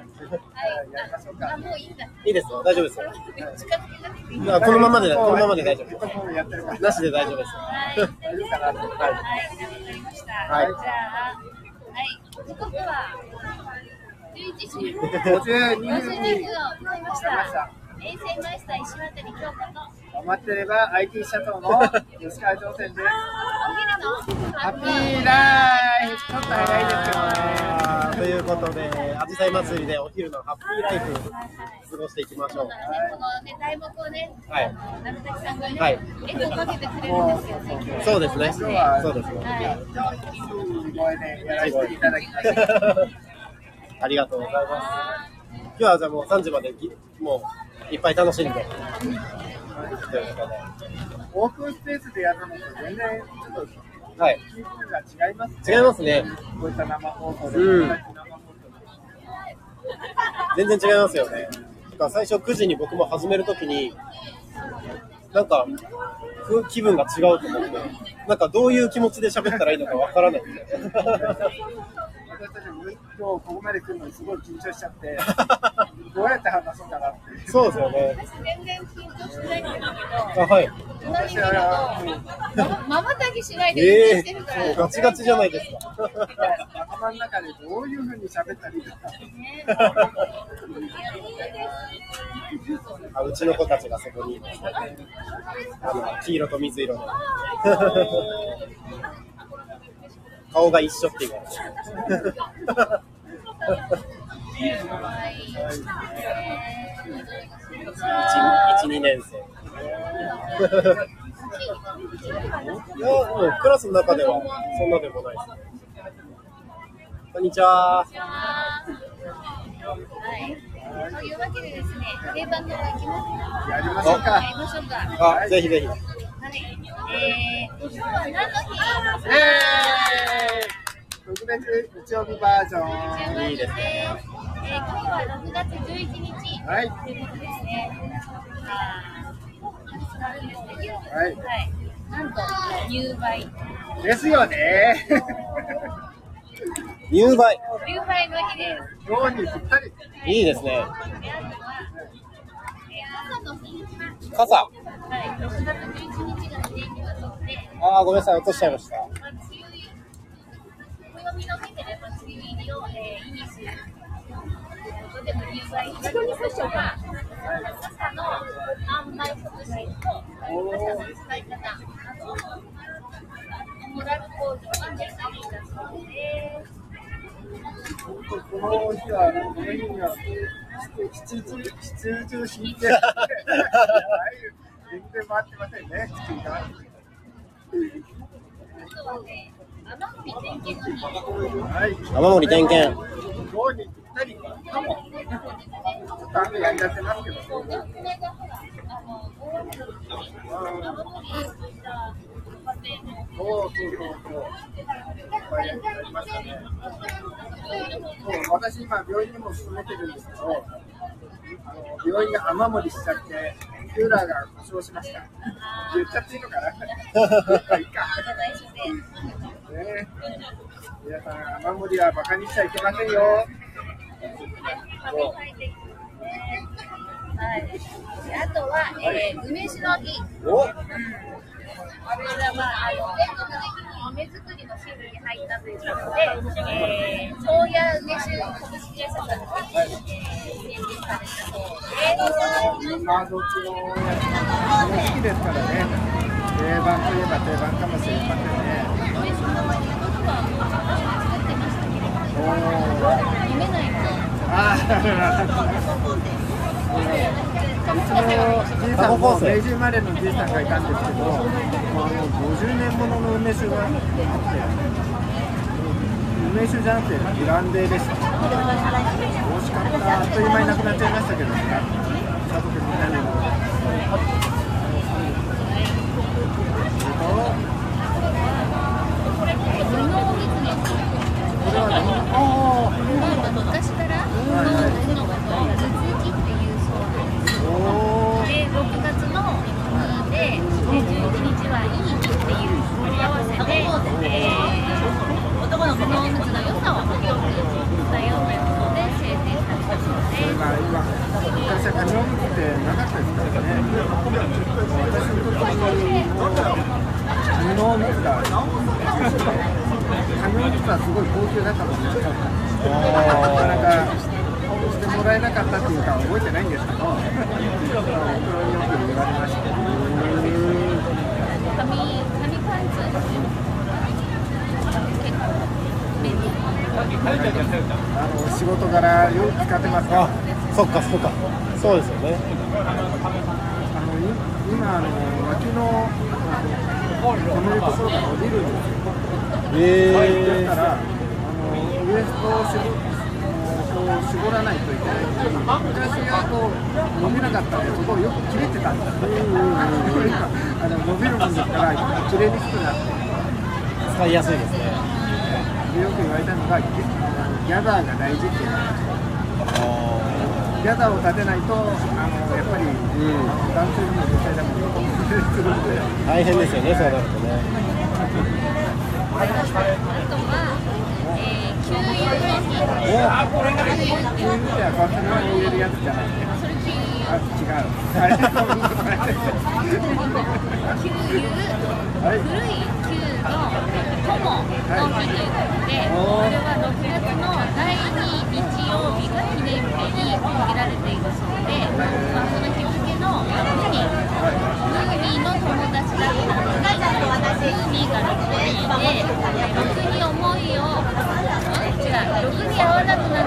ういいんだ。 いいですよ、大丈夫ですよ。 近づけなくていい。 このままで大丈夫です。なしで大丈夫です。 はい、わかりました。 はい。 じゃあ、時刻は11時52分を迎えました。衛星マイスター石渡京子と待ってれば IT 社長の吉川上船です。 お昼のハッピーライフ、ちょっと早いですけどね。 ということで、あじさい祭りでお昼のハッピーライフ過ごしていきましょう。 このね、題目をね、 はい。 中崎さんがね、 はい。 エコかけてくれるんですよね。 そうですね。そうですね。 声でやらせていただきました。 ありがとうございます。今日はじゃあもう3時までもういっぱい楽しんで。 オープンスペースでやるのと全然ちょっとはい。 気分が違いますね。 違いますね。 こういった生放送で。 全然違いますよね。最初9時に僕も始めるときに、なんか気分が違うと思って、なんかどういう気持ちで喋ったらいいのかわからないんで。 私たちも今日ここまで来るのにすごい緊張しちゃって、どうやって話そうかなって。 そうですよね。 私全然緊張してないんだけど、 はい。 私はまばたきしないで運転してるから、 ガチガチじゃないですか。 頭の中でどういう風に喋ったらいいですか。 うちの子たちがそこにいますね。黄色と水色の顔が一緒っていうか。1、2年生。いや、もうクラスの中ではそんなでもないです。こんにちは。 はい。というわけでですね、定番の方行きますか。 やりましょうか。 やりましょうか。 ぜひぜひ。 はい。今日は何の日？ 特別日曜日バージョン。 いいですね。 今日は6月11日。 はい。 ということですね。 使うんですけど、 はい。 なんと入梅ですよね。 入梅。 入梅の日です。 今日にぴったり。 いいですね。 で、あとは、傘の日。 傘。 はい、6月11日が記念日がとって、 ああ、ごめんなさい、落としちゃいました。 暦の日でね、梅雨入りを意味することでも入梅日だということは、傘の販売促進と傘の使い方、あとモラル向上が目的だそうです。 この日は、この日には必需品で、全然回ってませんね、月が。 あとはね、雨漏り点検の日。 はい。 雨漏り点検。 今日にぴったりかも。ちょっと雨やりだせますけど。 これがほら、大雨の時に雨漏りした家庭も。 やりましたね。私今病院にも勤めてるんですけど、病院が雨漏りしちゃってクーラーが故障しました。言っちゃっていいのかな。いいか。ね、皆さん雨漏りはバカにしちゃいけませんよ。 はい。あとは、梅酒の日。これは全国的に梅作りのシーンに入ったということで、宗谷梅酒株式会社さんで宣伝されたそうです。 今どっちの好きですからね。定番といえば定番かもしれませんね。 梅酒の割りことはもう作ってましたけれど、飲めないの。 うちのじいさんも明治生まれのじいさんがいたんですけど、50年ものの梅酒があって、梅酒じゃなくてブランデーでした。美味しかった。あっという間になくなっちゃいましたけど、家族みんなにも。これは昔からの夏のことを頭突きっていうそうなんです。で、6月の日で、11日はいい日っていう組み合わせで、このおむつの良さを広く伝えようということで制定されたそうです。 昔は紙おむつってなかったですからね。私の時に紙のおむつが紙おむつはすごい高級だったもんね。なかなかしてもらえなかったっていうか覚えてないんですけど、おふくろによく言われました。 紙パンツ結構便利。 仕事柄よく使ってますか。 そっかそっか。そうですよね。 今脇の止めるところが伸びるんですよ。だからウエストを絞らないといけないのに、昔は伸びなかったんで、そこをよく切れてたんですよ。伸びるもんですから切れにくくなって使いやすいですね。 よく言われたのがギャザーが大事っていうのギャザーを立てないとやっぱり、男性でも女性でもするので大変ですよね、そうなるとね。 あとは、給油の日。 給油ってガソリンを入れるやつじゃないですか。 それ給油。 違う。 古い旧の友の日ということで、これは6月の第2日曜日が記念日に設けられているそうで、その日付の6人、ムーミーの友達だったのがムーミーが6人で、6に思いを、6に合わなくな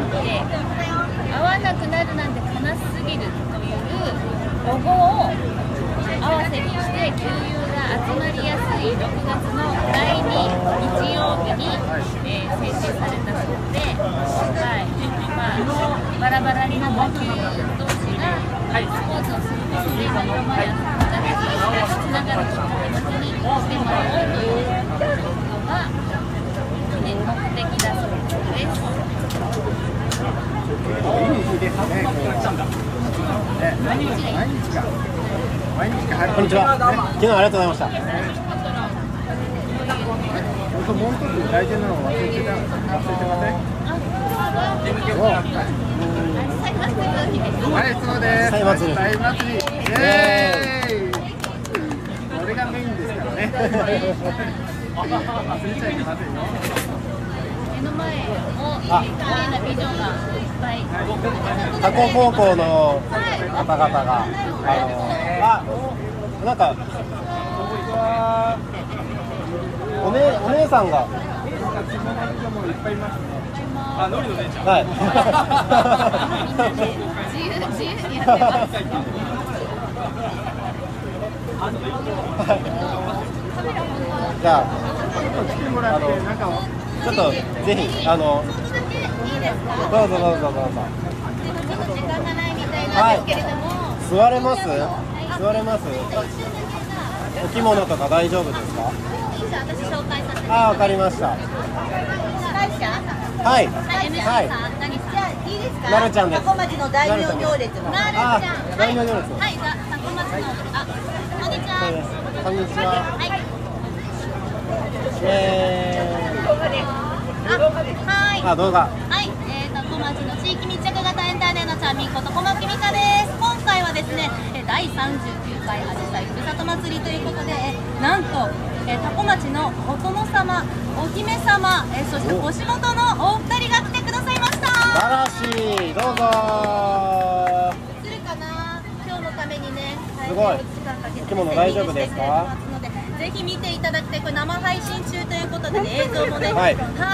るなんて悲しすぎるというロゴを合わせにして給油が集まりやすい6月の第2日曜日に、制定されたそうで、バラバラになった給油同士がスポーツをすることで仲間や友達がつながるきっかけの日にしてもらおうというのが目的だそうです。 いい日ですね、毎日が。 こんにちは。昨日はありがとうございました。 もう一つ大事なのを忘れてません？はい、そうです。 サイ祭り。 サイ祭り。イエーイ。これがメインですからね。忘れちゃいけませんよ。 目の前も綺麗な美女がいっぱい。 タコ高校の方々が、なんかお姉さんが。はい。 自由にやってます。 じゃあ、ちょっとぜひどうぞ。 時間がないみたいなんですけれども、 座れます？お着物とか大丈夫ですか？ 私紹介させて。 わかりました。はい。 何さん？いいですか？ なるちゃんです。 タコ町の大名行列の。なるちゃん。 大名行列。 はい、タコ町の。こんにちは。 こんにちは。 はい。 動画。 はい、タコ町の地域密着型エンターテイナーちゃんみこと小牧美香です。今回はですね、第39回あじさいふるさと祭りということで、なんと、タコ町のお殿様、お姫様、そして腰元のお二人が来てくださいました。 素晴らしい。どうぞ。 映るかな。今日のためにね、 すごい。お着物大丈夫ですか？ ぜひ見ていただきたい。これ生配信中ということで、映像もね、 はい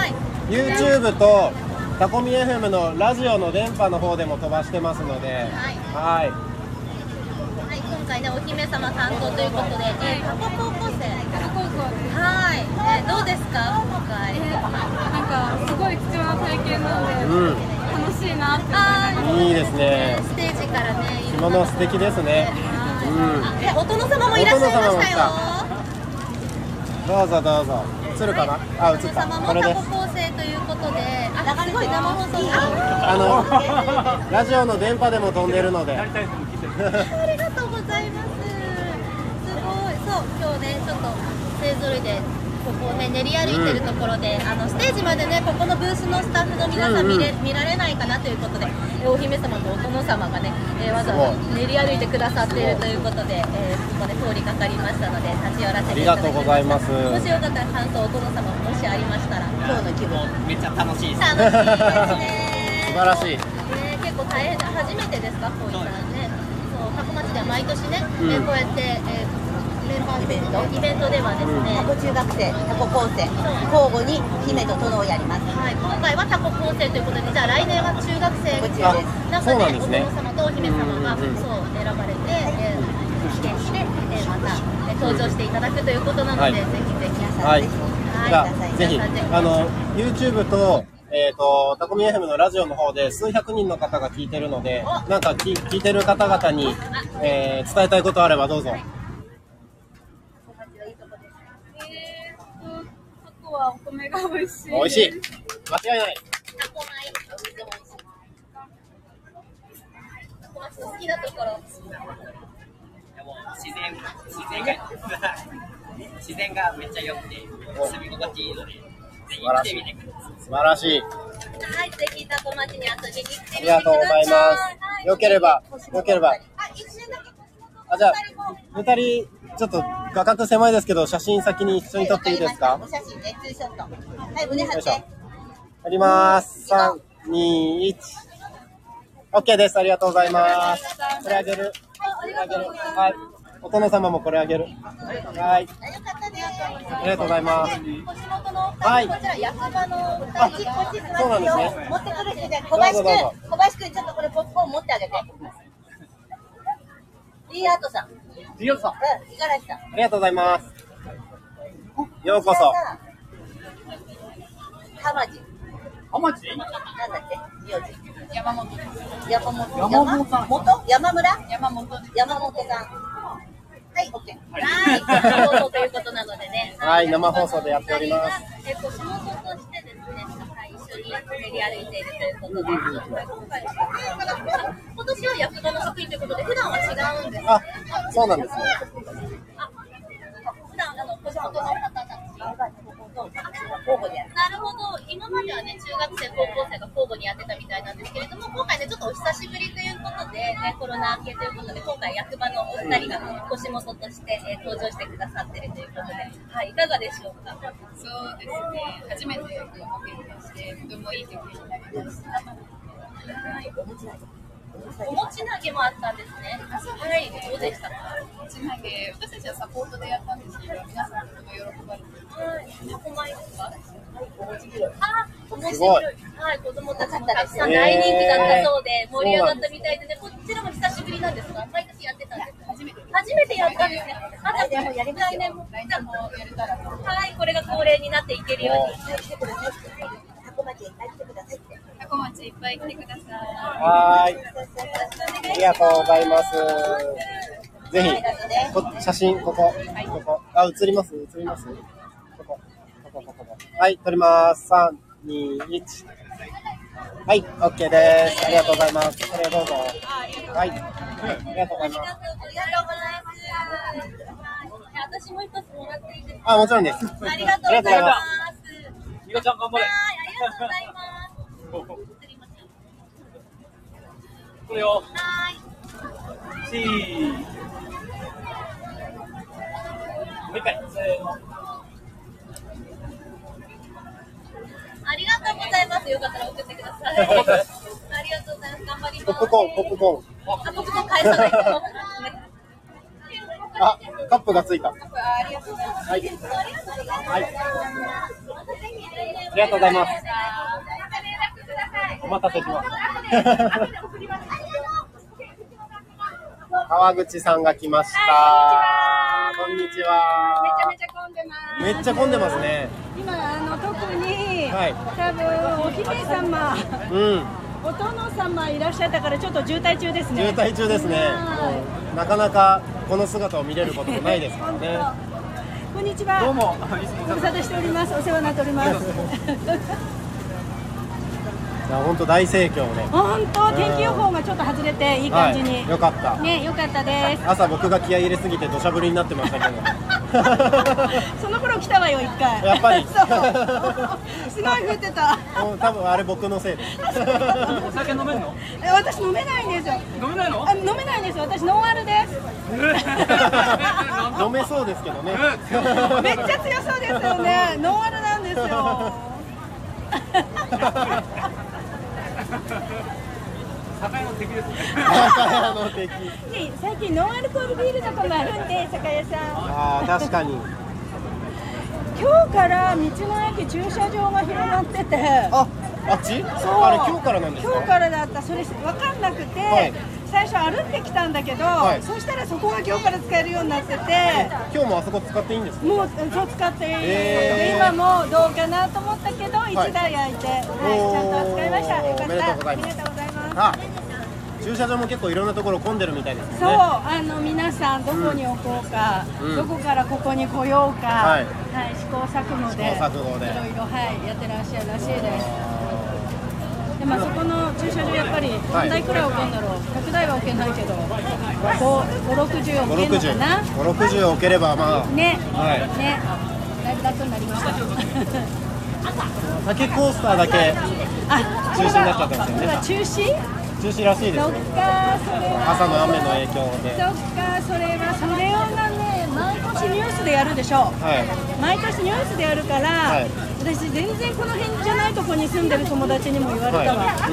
。YouTube とタコミ FM のラジオの電波の方でも飛ばしてますので、はい。 今回ね、お姫様担当ということで、タコ高校生。はい。どうですか、今回。 なんかすごい貴重な体験なんで、楽しいなって思います。 いいですね。 ステージからね。 着物素敵ですね。 お殿様もいらっしゃいましたよ。 どうぞ。映るかな？映った。これです。 タコ高生ということで、すごい生放送。 ラジオの電波でも飛んでるので。 ありがとうございます。すごい。そう、今日ね、ちょっと勢ぞろいでここをね練り歩いてるところで、ステージまでね、ここのブースのスタッフの皆さん見られないかなということで、お姫様とお殿様がね、わざわざ練り歩いてくださっているということで、ここで通りかかりましたので立ち寄らせていただきました。 ありがとうございます。 もしよかったら感想、お殿様もしありましたら。今日の気分めっちゃ楽しいです。 楽しいですね。 素晴らしい。 結構大変な、初めてですか、こういったね。タコ町では毎年ね、こうやってメンバーイベントではですね、タコ中学生、タコ高生、交互に姫と殿をやります。はい、今回はタコ高生ということで、じゃあ来年は中学生の中でお殿様とお姫様がそう選ばれて、試験して、また登場していただくということなので、ぜひぜひ皆さんぜひ、 YouTube とタコミ FM のラジオの方で数百人の方が聞いてるので、なんか聞いてる方々に、伝えたいことあればどうぞ。 タコはお米が美味しい。 美味しい。間違いない。 タコ米、タコ町の好きなところ。 自然がめっちゃ良くて住み心地いいので、ぜひ来てみてください。 素晴らしい。 はい、ぜひタコ町に遊びに来てみてください。 ありがとうございます。よければ。じゃあ2人ちょっと画角狭いですけど、写真先に一緒に撮っていいですか？ お写真ね、ツーショット。はい、胸張って。 あります。3、2、1。OK です。ありがとうございます。これあげる。はい。お殿様もこれあげる。はい。ありがとうございます。はい。こちら役場のこっちそうなんですね。持ってくる人で小林くんちょっとこれポップコーン持ってあげて。リーアートさん。五十嵐さん。ありがとうございます。ようこそ。浜地。なんだっけ？名字。山本さん。山本さん。はい、OK。はい、生放送ということなのでね。はい、生放送でやっております。仕事としてですね、一緒に練り歩いているということで、今年は役場の職員ということで、普段は違うんですか？ そうなんですね。 普段小仕事の方たちが交互でやる。なるほど。今まではね、中学生、高校生が交互にやってたみたいなんですけれども、今回ね、ちょっとお久しぶりということで、ね、コロナ明けということで、今回役場のお二人が腰元として、登場してくださっているということで、はい、いかがでしょうか。 そうですね。初めて経験して、とてもいい経験になりました。はい。 お持ち投げもあったんですね。はい、どうでしたか。 お持ち投げ、私たちはサポートでやったんですけど、皆さんとても喜ばれて。 箱米ですか。面白い。はい、子供たちもたくさん大人気だったそうで、盛り上がったみたいでね、こちらも久しぶりなんですが、毎年やってたんですか。初めてやったんですね。来年もやりますよ。来年もやれたら。はい、これが恒例になっていけるように。箱町いっぱい来てください。 箱町いっぱい来てください。 はい。ありがとうございます。ぜひ、写真、ここ。あ、映ります。ここ。はい、撮ります。3、2、1。はい、OK です。ありがとうございます。これどうぞ。はい。ありがとうございます。 ありがとうございます。私も一つもらっていいですか。 あ、もちろんです。 ありがとうございます。 みかちゃん頑張れ。 はい、ありがとうございます。 これよ。 はい。 もう一回。せーの。 ありがとうございます。よかったら送ってください。ありがとうございます。頑張ります。 ポップコーン。 ポップコーン返さないと。 あ、カップがついた。 ありがとうございます。 はい。 はい。 ありがとうございます。お待たせしました。川口さんが来ました。こんにちは。 めちゃめちゃ混んでます。 めっちゃ混んでますね。 今特に、 はい、 多分お姫様、お殿様いらっしゃったからちょっと渋滞中ですね。 渋滞中ですね。なかなかこの姿を見れることもないですからね。 こんにちは。 どうも。 ご無沙汰しております。お世話になっております。 いや本当大盛況で。 本当天気予報がちょっと外れていい感じに。 はい、よかった。 ね、よかったです。 朝僕が気合い入れすぎて土砂降りになってましたけど。 その頃来たわよ一回。 やっぱり。 すごい降ってた。 多分あれ僕のせいです。 お酒飲めるの？ 私飲めないんですよ。 飲めないの？ 飲めないんですよ。私ノンアルです。 飲めそうですけどね。 めっちゃ強そうですよね。ノンアルなんですよ。 酒屋の敵ですね。 酒屋の敵。 最近ノンアルコールビールとかもあるんで、酒屋さん。 ああ、確かに。 今日から道の駅駐車場が広がってて。 あっち？ そう。 あれ今日からなんですか？ 今日からだった。それ分かんなくて、はい、最初歩ってきたんだけど、はい、そしたらそこが今日から使えるようになってて。 今日もあそこ使っていいんですか？ もうそう使っていい。で今もどうかなと思ったけど、1台空いて、はい、ちゃんと扱いました。よかった。 おめでとうございます。 ありがとうございます。 駐車場も結構いろんなところ混んでるみたいですね。 そう、皆さんどこに置こうか、どこからここに来ようか、はい、試行錯誤で、いろいろ、はい、やってらっしゃるらしいです。で、まあ、そこの駐車場やっぱり何台くらい置けんだろう、100台は置けないけど、5、60置けるのかな。 5、60置ければまあね、はい、ね、だいぶ楽になりました。 酒コースターだけ中止になっちゃってますよね。中止らしいですよ。 そっか、それは朝の雨の影響で。 そっか、それをね、毎年ニュースでやるでしょ。はい、毎年ニュースでやるから、はい、私全然この辺じゃないとこに住んでる友達にも言われたわ。はい、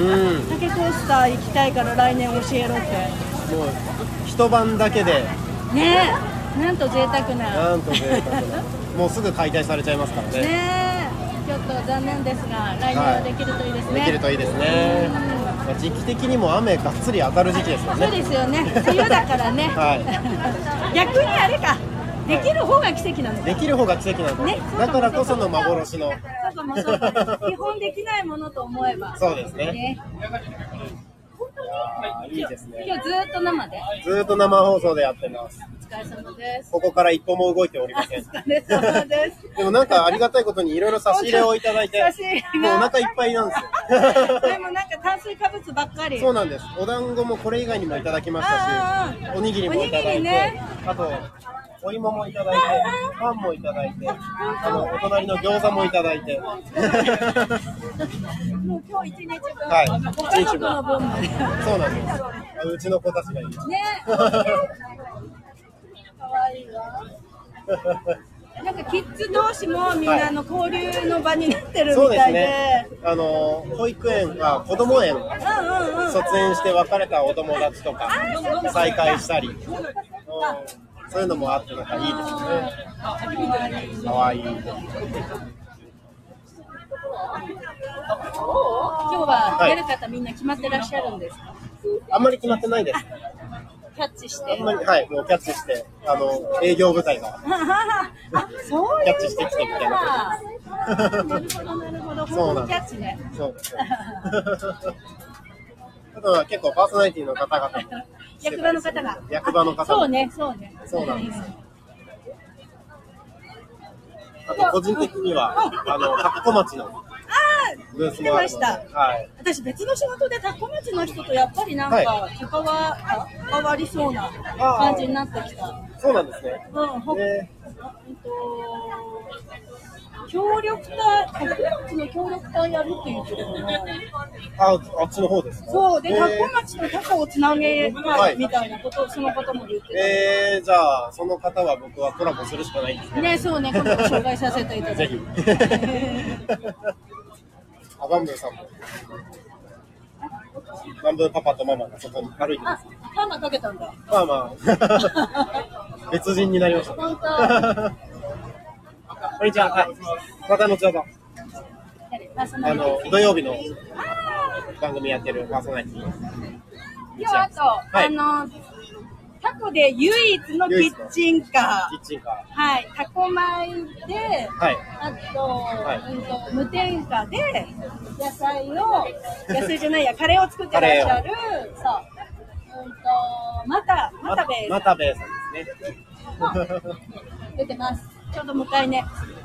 酒コースター行きたいから来年教えろって。 もう一晩だけで。 ねえ、なんと贅沢な。 なんと贅沢な。もうすぐ解体されちゃいますからね。 ねえ、ちょっと残念ですが、来年はできるといいですね。 できるといいですね。時期的にも雨がっつり当たる時期ですよね。 そうですよね。梅雨だからね。はい。逆にあれか。できる方が奇跡なの。 できる方が奇跡なの。ね。だからこその幻の。 そうか。基本できないものと思えば。 そうですね。 本当に。 いいですね。 今日ずっと生で。 ずっと生放送でやってます。 お疲れ様です。 ここから一歩も動いておりません。 お疲れ様です。 でもなんかありがたいことにいろいろ差し入れをいただいて、もうお腹いっぱいなんですよ。 それもなんか炭水化物ばっかり。 そうなんです。お団子もこれ以外にもいただきましたし、おにぎりもいただいて、 ね、 あとお芋もいただいて、パンもいただいて、お隣の餃子もいただいて。 もう今日一日分。 はい。 ご家族の分まで。 そうなんです。うちの子たちがいい。 ね。可愛いわ。なんかキッズ同士もみんな交流の場になってるみたいで、 保育園子ども園、卒園して別れたお友達とか再会したり、そういうのもあってなんかいいですね。かわいい。今日は出る方みんな決まってらっしゃるんですか？ あんまり決まってないです。 キャッチして。 はい、もうキャッチして、営業部隊がそうキャッチしてきてみたいな。 なるほど、なるほど。 そうなんです。 キャッチね。 そうです。あとは結構パーソナリティの方々、 役場の方が。 役場の方。 そうね、そうね。 そうなんです。あと個人的には田子町のブースもあるので、はい。私別の仕事で田子町の人とやっぱりなんか関わりそうな感じになってきた。 そうなんですね。 協力隊、田子町の協力隊やるって言ってるのね。 あっちの方ですか。 そうで、田子町とタコをつなげたみたいなこと、そのことも言ってて。じゃあその方は僕はコラボするしかないんですね。 ね、そうね、今度紹介させていただいて。ぜひ。バンブーさんも。バンブーパパとママがそこに歩いてます。 パーマかけたんだ。 まあ別人になりました。 本当。 こんにちは。はい。また後ほど。土曜日の番組やってるパーソナリティ。 今日あと、タコで唯一のキッチンカー。はい。タコ米で、あと、無添加で野菜じゃないや、カレーを作ってらっしゃる、そう。マタベーさんですね。 出てます。ちょうど向かいね。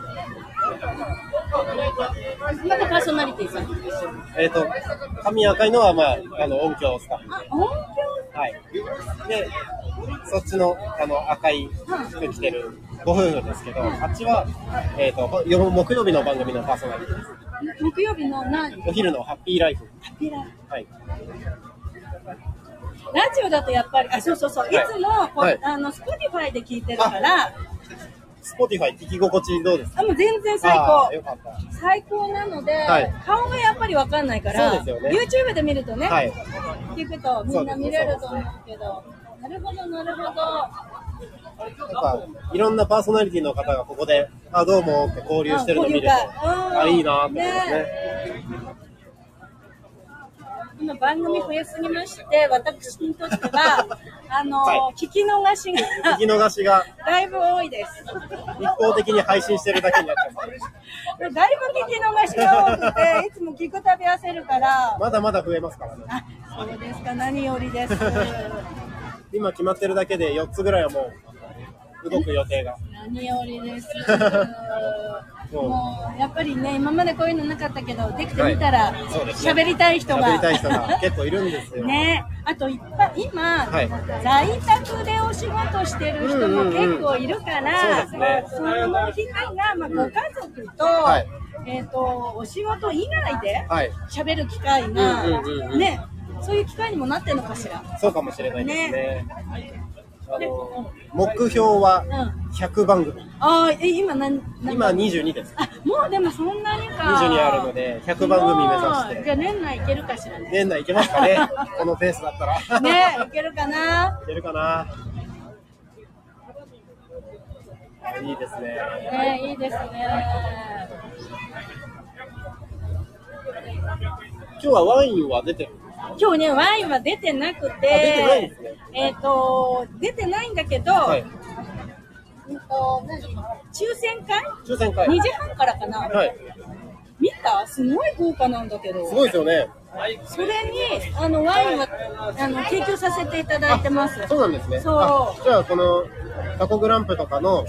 またパーソナリティさん。 髪赤いのは音響スタッフ。 音響？ はい。で、そっちの赤い服着てるご夫婦ですけど、あっちは木曜日の番組のパーソナリティです。 木曜日の何？ お昼のハッピーライフ。 ハッピーライフ。 はい。 ラジオだとやっぱりそう。いつもSpotify で聞いてるから。 Spotify 聞き心地どうですか？ もう全然最高。 よかった。 最高なので、顔がやっぱり分かんないから、 そうですよね。 YouTube で見るとね、聞くとみんな見れると思うけど、なるほど。 なんかいろんなパーソナリティの方がここでどうもって交流してるのを見ると、いいなと思いますね。 今番組増えすぎまして、私にとっては聞き逃しがだいぶ多いです。 一方的に配信してるだけになっちゃう。 だいぶ聞き逃しが多くて、いつも聞くたび焦るから。 まだまだ増えますからね。 そうですか、何よりです。 今決まってるだけで4つぐらいはもう動く予定が。 何よりです。もうやっぱりね、今までこういうのなかったけど、できてみたら喋りたい人が結構いるんですよね。あと今、在宅でお仕事してる人も結構いるから、その人がご家族とお仕事以外で喋る機会がね、そういう機会にもなってるのかしら。 そうかもしれないですね。目標は100番組。 今 22です。 もうでもそんなにか。 22あるので100番組目指して。 じゃあ年内いけるかしらね。 年内いけますかね。このペースだったら。 ね、いけるかな。 いけるかな。いいですね。 いいですね。 今日はワインは出てる？ 今日ね、ワインは出てなくて、出てないんだけど、抽選会 ?2 時半からかな、見た？すごい豪華なんだけど。 すごいですよね。 それにワインは提供させていただいてます。 そうなんですね。 そう。 じゃあこのタコグランプとかの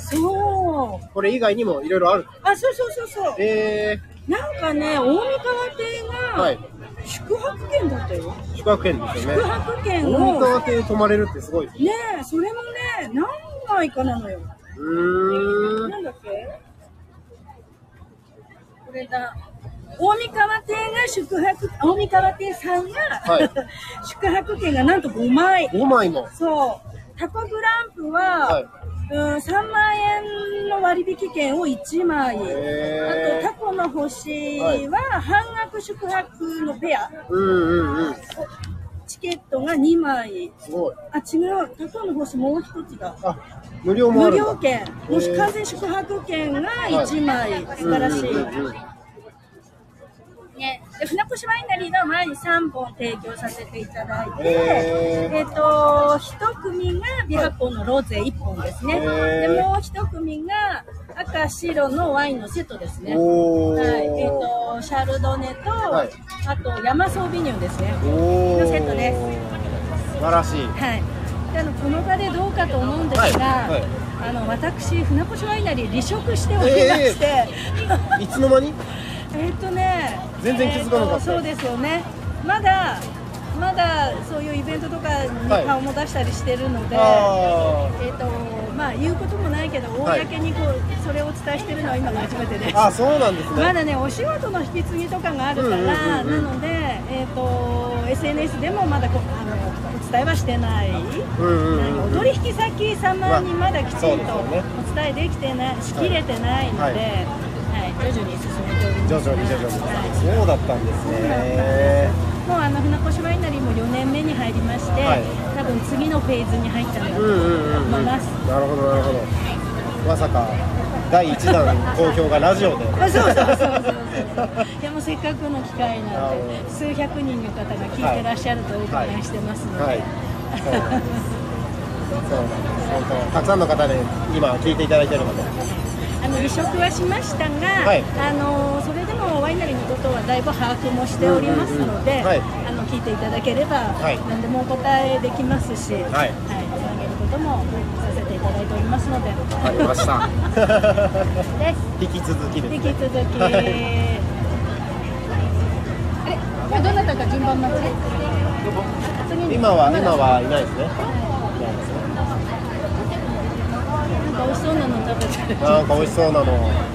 これ以外にもいろいろある。 そう。なんかね、大三川亭がはい、 宿泊券だったよ。 宿泊券ですよね。 宿泊券を大三川邸泊まれるってすごいですね。 ねえ、それもね、何枚かなのよ。なんだっけ？これだ。大三川邸が大三川邸さんが、はい、宿泊券がなんと5枚。 5枚も。 そう。タコグランプは、はい、3万円の割引券を1枚。あとタコの星は半額宿泊のペア。チケットが2枚。 すごい。 あ、違う。タコの星もう一つだ。 あ、無料もあるんだ。 無料券。もし完全宿泊券が1枚。素晴らしい。ね、で船越ワイナリーの前に3本提供させていただいて、1組がビハポのロゼ1本ですね。でもう1組が赤白のワインのセットですね。はい、シャルドネと、はい、あと山ソービニョンですね。のセットです。 素晴らしい。 はい。でこの場でどうかと思うんですが、はいはい、私船越ワイナリー離職しておりまして、 いつの間に？ 全然気づかなかった。 そうですよね。まだそういうイベントとかに顔も出したりしてるので、まあ言うこともないけど、公にそれをお伝えしてるのは今が初めてです。 あ、そうなんですね。 まだね、お仕事の引き継ぎとかがあるから、なので、SNS でもまだお伝えはしてない。お取引先様にまだきちんとお伝えできてない、しきれてないので。徐々に進めております。 徐々に。そうだったんですね。 もう船越ワイナリーも4年目に入りまして、多分次のフェーズに入ったんだと思います。 なるほど。まさか第1弾好評がラジオで。 そう。いやもうせっかくの機会なので、数百人の方が聞いてらっしゃるとお伺いしてますので。 そうなんです。たくさんの方で今聞いていただいているので。 離職はしましたが、それでもワイナリーのことはだいぶ把握もしておりますので、聞いていただければ、何でもお答えできますし、つなげることもさせていただいておりますので。 わかりました。 です。 引き続きですね。 引き続き。どなたか順番待ち？ 今はいないですね。 美味しそうなの食べてる。 なんか美味しそうなの。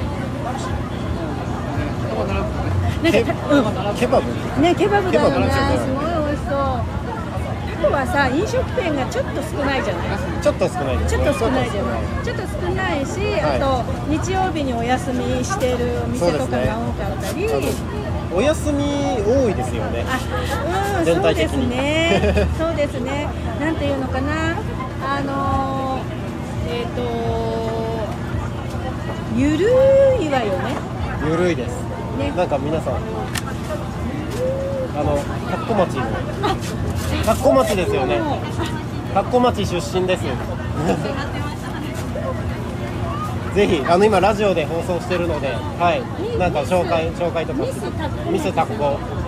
ケバブ？ ね、ケバブだよね。すごい美味しそう。今日はさ、飲食店がちょっと少ないじゃない？ ちょっと少ないですね。 ちょっと少ないじゃない。ちょっと少ないし、あと日曜日にお休みしてるお店とかが多かったり。 お休み多いですよね。 全体的に。そうですね。なんていうのかな。ゆるいわよね。 ゆるいです。なんか皆さん、田子町ですよね。田子町出身です。ぜひ今ラジオで放送してるので、はい、なんか紹介とか。ミス田子。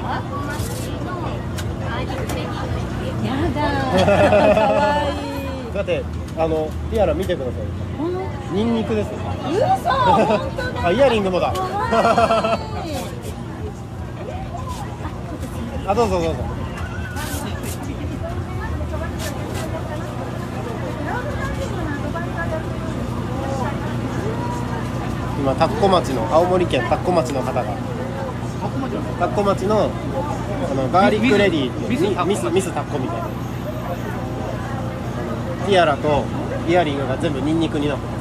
やだ。可愛い。 だってティアラ見てください。ニンニクです。 嘘、本当だ。 イヤリングもだ。どうぞ。今青森県田子町の方が田子町のガーリックレディーってミス田子みたいな。ティアラとイヤリングが全部ニンニクになってます。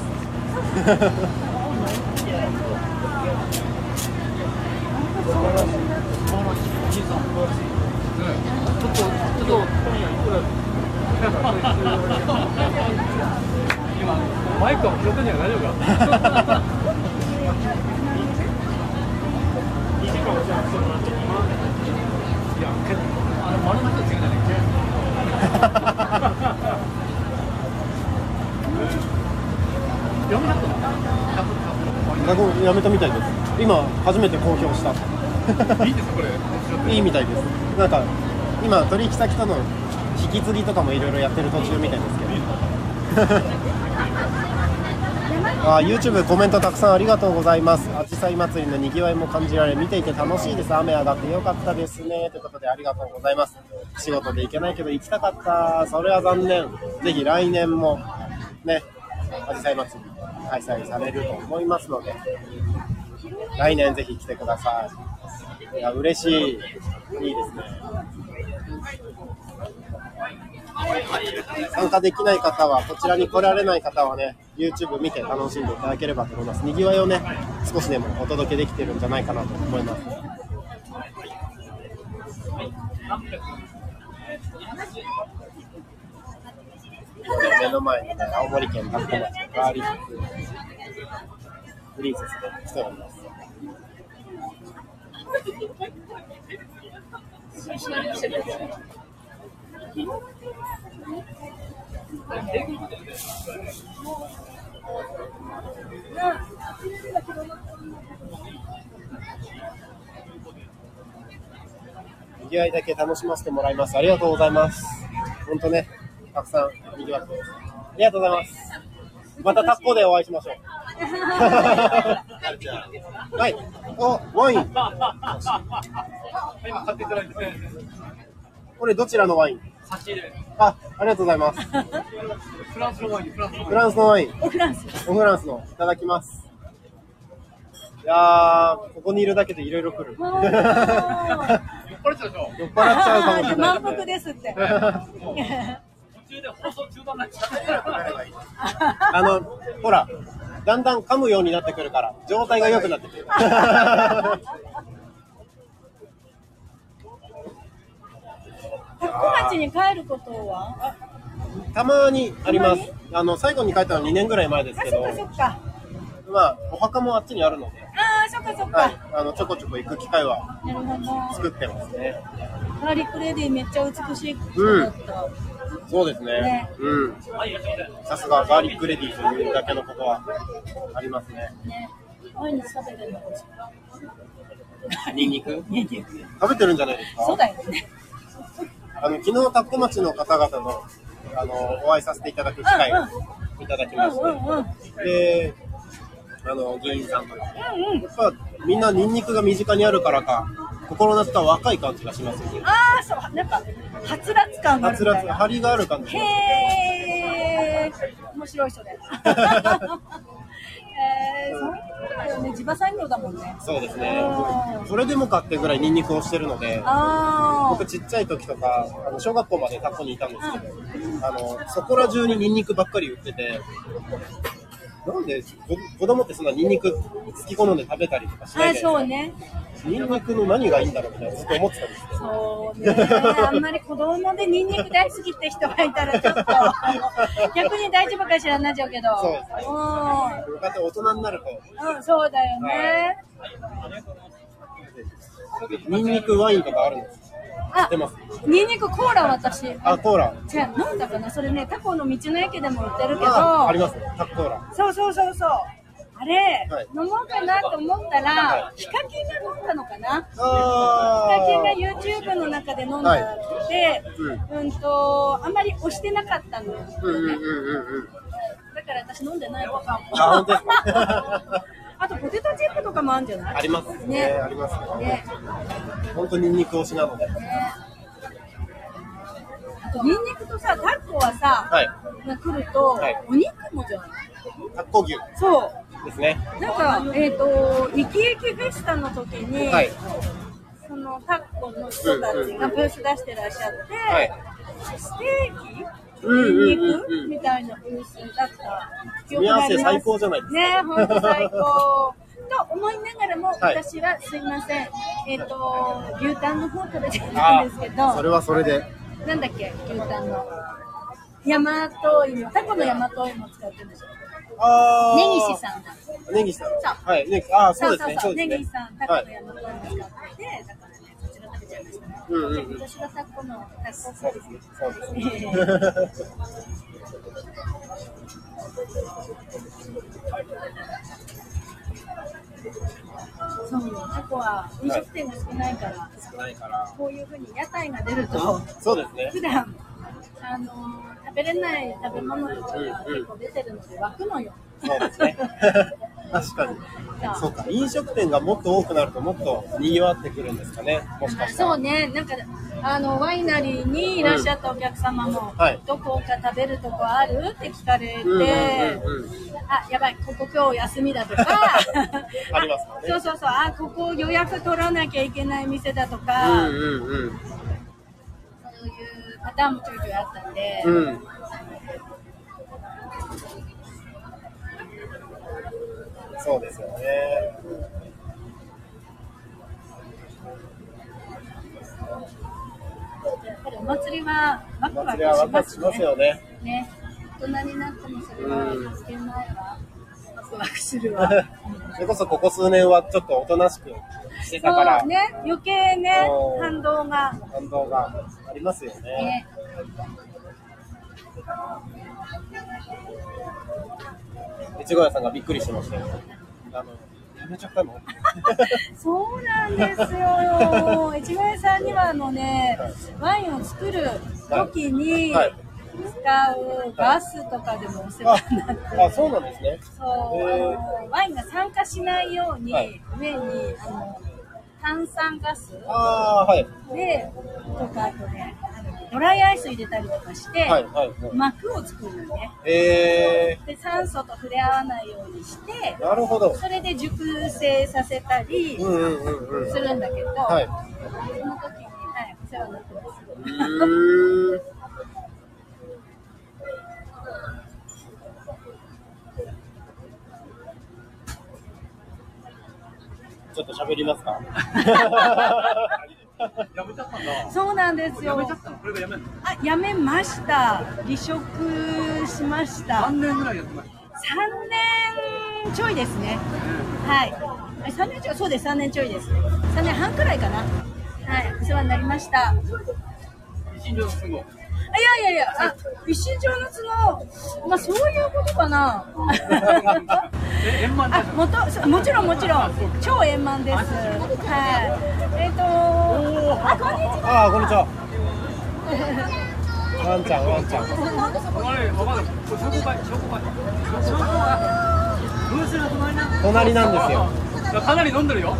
マイクは拾ってんじゃ大丈夫か？丸の人違うんじゃないやめたみたいです。今初めて公表した。 いいですこれ。 いいみたいです。なんか今取引先との引き継ぎとかもいろいろやってる途中みたいですけど。 YouTube コメントたくさんありがとうございます。あじさい祭りのにぎわいも感じられ、見ていて楽しいです。雨上がってよかったですね。ということでありがとうございます。仕事で行けないけど行きたかった。それは残念。ぜひ来年もね、あじさい祭り開催されると思いますので、来年ぜひ来てください。いや、嬉しい。いいですね。参加できない方は、こちらに来られない方はね、YouTube 見て楽しんでいただければと思います。にぎわいをね、少しでもお届けできてるんじゃないかなと思います。目の前にね、青森県田子町のガーリックプリンセスで来ております。にぎわいだけ楽しませてもらいます。ありがとうございます。本当ね、たくさんにぎわってます。ありがとうございます。またタッコでお会いしましょう。はい。お、ワイン。 今買っていただいて。 これどちらのワイン？ 差し入れ。 ありがとうございます。 フランスのワイン。 フランスのワイン。 オフランス。 オフランスのいただきます。いやー、ここにいるだけでいろいろ来る。酔っ払っちゃうでしょ。酔っ払っちゃうかもしれない。 満腹ですって。 途中で放送中断になっちゃう。 ほら、だんだん噛むようになってくるから、状態が良くなってくる。 田子町に帰ることは？ たまにあります。最後に帰ったのは2年ぐらい前ですけど、 そっか。 まあ、お墓もあっちにあるので、 そっかそっか。 はい、ちょこちょこ行く機会は作ってますね。 ガーリックレディめっちゃ美しい人だった。 そうですね。さすがガーリックレディというだけのことはありますね。 毎日食べてるのかしら。 ニンニク？食べてるんじゃないですか？ そうだよね。 昨日田子町の方々のお会いさせていただく機会をいただきまして、で、議員さんとか、やっぱみんなニンニクが身近にあるからか、心なしか若い感じがしますよね。 そう、なんかはつらつ感があるみたいな。 張りがある感じ。 へー、面白い人だよ。そうだよね、地場産業だもんね。 そうですね。それでもかってぐらいニンニクをしてるので、僕ちっちゃい時とか小学校まで田子にいたんですけど、そこら中にニンニクばっかり売ってて、なんで子供ってそんなニンニク好き好んで食べたりとかしないじゃないですか。ニンニクの何がいいんだろうみたいなずっと思ってたんですけど。 そうね。あんまり子供でニンニク大好きって人がいたらちょっと逆に大丈夫かしらになっちゃうけど。 そうですね。だって大人になると。 そうだよね。 ニンニクワインとかあるんですか？知ってます？ ニンニクコーラ私。 コーラ。 じゃあ飲んだかな。それね、タコの道の駅でも売ってるけど。 ありますね。タココーラ。 そう。あれ、飲もうかなと思ったら、ヒカキンが飲んだのかな。ヒカキンが YouTube の中で飲んだって、あんまり押してなかったのよ。だから私飲んでないわかも。 本当ですか？ あとポテトチップとかもあるんじゃない？ ありますね。ありますね。本当にニンニク推しなので。 あとニンニクとさ、タコはさ、来ると、お肉もじゃない？ タコ牛。 そう。 ですね。 なんか、イキイキフェスタの時に、そのタコの人たちがブース出してらっしゃって、ステーキニンニクみたいなブースだった。 組み合わせ最高じゃないですか。 ね、ほんと最高。と思いながらも、私はすいません、牛タンの方食べてたんですけど、 それはそれで。 なんだっけ、牛タンの。大和芋、タコの大和芋使ってるんでしょ。根岸さんだ。 根岸さん。 そう。 はい。そうですね。 根岸さん、タコの大和芋使ってて、だからね、そちら食べちゃいましたね。私はタコのそうですね。そうですね。そうよ、タコは飲食店が少ないから、こういう風に屋台が出ると、 そうですね。 普段食べれない食べ物とかが結構出てるので湧くのよ。 そうですね。確かに。そうか、飲食店がもっと多くなるともっと賑わってくるんですかね、もしかしたら。 そうね、なんかワイナリーにいらっしゃったお客様も、どこか食べるとこあるって聞かれて、あ、やばい、ここ今日休みだとか、 ありますかね。 そうそうそう、あ、ここ予約取らなきゃいけない店だとか、そういうパターンもちょいちょいあったんで、 そうですよね。 やっぱりお祭りはワクワクしますね。ね、大人になってもそれは関係ないわ。ワクワクするわ。 それこそここ数年はちょっとおとなしくしてたから。 そうね、余計ね、反動がありますよね。越後屋さんがびっくりしてましたよ。やめちゃったの？ そうなんですよ。越後屋さんにはワインを作る時に使うガスとかでもお世話になって。 あ、そうなんですね。 そう、ワインが酸化しないように、上に炭酸ガスで、とかあとね、ドライアイス入れたりとかして、膜を作るのね。で、酸素と触れ合わないようにして、 なるほど。 それで熟成させたりするんだけど、その時に、お世話になってます。 ちょっと喋りますか？ そうなんですよ。やめました。離職しました。 何年ぐらいやってました？ 3年ちょいですね。はい。3年ちょい、そうです、3年ちょいです。3年半くらいかな。はい、お世話になりました。 一日すごい。 いや、一身上の角、まあそういうことかな。 円満です。 もちろん、超円満です。はい。こんにちは。 こんにちは。ワンちゃん。隣なんですよ。 かなり飲んでるよ。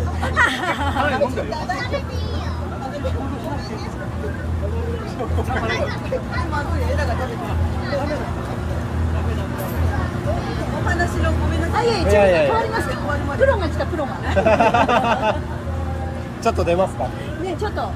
お話のごめんなさい。変わりますか。プロが来た、プロが。 ちょっと出ますか。 ね、ちょっと。はい、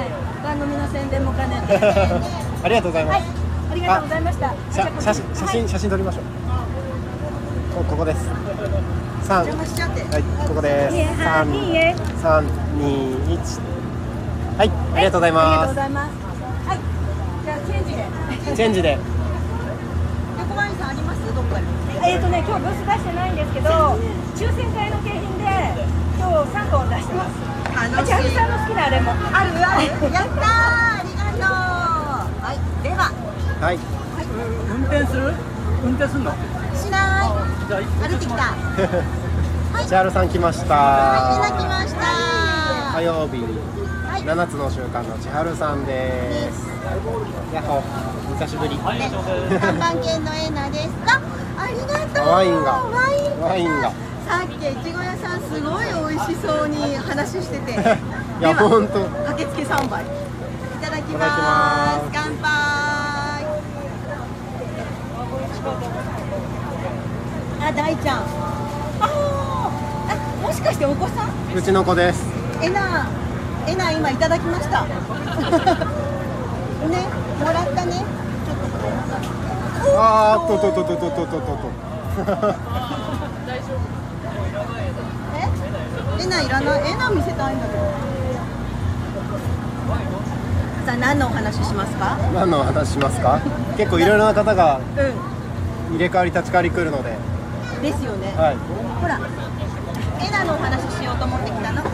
番組の宣伝も兼ねて。 ありがとうございます。 ありがとうございました。 写真撮りましょう。ここです。3、はい、ここです。3、2、1。はい、ありがとうございます。はい、じゃあチェンジで。 横ワインさんあります？どこかに。今日ブース出してないんですけど、抽選会の景品で今日3個出してます。千春さんの好きなあれもあるわ。やったー、ありがとう。はい、では。 はい。 運転すんの？ しない。歩いてきた。 千春さん来ました。 はい、みんな来ました。 火曜日。7つの習慣の千春さんです。やっほ、久しぶり。 3番犬のエナです。ありがとう。 ワインが。 さっき越後屋さんすごい美味しそうに話してて。 いや本当。 駆けつけ3杯。いただきます。乾杯。大ちゃん。もしかしてお子さん？ うちの子です。 エナ今いただきました。ね、もらったね。エナいらない。エナ見せたいんだけど。さあ何のお話しますか？ 結構いろいろな方が入れ替わり立ち替わり来るので。 ですよね。 はい。 ほら、エナのお話しようと思ってきたの。はい、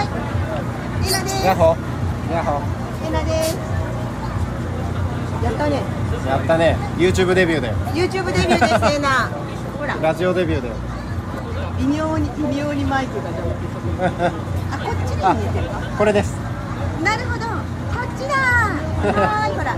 エナです。 やっほ。 エナです。やったね。 YouTube デビューだよ。 YouTube デビューです、エナ。ほら。 ラジオデビューだよ。 微妙にマイクが上手。こっちに見えてるか。 これです。 なるほど。こはい、ほら、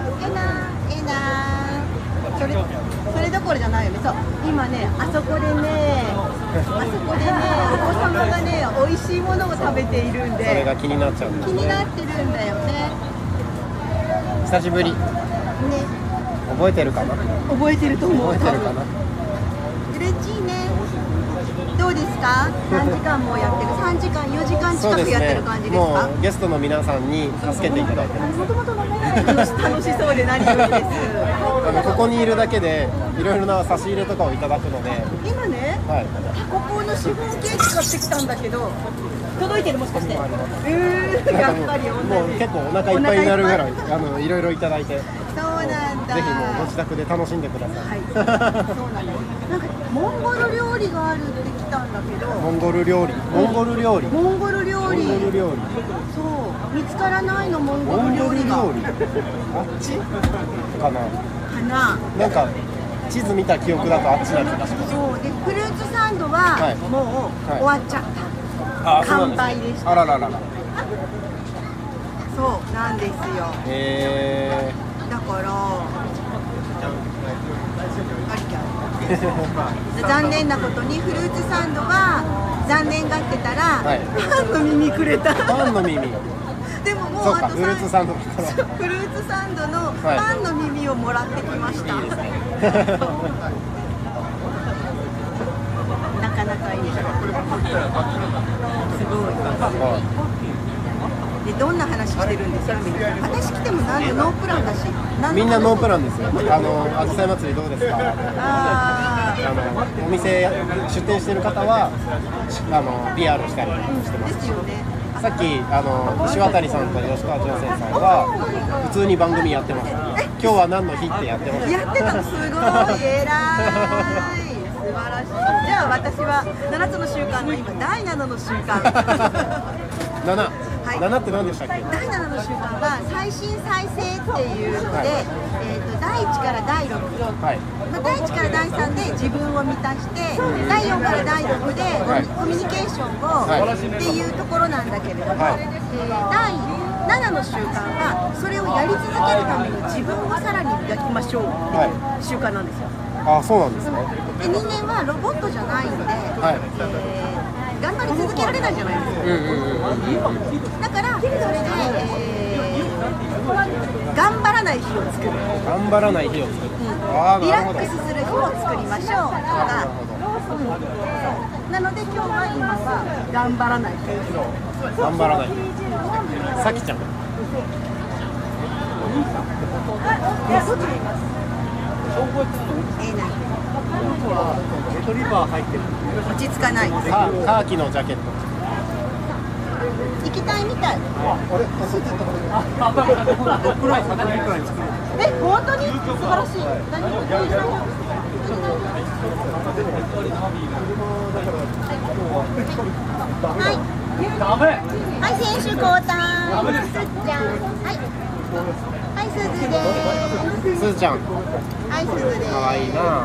それどころじゃないよね。そう、今ね、あそこでね、お子様がね、美味しいものを食べているんで。 それが気になっちゃうんですね。 気になってるんだよね。 久しぶり。ね。覚えてるかな。 覚えてると思う。 覚えてるかな。 嬉しいね。どうですか？何時間もやってる。3時間、4時間近くやってる感じですか？ もうゲストの皆さんに助けていただいてます。 もともと飲めない楽しそうで何よりです。 ここにいるだけでいろいろな差し入れとかをいただくので。 今ね、はい、タコポのシフォンケーキ買ってきたんだけど、届いてるもしかして？やっぱりもう結構お腹いっぱいになるぐらいいろいろいただいて。 そうなんだ。 ぜひもうご自宅で楽しんでください。 はい。そうなんです。なんかモンゴル料理があるって来たんだけど。 モンゴル料理。そう、 見つからないのモンゴル料理が。あっちかな。なんか地図見た記憶だとあっちな気がします。 そうで、フルーツサンドはもう終わっちゃった。完売でした。 あらららら。 そうなんですよ。だから残念なことにフルーツサンドは残念がってたら、パンの耳くれた。 パンの耳。 でももうあとフルーツサンドのパンの耳をもらってきました。 いいですね。 なかなかいい。すごい。でどんな話してるんですか？私来てもなんでノープランだし。 みんなノープランですよ。あじさい祭りどうですか？お店出店してる方はPR したりしてます。 ですよね。 さっき石渡さんと吉川純先さんは普通に番組やってます。今日は何の日ってやってます。 やってたのすごい偉い。素晴らしい。じゃあ私は7つの習慣の今第7の習慣。 7って何でしたっけ？ 第7の習慣は再審再生っていうので、第1から第6、第1から第3で自分を満たして、第4から第6でコミュニケーションをっていうところなんだけれども、第7の習慣はそれをやり続けるために自分をさらに磨きましょうっていう習慣なんですよ。 あ、そうなんですね。 で人間はロボットじゃないので、頑張り続けられないじゃないですか。だからそれで、頑張らない日を作る。 頑張らない日を作る。 リラックスする日を作りましょうとか。なので今日は今は頑張らない日。 頑張らない日。さきちゃん。レトリバー入ってる。 落ち着かない。 カーキのジャケット。 行きたいみたい。本当に素晴らしい。はい、選手交代。すっちゃん。はい、すずです。 すずちゃん。 はい、すずです。 可愛いな。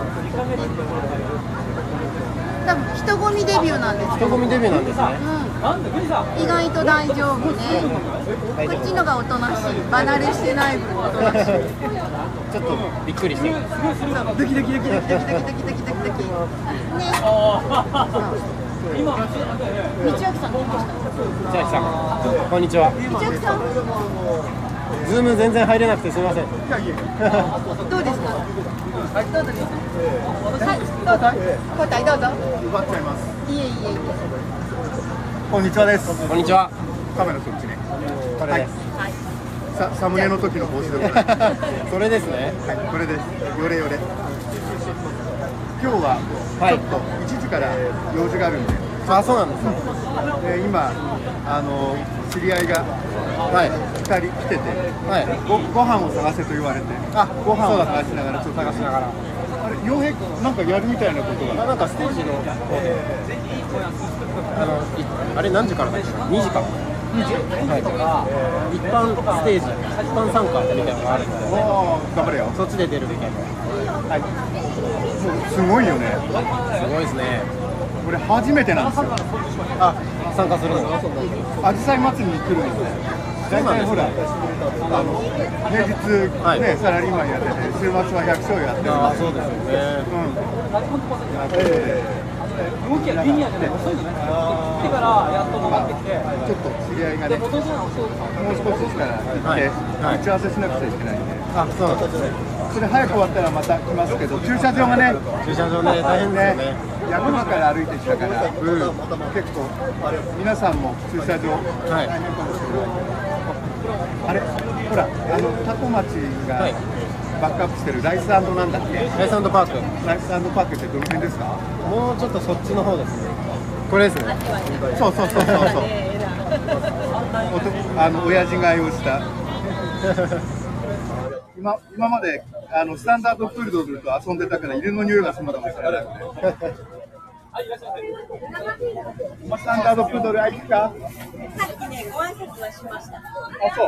多分人混みデビューなんです。 人混みデビューなんですね。 意外と大丈夫ね。こっちのがおとなしい。離れしてない分おとなしい。 ちょっとびっくりしてる。 ドキドキドキドキドキドキドキドキドキ。ね。道明さん来ました。 道明さん、こんにちは。 道明さん。 ズーム全然入れなくてすみません。 どうですか。はい、どうぞ。はい、どうぞ。交代どうぞ。 奪っちゃいます。 いえいえいえ。 こんにちはです。 こんにちは。 カメラそっちね。 これです。 はい。 サムネの時の帽子でございます。 それですね。 はい、これです。よれよれ。今日はちょっと1時から用事があるんで。 あ、そうなんですね。 今知り合いが2人来てて、ご飯を探せと言われて、ご飯を探しながらちょっと探しながら。あれ、傭兵なんかやるみたいなことが。 なんかステージのあれ何時からだっけ？2時から。一般ステージ、一般参加みたいなのがあるので、 頑張れよ。 そっちで出るみたいな。 はい。もうすごいよね。 すごいですね。 俺初めてなんですよ。 あ、参加するの？ あじさい祭りに来るんですね。 大体ほら、平日ね、サラリーマンやってて、週末は百姓やってる。 ああ、そうですよね。 動きがリニアじゃない、遅いのね。来てからやっと戻ってきて、 ちょっと知り合いがね、もう少ししたら行って、打ち合わせしなくちゃいけないんで。 あ、そうなんですね。 それ早く終わったらまた来ますけど、駐車場がね、 駐車場ね、大変ですよね。 役場から歩いてきたから、結構、皆さんも駐車場、大変かもしれない。あれ、ほら、タコ町がバックアップしてるライス&なんだっけ？ ライス&パーク。 ライス&パークってどの辺ですか？ もうちょっとそっちの方ですね。これですね。 そう。親父買いをした。今までスタンダードプードルと遊んでたから犬の匂いがするかもしれないので。スタンダードプードル行くか？ さっきね、ご挨拶はしました。 あ、そう。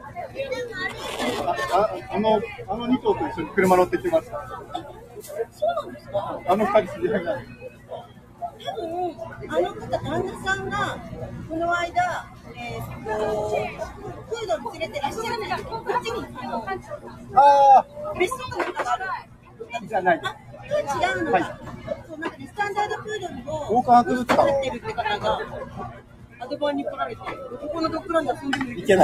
あの2頭と一緒に車乗ってきました。 そうなんですか？ あの2人知り合いなんです。 多分旦那さんがこの間、プードル連れてらっしゃらない時、こっちに別荘かなんかがある。 じゃない。 違うのか。そうなんかね、スタンダードプードルを王冠博物館作ってるって方がアドバンに来られて、ここのドッグランで遊んでもいい？ いけない。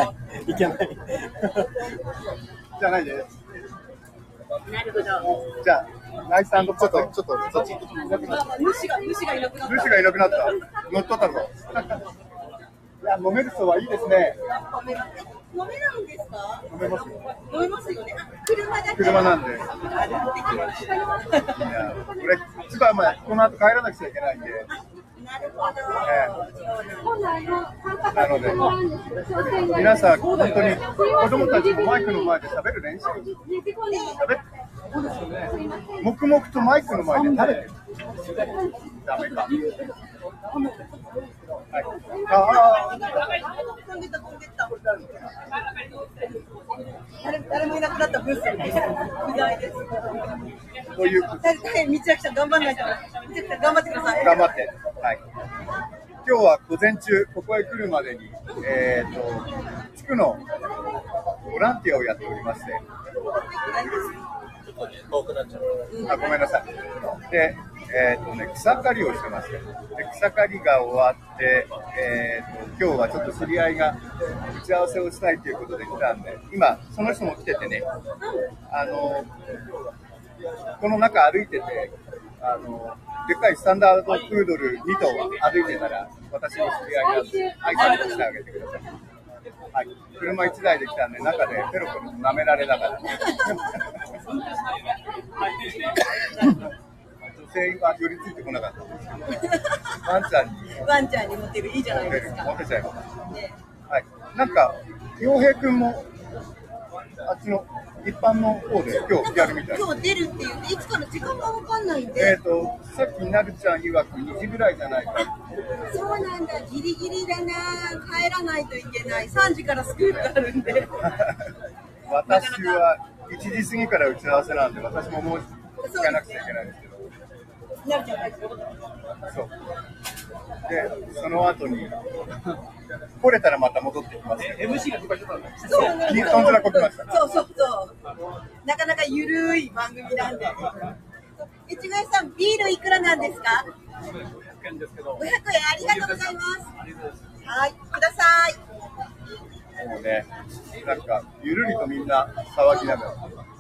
じゃないです。 なるほど。 じゃあ、ライス&パーク、ちょっとそっち。 主がいなくなった。 主がいなくなった。乗っ取ったぞ。いや、飲める人はいいですね。 飲めないんですか？ 飲めますよ。 飲めますよね。車だけ。 車なんで。いや、これ、千葉までこの後帰らなくちゃいけないんで。 なるほど。 なので、皆さん、本当に子供たちもマイクの前で食べる練習。黙々とマイクの前で食べてる。ダメか。 誰もいなくなったブースで不在です。 こういう。 道明さん頑張んないと。頑張ってください。 頑張って。はい。今日は午前中ここへ来るまでに地区のボランティアをやっておりまして。 遠くなっちゃう。 あ、ごめんなさい。で、草刈りをしてまして、で草刈りが終わって、今日はちょっと知り合いが打ち合わせをしたいということで来たんで、今その人も来ててね、この中歩いてて、でっかいスタンダードプードル2頭歩いてたら、私の知り合いなんで挨拶してあげてください。はい、車1台で来たんで、中でペロペロ舐められながら。女性は寄りついてこなかったんですけど、ワンちゃんに持ってる、いいじゃないですか。 持ってちゃいます。ね、はい、なんか、陽平君も、あっちの一般の方で今日やるみたい。 今日出るって言って、いつから時間が分かんないんで。 さっきなるちゃん曰く2時ぐらいじゃないか。 そうなんだ、ギリギリだな、帰らないといけない。3時からスクールがあるんで。 私は1時過ぎから打ち合わせなんで、私ももう行かなくちゃいけないんですけど。 なるちゃん帰ってこそう。で、その後に、来れたらまた戻ってきます。 MC がとかしてたんだ。そうなんだ。 そんずらこきました。 そう。なかなかゆるい番組なんで。越谷さん、ビールいくらなんですか？500円ですけど。500円、ありがとうございます。はい、ください。 もうね、なんか、ゆるりとみんな騒ぎながら。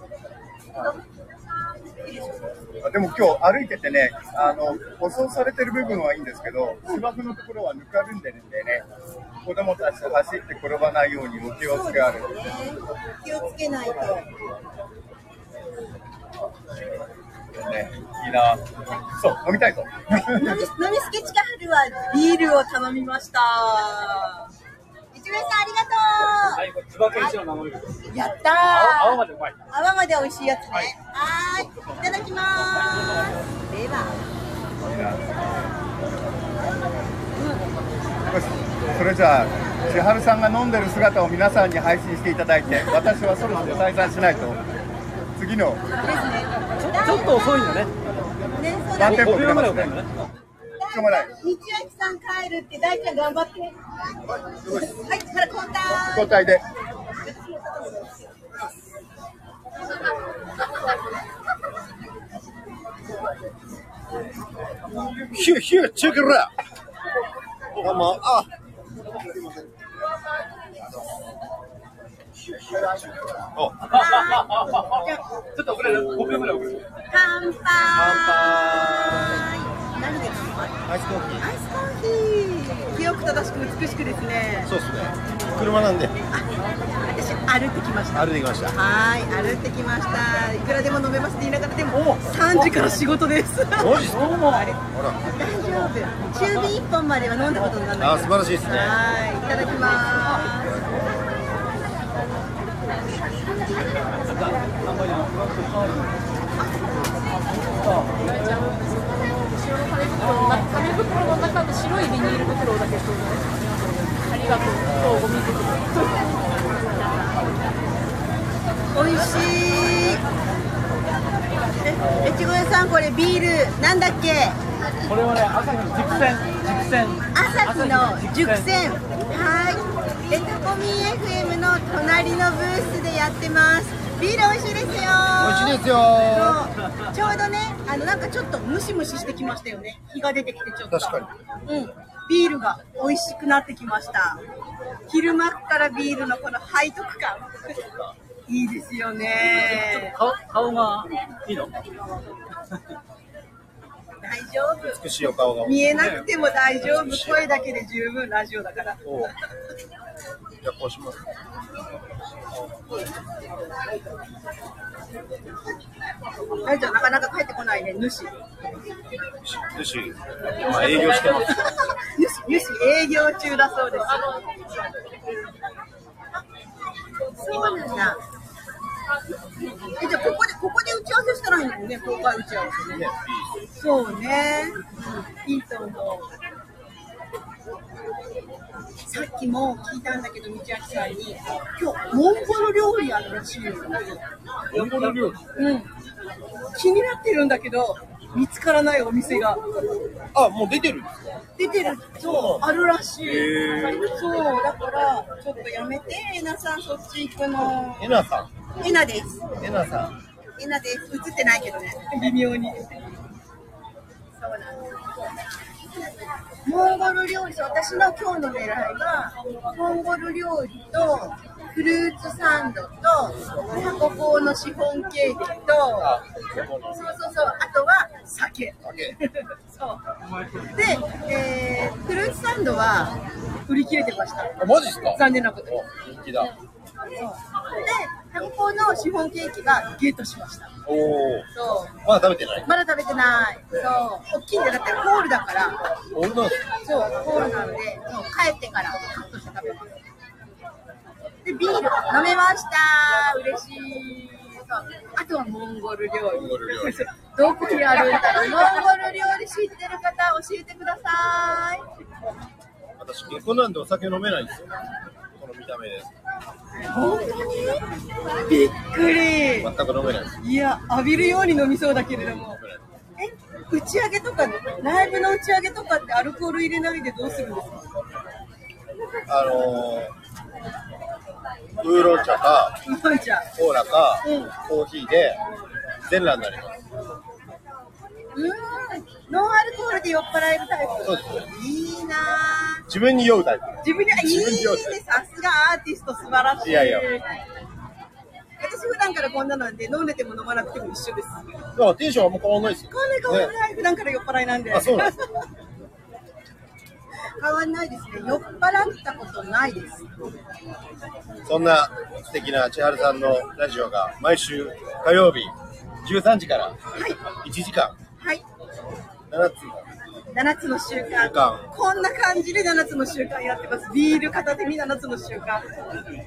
でも今日歩いててね、舗装されてる部分はいいんですけど、芝生のところはぬかるんでるんでね、子供たちと走って転ばないようにお気をつけある。 気をつけないと。 ね、いいな。そう、飲みたいぞ。 飲みすけちかはるはビールを頼みました。一名さんありがとう。 はい、これ椿石の名前です。 やったー。 泡までうまい。 泡まで美味しいやつね。はい、いただきまーす。では。 それじゃあ千春さんが飲んでる姿を皆さんに配信していただいて、私はそろそろ退散しないと次のちょっと遅いんだね。 何店舗来てますね。 第ちょまない。 道明さん帰るって大ちゃん頑張って。はい、から交代。 交代で。ヒューヒューチェックラ。どうも。あ。お。ちょっと遅れる。5秒ぐらい遅れる。 乾杯。何で乾杯？ アイスコーヒー。 アイスコーヒー。清く正しく美しくですね。 そうですね。車なんで。 私歩ってきました。 歩いてきました。 はい、歩ってきました。いくらでも飲めますって言いながらでも3時から仕事です。 マジですか？ 大丈夫。中火1本までは飲んだことにならない。 あ、素晴らしいですね。 はい、いただきます。 紙袋の中の白いビニール袋だけ取る。ありがとう。今日ゴミ袋。 美味しい。越後屋さん、これビールなんだっけ？ これはね、朝日の熟成。 朝日の熟成。はい。レタコミ FM の隣のブースでやってます。ビール美味しいですよ。 美味しいですよ。 ちょうどね、なんかちょっとムシムシしてきましたよね。日が出てきてちょっと。 確かに。 うん。ビールが美味しくなってきました。昼間からビールのこの背徳感。いいですよね。 顔がいいの？ 大丈夫。 美しいお顔が。 見えなくても大丈夫。声だけで十分ラジオだから。 じゃあこうします。 大ちゃんなかなか帰ってこないね。主。 今営業してます。 主営業中だそうです。そうなんだ。じゃあここで打ち合わせしたらいいんだよね。公開打ち合わせね。そうね。いいと思う。さっきも聞いたんだけど、道明さんに今日モンゴル料理あるらしいよ。 モンゴル料理？ うん。気になってるんだけど見つからないお店が。 あ、もう出てるんですか？ 出てる。そう、あるらしい。そうだからちょっとやめて、えなさんそっち行くの。 えなさん。 えなです。 えなさん。 えなです。映ってないけどね。微妙に。そうなんです。モンゴル料理、私の今日の狙いはモンゴル料理とフルーツサンドとタココのシフォンケーキと、そう、あとは酒。そうで、フルーツサンドは売り切れてました。 あ、マジですか？ 残念なことに。 人気だ。 そうで、タココのシフォンケーキはゲットしました。 おお。 そう。 まだ食べてない？ まだ食べてない。そう。大きいんでだってホールだから。 ホールなんですか？ そう、ホールなんで、もう帰ってからカットして食べます。で、ビール飲めました。嬉しい。そう。あとはモンゴル料理。どこにあるんだろう。モンゴル料理知ってる方教えてください。 私結婚なんでお酒飲めないんですよ。この見た目です。 本当に？びっくり。 全く飲めないです。 いや、浴びるように飲みそうだけれども。打ち上げとか、ライブの打ち上げとかってアルコール入れないでどうするんですか？ ウーロン茶か、 ウーロン茶、 コーラか、コーヒーで全裸になります。 ノンアルコールで酔っ払えるタイプ。 そうです。 いいなぁ。 自分に酔うタイプ。 自分にいいね。さすがアーティスト素晴らしい。 いやいや。 私普段からこんななんで飲んでても飲まなくても一緒です。 だからテンションはあんま変わんないですよ。 変わんない。普段から酔っ払いなんで。 あ、そうなんです。 変わんないですね。酔っ払ったことないです。 そんな素敵な千春さんのラジオが毎週火曜日13時から1時間、 はい、 7 つの習慣。こんな感じで7つの習慣やってます。ビール片手に7つの習慣。そう。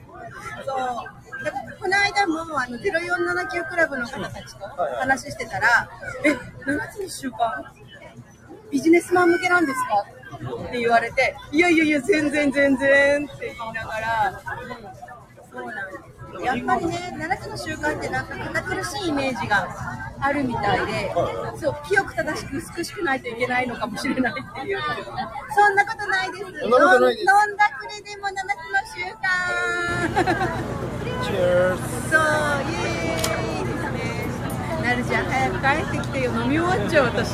この間も0479クラブの方たちと話してたら、7つの習慣ビジネスマン向けなんですかって言われて、いや全然って言いながら、そうなんです。やっぱりね、7つの習慣ってなんか堅苦しいイメージがあるみたいで、そう清く正しく美しくないといけないのかもしれないっていう。そんなことないです。 そんなことないです。 飲んだくれでも7つの習慣。 チェーズ。 そうイエーイですね。なるちゃん早く帰ってきてよ、飲み終わっちゃう私。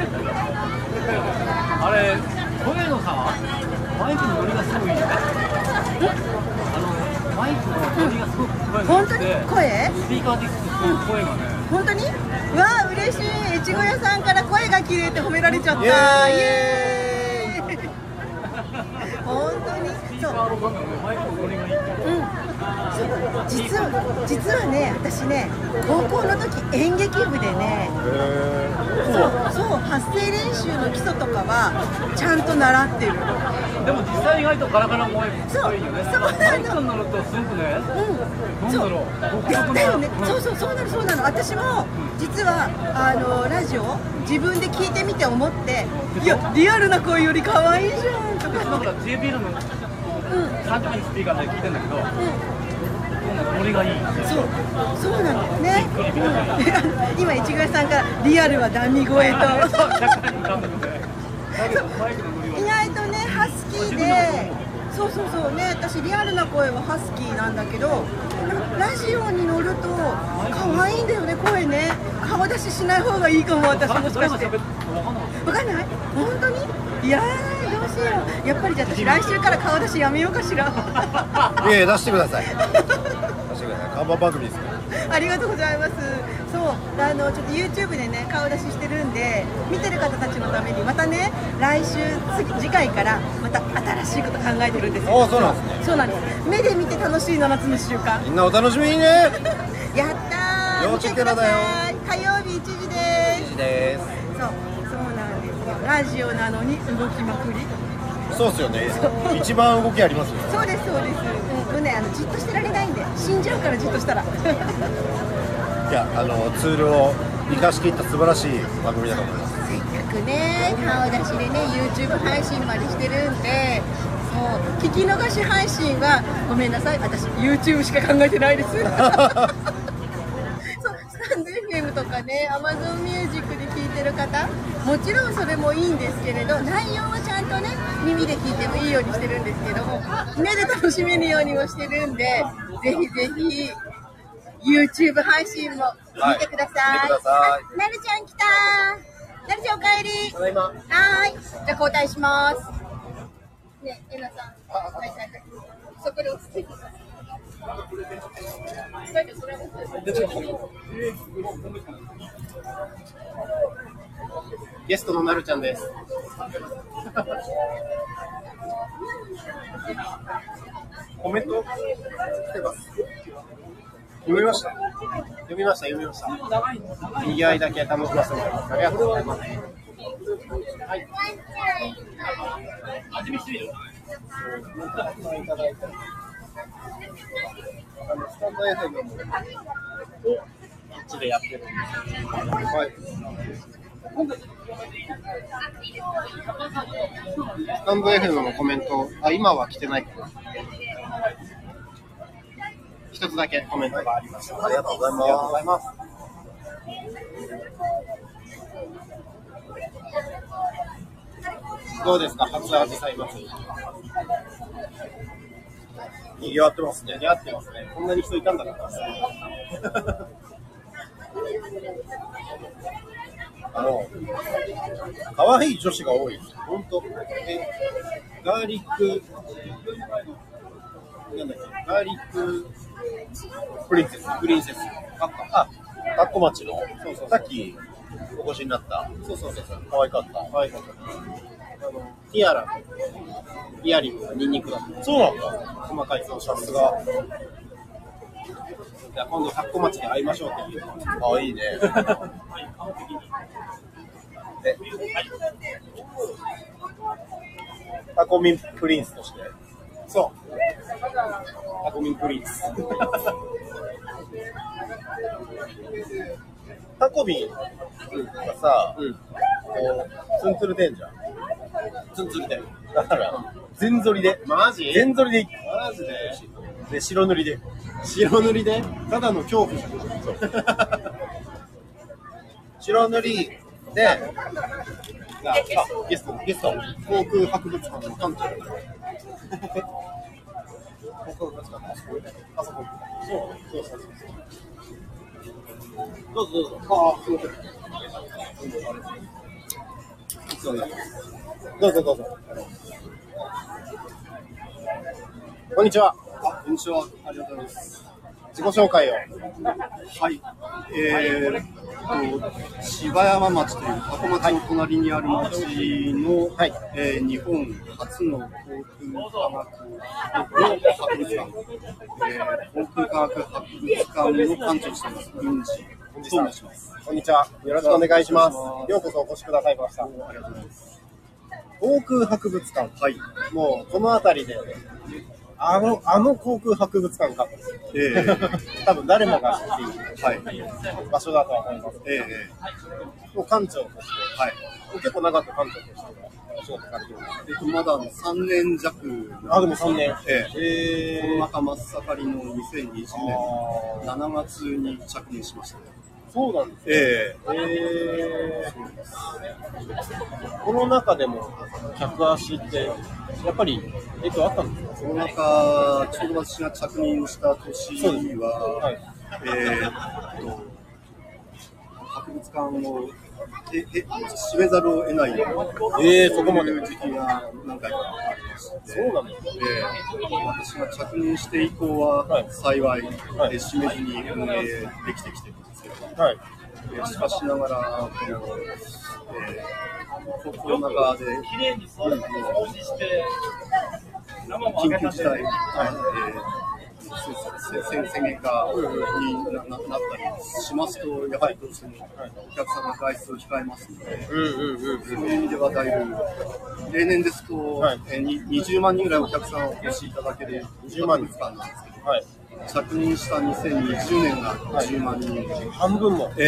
あれ、声のさ、マイクのノリがすごいいいね。マイクのノリがすごく声が本当に声？ スピーカーで聞くと声がね。 本当に？わあ嬉しい。越後屋さんから声が綺麗って褒められちゃった。イエーイ。本当にそう。実はね、私ね、高校の時演劇部でね、そう発声練習の基礎とかはちゃんと習ってる。 でも実際意外とガラガラ声っぽいよね。 そうなの。 マイクに乗るとすごくね、なんだろう、 だよね。そうなの。私も実はラジオ自分で聞いてみて思って、いやリアルな声より可愛いじゃんとか。 なんか J ビールの30分スピーカーで聞いてんだけど、ノリがいい。 そうなんだよね。今市ヶ谷さんからリアルはダミ声と。意外とねハスキーで、そうね、私リアルな声はハスキーなんだけど、ラジオに乗ると可愛いんだよね声ね。顔出ししない方がいいかも私もしかして。わかんない？本当に？いやーどうしよう。やっぱりじゃあ私来週から顔出しやめようかしら。 いや出してください。出してください。看板番組ですから。 ありがとうございます。そうちょっと YouTube でね顔出ししてるんで、見てる方たちのためにまたね来週次回からまた新しいこと考えてるんですよ。 そうなんですね。 そうなんです。目で見て楽しい7つの習慣。 みんなお楽しみにね。 やったー。 要チェックだよ。 火曜日1時です。 1時です。 そうなんですよ。ラジオなのに動きまくり。 そうですよね。一番動きありますよ。 そうです。じっとしてられないんで死んじゃうから、じっとしたら。 いやツールを生かしきった素晴らしい番組だと思います。 せっかくね顔出しでね YouTube 配信までしてるんで、そう聞き逃し配信はごめんなさい、私 YouTube しか考えてないです。そうスタンド FM とかね Amazon Music で聞いてる方、もちろんそれもいいんですけれど、内容はちゃんとね耳で聞いてもいいようにしてるんですけども、目で楽しめるようにもしてるんで、ぜひぜひYouTube 配信も見てください。なるちゃん来たー。なるちゃんお帰り。 ただいま。 はーい。じゃあ交代します。ねえなさん。はい。そこで落ち着いて。 ゲストのなるちゃんです。コメント来てます。読みました。にぎわいだけ楽しませてもらいます。ありがとうございます。はい。味見してみる。いただいて。スタンド FM もこっちでやってるんです。はい。スタンド FM のコメント、今は来てないかな。一つだけコメントがありました。ありがとうございます。どうですか、初アジサイ祭り。にぎわってますね。こんなに人いたんだから。可愛い女子が多い。本当。ガーリックプリンセス。タッコ町の。さっきお越しになった。可愛かった。ティアラ、イヤリングがニンニクだった。そうなんだ。細かいそう、さすが。じゃあ今度タッコ町で会いましょうっていう。あ、いいね。タコミンプリンスとして。そう。タコミンプリンス。タコミンがさ、こうツンツルでんじゃん。ツンツルで。だから全反りで。マジ？全反りで。マジで。で白塗りで。ただの恐怖じゃん。そう。 白塗りで、 ゲスト、航空博物館の館長。 あそこ。そう。どうぞ。ああ、すみません。どうぞ。こんにちは。 こんにちは。ありがとうございます。 自己紹介を。 はい。柴山町という多古町の隣にある町の、 はい日本初の航空科学の博物館、航空科学博物館の館長をしています。郡司と申します。 こんにちは。よろしくお願いします。ようこそお越しくださいました。 ありがとうございます。 航空博物館。 はい。 もうこの辺りで。あの航空博物館かと、多分誰もが知っている、場所だとは思います。もう館長として、結構長く館長としてお仕事されてるんですまだ3年弱。 でも3年。 コロナ禍真っ盛りの2020年7月に着任しました。 そうなんですね。この中でも客足ってやっぱり影響あったんですか？ その中、ちょうど私が着任した年は、博物館を閉めざるを得ないような、 そこまでいう時期が何回かありまして、 そうなんですね。 私が着任して以降は、幸い、閉めずに運営できてきてるんですけど、しかしながら、コロナ禍で、緊急事態、宣言下になったりしますと、やはりどうしてもお客さんが外出を控えますので、そういう意味ではだいぶ、例年ですと、20万人ぐらいお客さんをお越しいただける博物館なんですけど、着任した2020年が10万人。 半分も。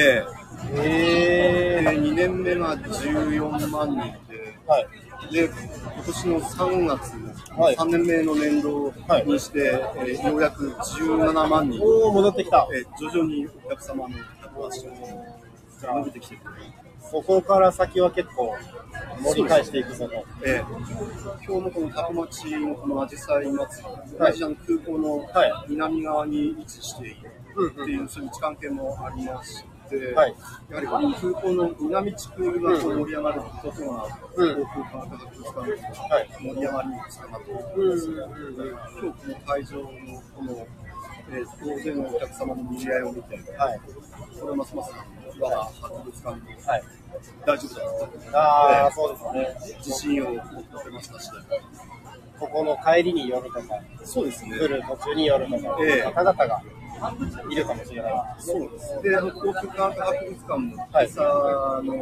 2年目が14万人で、今年の3月、3年目の年度にして、ようやく17万人。 戻ってきた。 徐々にお客様の客足が伸びてきている。 そこから先は結構盛り返していくぞと。 今日もこの多古町のこのあじさい祭り、空港の南側に位置しているっていう、そういう位置関係もありまして、やはり空港の南地区が盛り上がることが、航空科学博物館の盛り上がりにつながっているんですが、今日この会場のこの、大勢のお客様の賑わいを見て、これますます我が博物館に大丈夫だと、 そうですね。 自信を持ってましたし、 ここの帰りに寄るとか、 そうですね。 来る途中に寄るとか、方々がいるかもしれない。 そうです。で、航空科学博物館も今朝の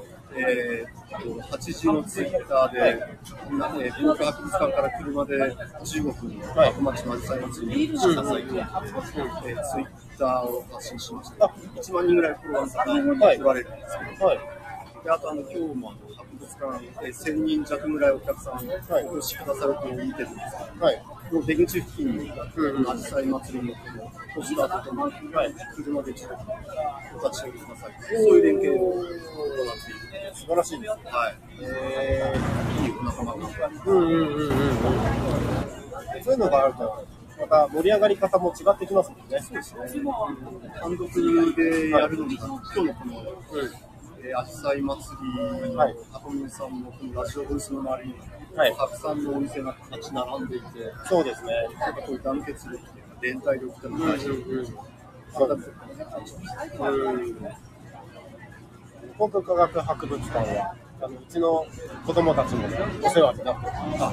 8時のツイッターで、航空博物館から車で15分の多古町のあじさい祭りにしてくださいと、ツイッターを発信しました。1万人ぐらいフォロワーさんに言われるんですけど、であと今日も博物館1000人弱ぐらいお客さんお越しくださると見てるんですけど、出口付近にあじさい祭りのポスターとともに車で一度お立ち寄りください。そういう連携を行っている。 素晴らしいです。 いいお仲間が。 そういうのがあると、また盛り上がり方も違ってきますもんね。 そうですね。単独でやるのが、今日のこの、あじさい祭りのタコミンさんのこのラジオブースの周りに、たくさんのお店が立ち並んでいて、 そうですね。 こういう団結力というか、連帯力というのが大事だと思います。 航空科学博物館は、うちの子供たちもお世話になって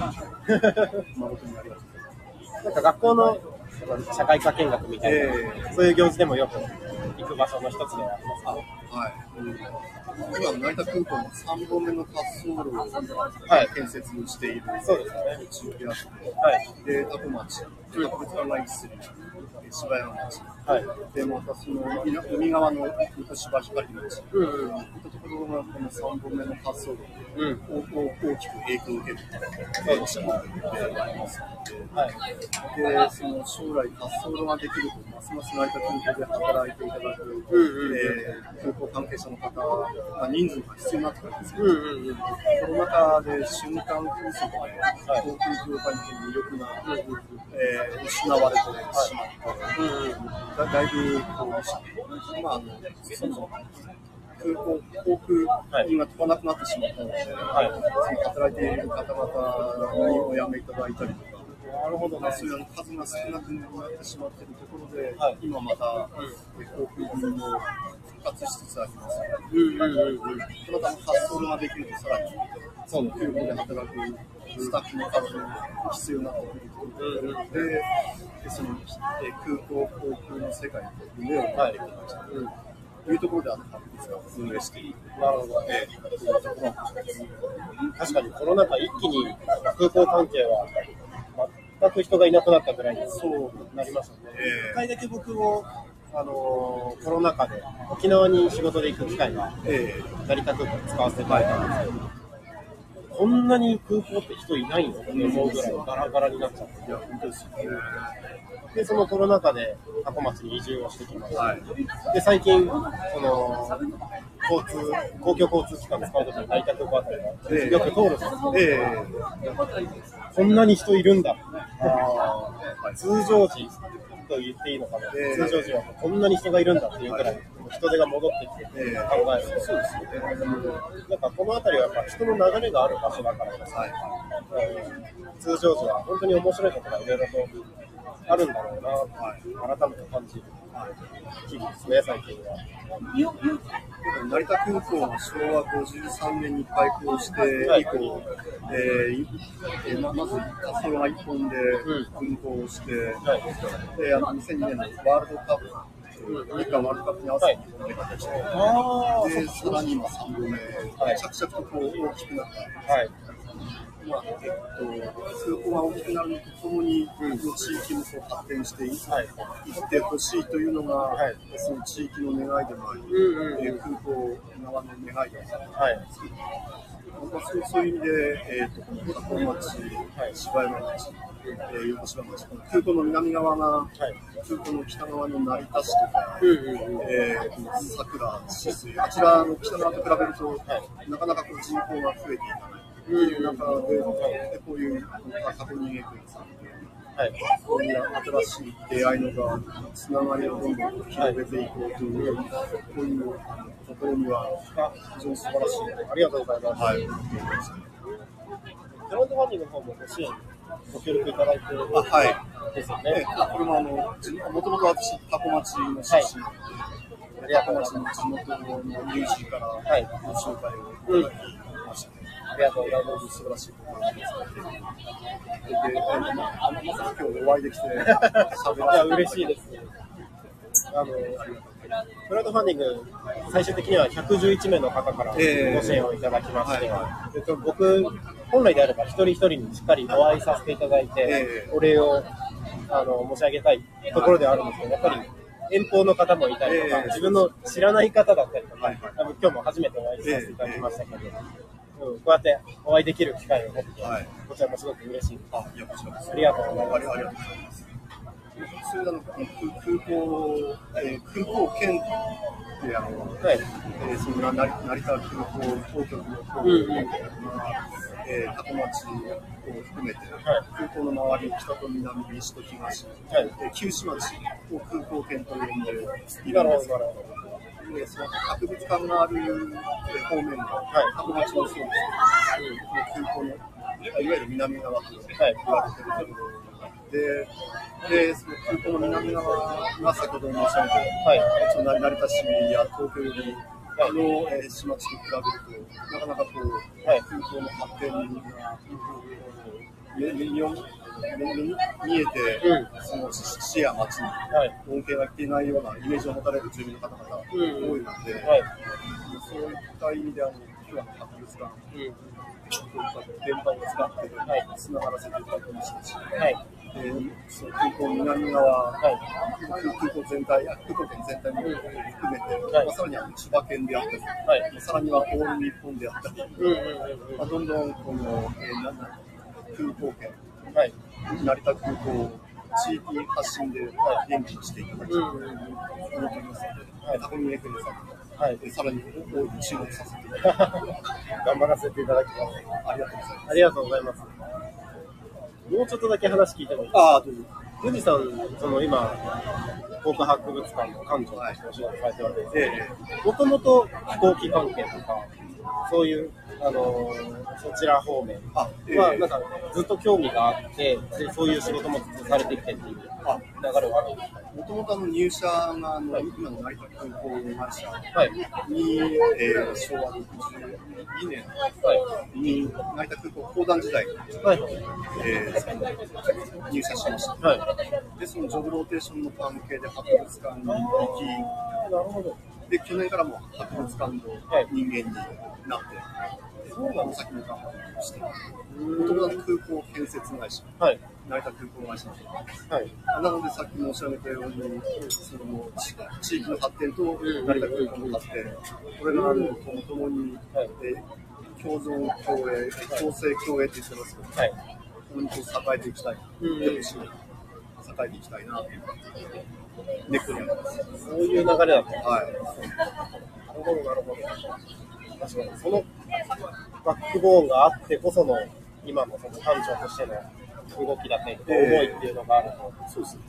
なんか学校の社会科見学みたいな、そういう行事でもよく行く場所の一つではありますね。 今、成田空港の3本目の滑走路を建設しているそうですね。 地域があって、で、多古町、博物館が位置する柴山町、で、またその海側の糸芝光町、といったところがこの3本目の滑走路を大きく影響を受ける地域でありますので、その将来滑走路ができると、ますます成田空港で働いていただく空港関係者者の方、人数が必要になってくるんですけど、コロナ禍で瞬間風速で航空業界の魅力が、失われてしまって、だいぶ航空便が飛ばなくなってしまったので、働いている方々にお辞めいただいたりとか、そういう数が少なくなってしまっているところで、今また航空便も復活しつつあります。また発送ができるとさらに空港で働くスタッフの数が必要になってくるということで、その空港航空の世界に夢を持ってきました。というところで博物館を運営している。 なるほど。確かにコロナ禍一気に空港関係は全く人がいなくなったぐらいにそうなりましたね。一回だけ僕もコロナ禍で沖縄に仕事で行く機会が成田空港使わせてもらったんですけど、こんなに空港って人いないんだと思うぐらいガラガラになっちゃって。いや本当ですよね。でそのコロナ禍で多古町に移住をしてきました。で最近その公共交通機関使うときに成田空港あたりがよく通るんですこんなに人いるんだ。通常時と言っていいのかな。通常時はこんなに人がいるんだっていうくらい人手が戻ってきて考える。そうですね。なんかこの辺りはやっぱ人の流れがある場所だからですね。通常時は本当に面白いことがいろいろとあるんだろうな、改めて感じる日々ですね、最近は。 成田空港は昭和53年に開港して以降、まず滑走が1本で運航して、2002年のワールドカップ、日韓ワールドカップに合わせて出方して、さらに今3度目、着々とこう大きくなった。空港が大きくなるとともに、地域も発展していってほしいというのが、その地域の願いでもあり、空港側の願いでもある。そういう意味で、多古町、芝山町、横芝町、空港の南側が、空港の北側の成田市とか、桜、止水、あちらの北側と比べると、なかなか人口が増えていかない。という中で、こういう過去にこういう新しい出会いの場、つながりをどんどん広げていこうという、こういうところには非常に素晴らしい。 ありがとうございます。クラウドファンディングの方もご支援、ご協力いただいているですよね。 これももともと私、多古町の出身で、多古町の地元の友人からご紹介をいただきました。 ありがとうございます。 素晴らしいと思います。まさか今日お会いできていや嬉しいです。クラウドファンディング最終的には111名の方からご支援をいただきまして、僕本来であれば一人一人にしっかりお会いさせていただいて、お礼を申し上げたいところではあるんですけど、やっぱり遠方の方もいたりとか、自分の知らない方だったりとか、今日も初めてお会いさせていただきましたけど、こうやってお会いできる機会を持って、こちらもすごく嬉しいです。ありがとうございます。 空港圏でそんな成田空港当局の方多古町を含めて、空港の周り、北と南、西と東、旧市町を空港圏と呼んでいるんですけど、その博物館がある方面が多古町もそうですけど、空港のいわゆる南側と言われているところで、その空港の南側が先ほど申し上げた、成田市や東京より市町と比べると、なかなか空港の発展が見えて、その市や町に恩恵がいっていないようなイメージを持たれる住民の方々多いので、そういった意味で今日は博物館、電波を使ってつながらせていただきましたし、その空港南側、空港全体、空港圏全体も含めて、さらには千葉県であったり、さらにはオール日本であったり、どんどんこの空港圏、成田空港地域発信で元気にしていただきたいと思っていますので、タコミ FM さんとさらに注目させていただきます。 頑張らせていただきます。 ありがとうございます。 ありがとうございます。もうちょっとだけ話聞いてもいいですか？ ああ、どうぞ。 富士さん、今、航空博物館の館長としてお仕事されてるわけですけど、もともと飛行機関係とか、そういう、そちら方面は、なんかずっと興味があって、でそういう仕事もずっとされてきてっていう流れはあるんですか？ もともと入社が今の成田空港会社に、昭和62年に成田空港公団時代に、入社しました。で、そのジョブローテーションの関係で博物館に行き、で去年からも博物館の人間になって、さっきも看板をして、もともと空港建設会社、成田空港会社の、なのでさっき申し上げたように、その地域の発展と成田空港の発展、これがあるのとともに、共存共栄、共生共栄って言ってますけど、本当に栄えていきたい、栄えていきたいなという根っこにあります。 そういう流れだったんですね。なるほど、なるほど。確かに、そのバックボーンがあってこその、今のその館長としての動きだったりとか、思いっていうのがあると。 そうですね。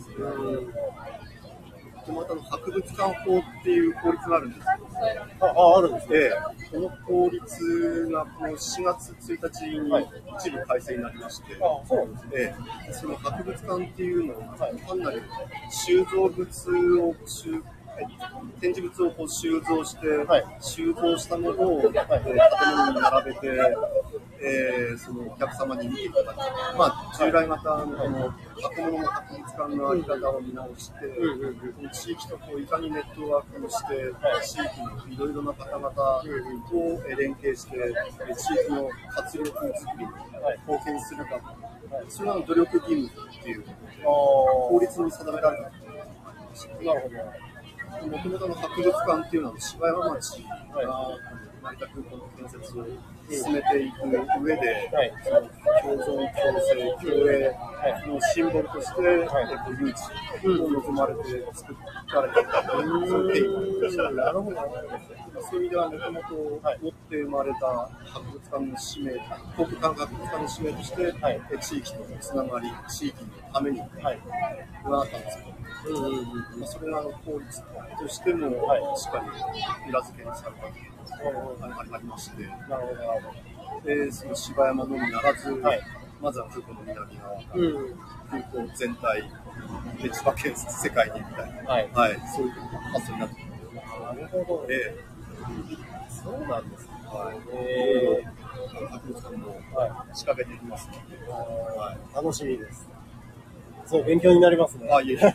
でまた博物館法っていう法律があるんですけど、 あるんですね。 この法律がこの4月1日に一部改正になりまして、 そうなんですね。 その博物館っていうのは単なる収蔵物を展示物をこう収蔵して、収蔵したものを、建物に並べて、そのお客様に見ていただく、従来型の箱物の博物館の在り方を見直して、地域とこういかにネットワークをして、地域のいろいろな方々と連携して、地域の活力作りに貢献するか、それは努力義務っていう法律に定められた。なるほど。もともとの博物館っていうのは芝山町が成田空港の建設を進めていく上で、共存共生共栄のシンボルとして、誘致を望まれて作られたそういう意味ではもともと持って生まれた博物館の使命、航空館博物館の使命として、地域とのつながり、地域のためにがあったんですけど、それが法律としてもしっかり裏付けにされたありまして、その芝山のみならず、まずは空港の南側、空港全体で千葉県世界にみたいな、そういう発想になってくる。 なるほど。そうなんですね。 博物館も仕掛けていきますので、 楽しみです。そう勉強になりますね。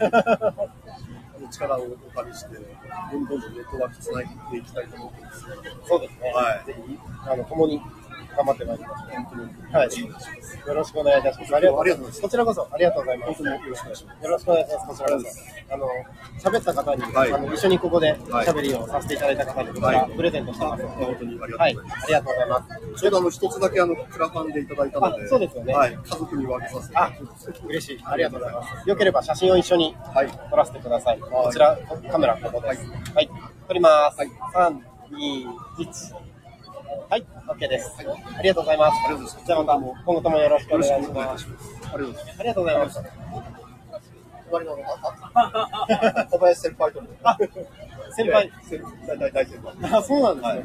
力をお借りして、どんどんネットワークつないでいきたいと思っています。 そうですね。ぜひ共に頑張ってまいりましょう。よろしくお願いいたします。ありがとうございます。こちらこそありがとうございます。本当によろしくお願いします。よろしくお願いします。こちらこそ。喋った方に、一緒にここで喋りをさせていただいた方に、こちらプレゼントしてますので、 本当にありがとうございます。 ありがとうございます。 ちょうど一つだけクラファンでいただいたので、 そうですよね。 家族に分けさせていただきます。 嬉しい。ありがとうございます。よければ写真を一緒に撮らせてください。こちら、カメラここです。はい。撮ります。3、2、1。はい、OK です。ありがとうございます。じゃあまた今後ともよろしくお願いします。ありがとうございます。 小林先輩とも。 先輩。 大先輩。 あ、そうなんですね。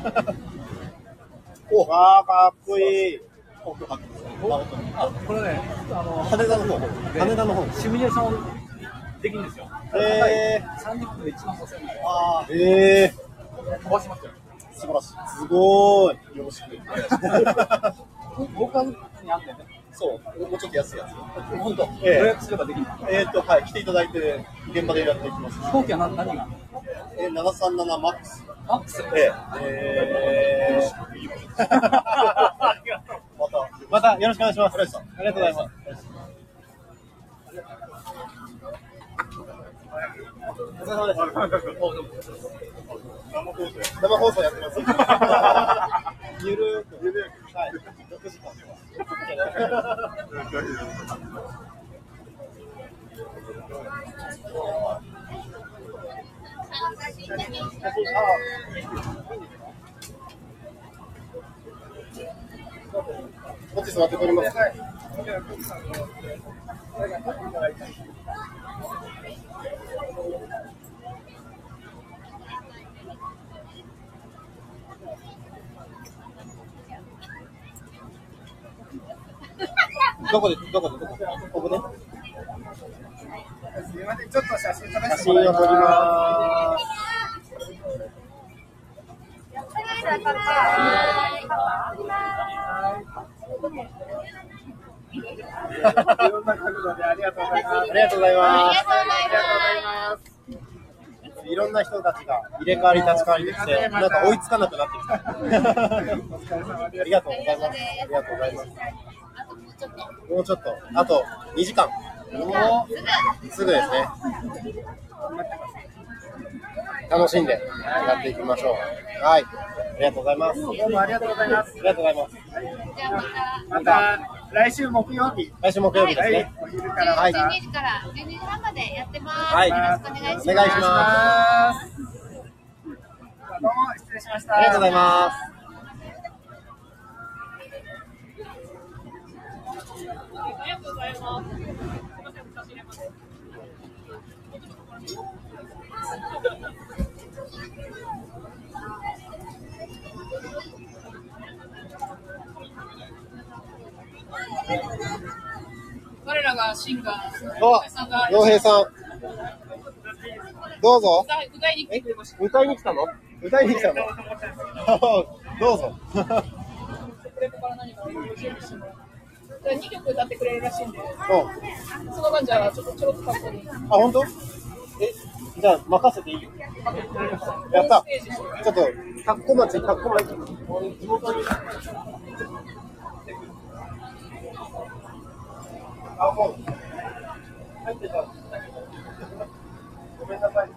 わー、かっこいい。 これね、 羽田の方。 シミュレーションできるんですよ。30分で1万5000円。飛ばしますよ。 素晴らしい。すごーい。 よろしく。 僕はにあってね。 そう、もうちょっと安いやつ。 本当。予約すればできる。 はい、来ていただいて、現場でやっていきます。 飛行機は何が 737マックス。 マックスまたよろしくお願いします。ありがとうございます。お疲れ様です。生放送やってます。ゆるーく。はい。6時間。 こっち座って撮ります。どこここで。 すみません、ちょっと写真撮ら写真を撮ります。 いろんな角度でありがとうございます。 ありがとうございます。いろんな人たちが入れ替わり立ち替わりできて、なんか追いつかなくなってきた。ありがとうございます。ありがとうございます。もうちょっと、あと2時間。すぐですね。楽しんでやっていきましょう。はい。ありがとうございます。 どうもありがとうございます。 ありがとうございます。 また来週木曜日。 来週木曜日ですね。 お昼から 12時から12時半までやってます。 はい。 よろしくお願いします。 お願いします。 どうも失礼しました。 ありがとうございます。 ありがとうございます。我らがシンガー、 洋平さん。どうぞ。 歌いに来てくれました。 歌いに来たの？歌いに来たの？どうぞ。 2曲歌ってくれるらしいんで、その間じゃあちょっとかっこいい。 あ、本当？じゃあ任せていいよ。やった。ちょっとタッコ町地元に。あ、もう入ってた。ごめんなさい。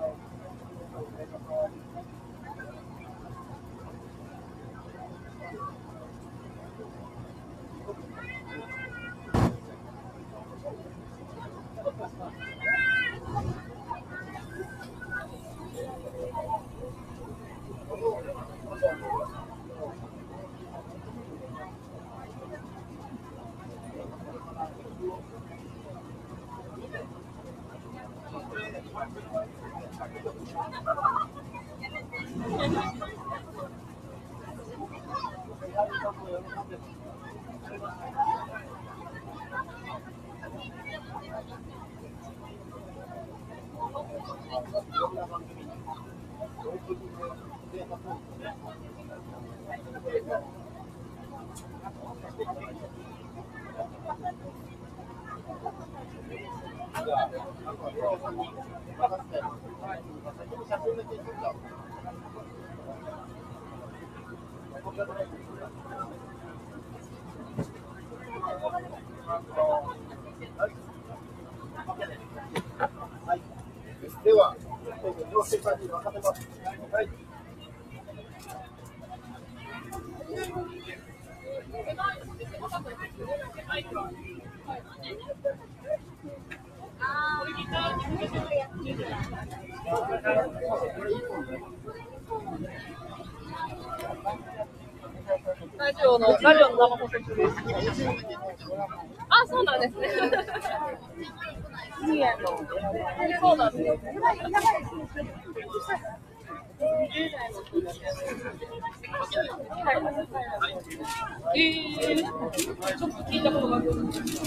では、陽介さんに任せます。はい。 ラジオの生放送中です。あ、そうなんですね。そうなんですね。ちょっと聞いたことがある。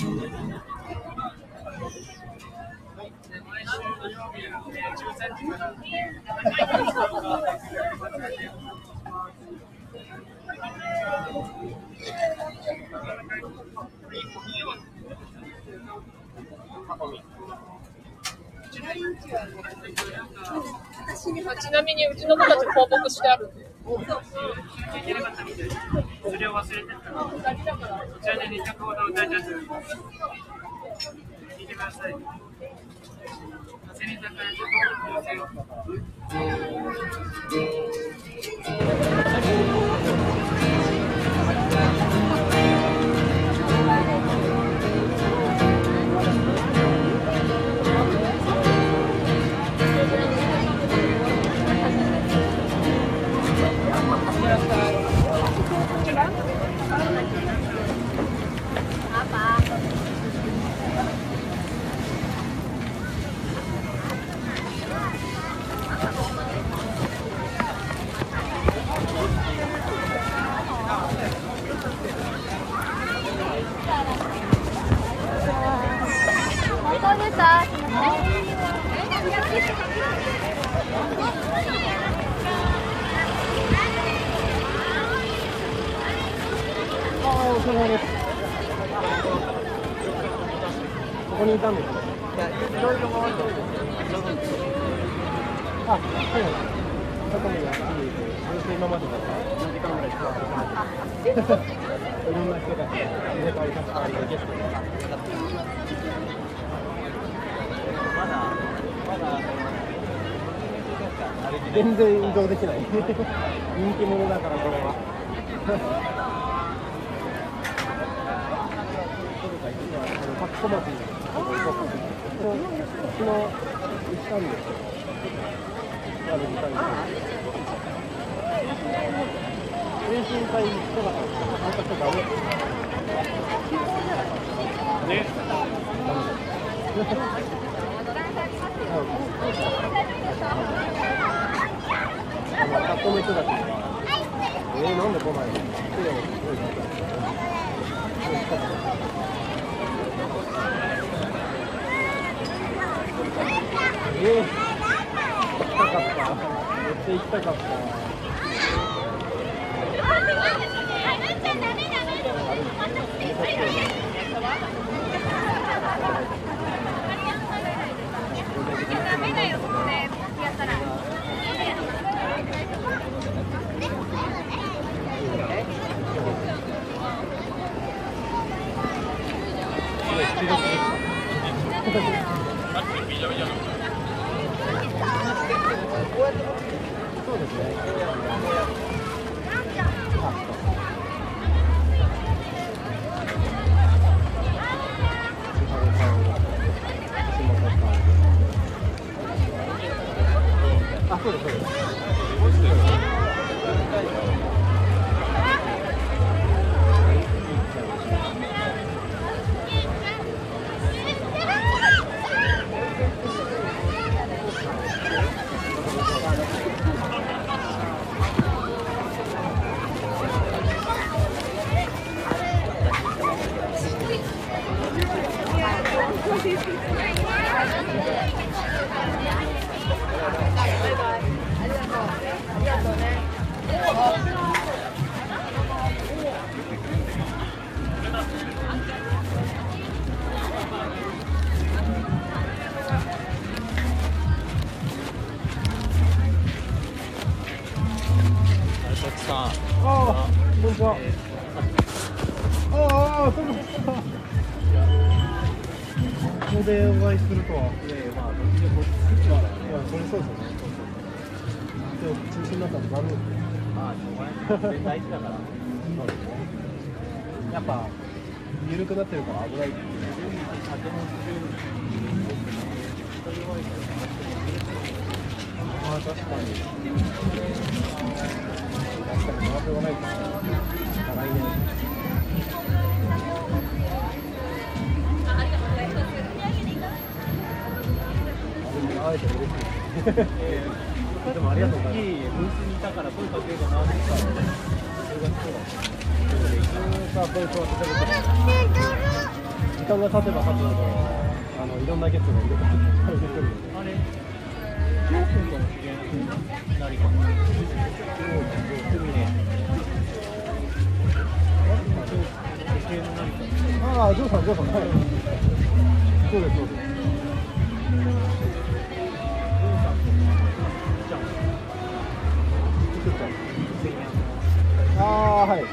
ちなみにうちの子たち報告してあるんで。それを忘れてたら、こちらで2曲ほど歌いたいと思います。聞いてください。焦り坂へお疲れ様です。ここにいたんですね。いや、いろいろ回ってるんですよ。あ、そうなんです。過去には今までだったら4時間ぐらい座ってます。いろんな人たちが入れ替わり立ち替わりでゲストにまだ全然移動できない。人気者だからこれは。パッコ町に昨日行ったんですけど、時間に練習会行ったから参加しちゃダメね。パッコの人たちがなんで来ないの？行きたかった。めっちゃ行きたかった。そうですね。あ、そうです、そうです。こんにちは。そうですか。ここでお会いするとは。まあ、どっちでもそれそうですよね。今日中止になったの残念ですね。まあ、しょうがない。大事だから。そうですね。やっぱ緩くなってるから危ないっていう。まあ、確かに。確かに回ってこないから長いね。会えて嬉しい。でもありがとうございます。ブースにいたから声かけようかなって言ったら、それがそうだ。これと時間が経てば経つほどいろんなゲストがいるからあれで来るので。あれ、ジョー君かもしれない。何か。ああ、ジョーさん、はい。そうです、そうです。ああ、はい。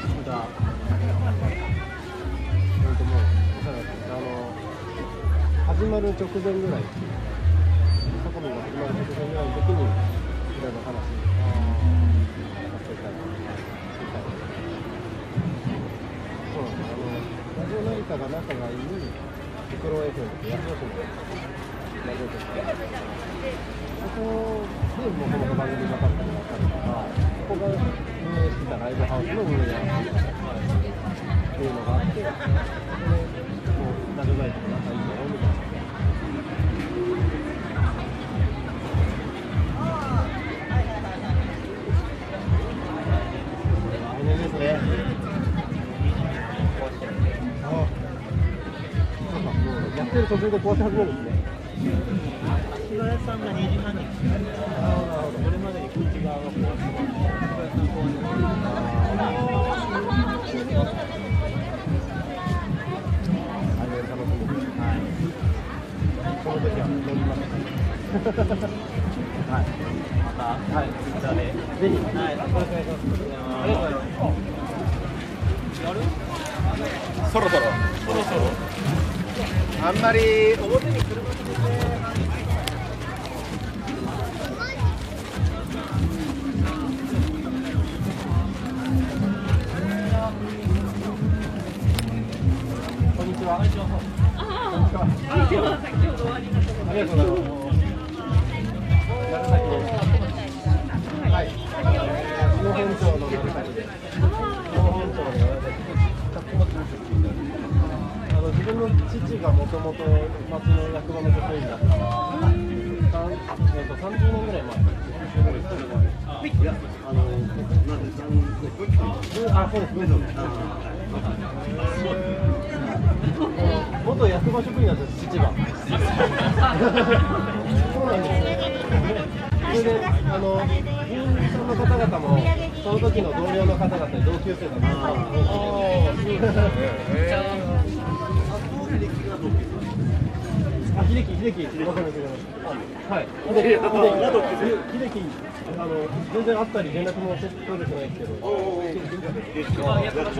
始まる直前ぐらい、サコミが始まる直前ぐらいの時に、いろいろ話していただいて。そうなんです。ラジオ成田が仲がいい、ミクロ FM って安吉のラジオ局で、そこでもともと番組がかったりだったりとか、ここが運営してたライブハウスの運営っていうのがあって、ラジオ成田が仲いいんだよみたいな。来年ですね。そうか、もうやってる途中で壊し始めるんですね。 足場屋さんが2時半に来て、それまでにこっち側が壊して、足場屋さん壊してその時は乗ります。はい。また、はい、ツイッターで。ぜひ。はい、よろしくお願いします。ありがとうございます。やる？ そろそろ。 あんまり表に車止めて。こんにちは。先ほどありがとうございます。鳴崎です。はい。下本町の鳴崎です。下本町の鳴崎です。自分の父がもともと町の役場の職員だった30年ぐらい前。いや、そうです、元役場職員なんです、父が。そうなんですね。それで、議員さんの方々も、その時の同僚の方々に同級生だったんです。秀樹、わかるんですけど、はい。秀樹、全然会ったり連絡も取れてないですけど。そうなんですか。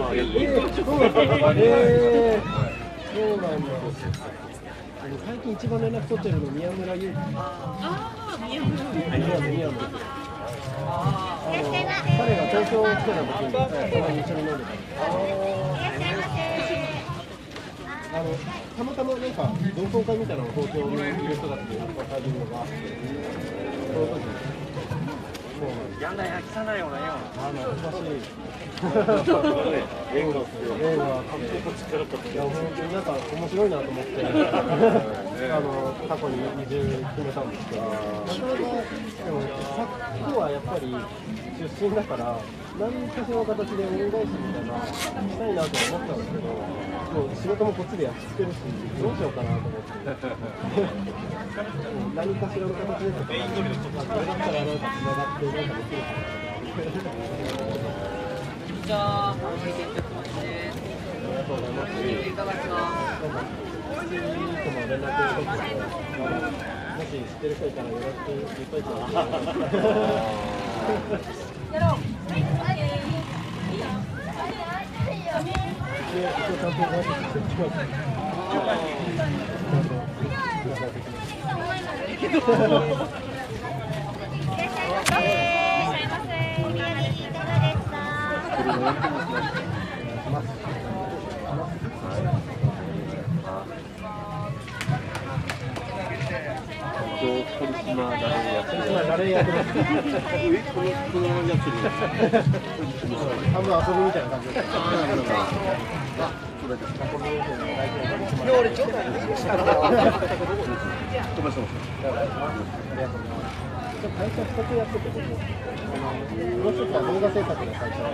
そうなんだ。最近一番連絡取ってるの宮村優。宮村。彼が東京来てた時に、たまに一緒に飲んでた。たまたまなんか同窓会みたいなのが東京にいる人たちにやっぱりのがあって、その時そうなんです。やんだやきさないよね。懐かしい。映画いや本当になんか面白いなと思って過去に移住決めたんですけど、でも昨はやっぱり出身だから何かしらの形で恩返しみたいなしたいなと思ったんですけど、もう仕事もこっちで焼き付けるしどうしようかなと思って何かしらの形でとかこれだったらなんかつながってなんかできるかな。 じゃあ、見ていただきまして。 ありがとうございます。 いかがですか。 普通にとも連絡を取って、もし知ってる人いたらよろしく言っといて。やろう。一応ちゃんとご挨拶しておきます。取締ラレー役です。このやつに半分遊びみたいな感じです。俺ちょっと飛ばしてます。会社2つやってて、この人は動画制作の会社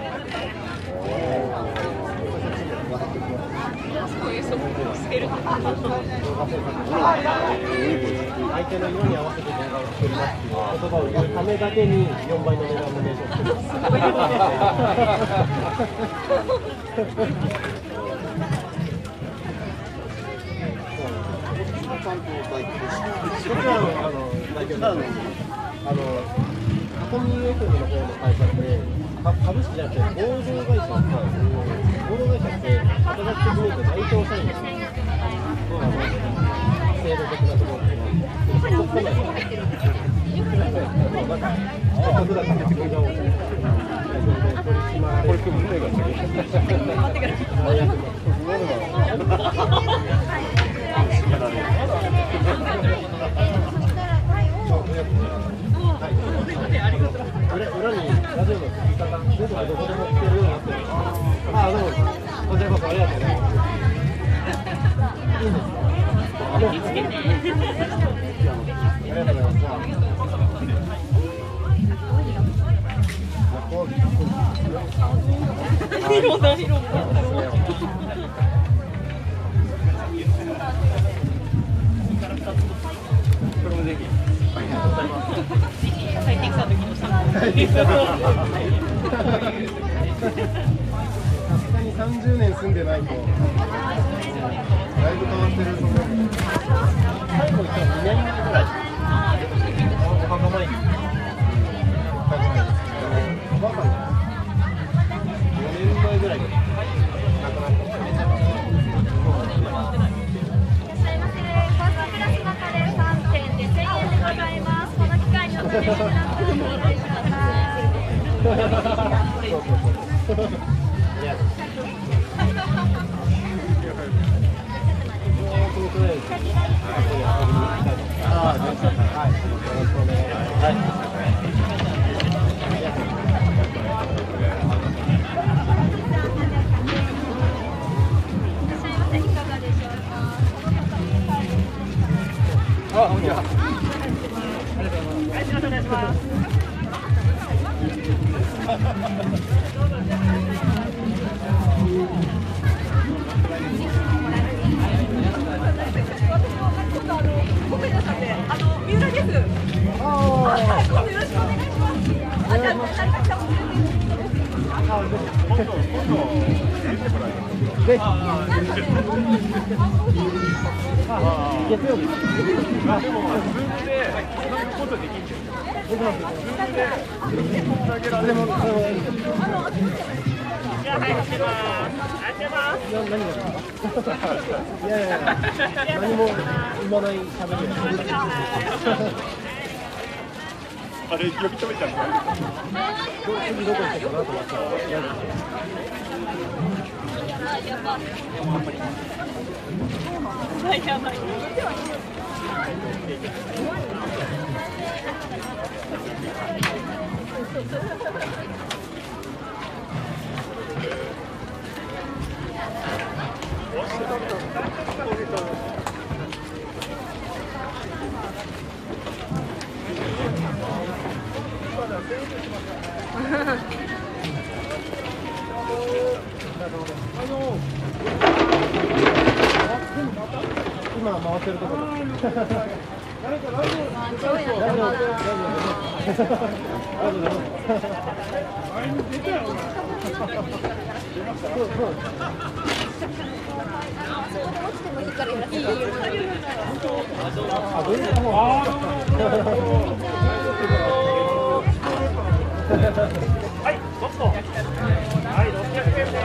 そういう人もしてる。 相手の色に合わせて動画を作りますっていう言葉を言うためだけに4倍の値段の名称を作ります。箱根 FM の方の会社って株式じゃなくて合同会社って働き的に言うと代表社員ですね。制度的なところってそこまで僕だから国が多いこれ組む手が裏にラジオの聞き方、全部どこでも聞けるようになってる。あ、どうも。こちらこそありがとうございます。いいんですか？ありがとうございます。 かに30年住んでないとだいぶ変わってると思う。最後に来たの2年前ぐらい。お墓参り。おばあさんが4年前ぐらいで亡くなった。 あれ、呼び止めちゃった。 次どこ行ったかなと思ったら。 やばい。 今回ってるところ。 はい、どうぞ。はい、600円です。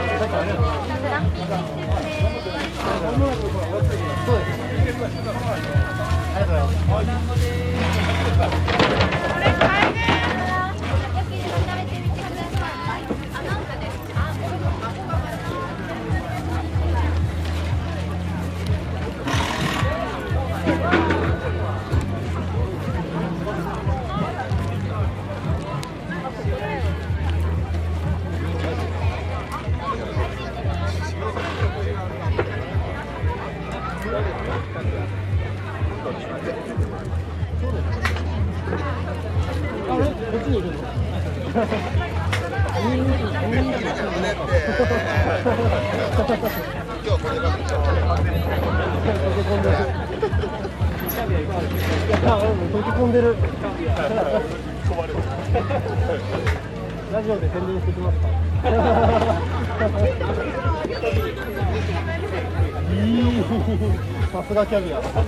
ラジオで宣伝してきますか。さすがキャビア。す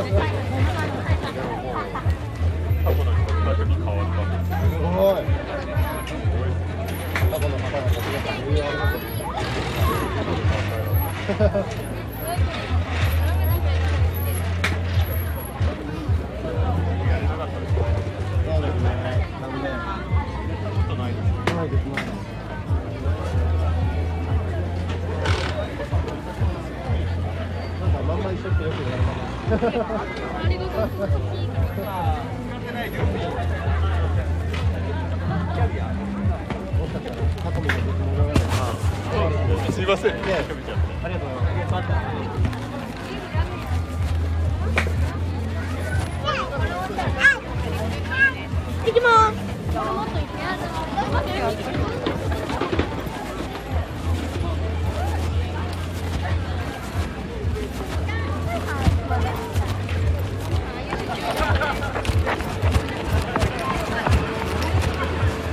ごい。タコの方々皆さん余裕ありますね。 すいません。 ありがとうございます。 行きます。 あ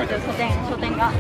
書店が。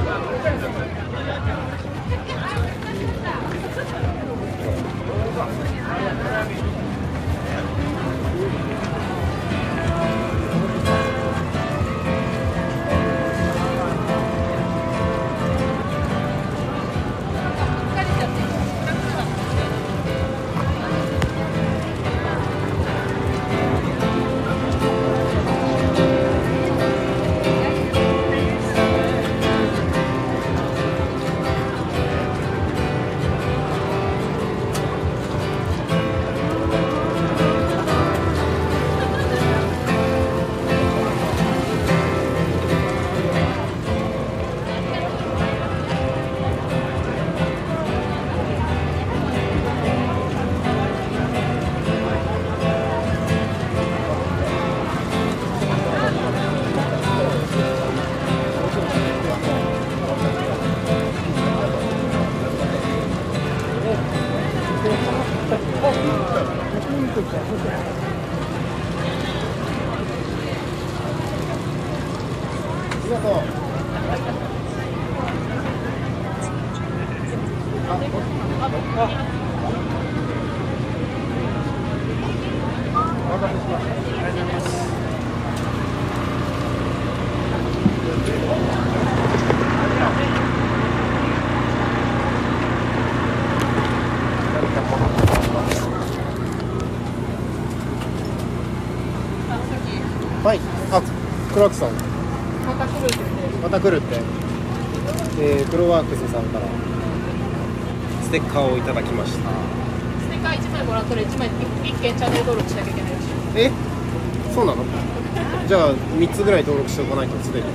はい、あ、黒木さん。 また来るって。 また来るって。黒ワークスさんからステッカーをいただきました。 ステッカー1枚もらったら1枚1件チャンネル登録しなきゃいけないらしい。 え、そうなの？じゃあ3つぐらい登録しておかないとすでに。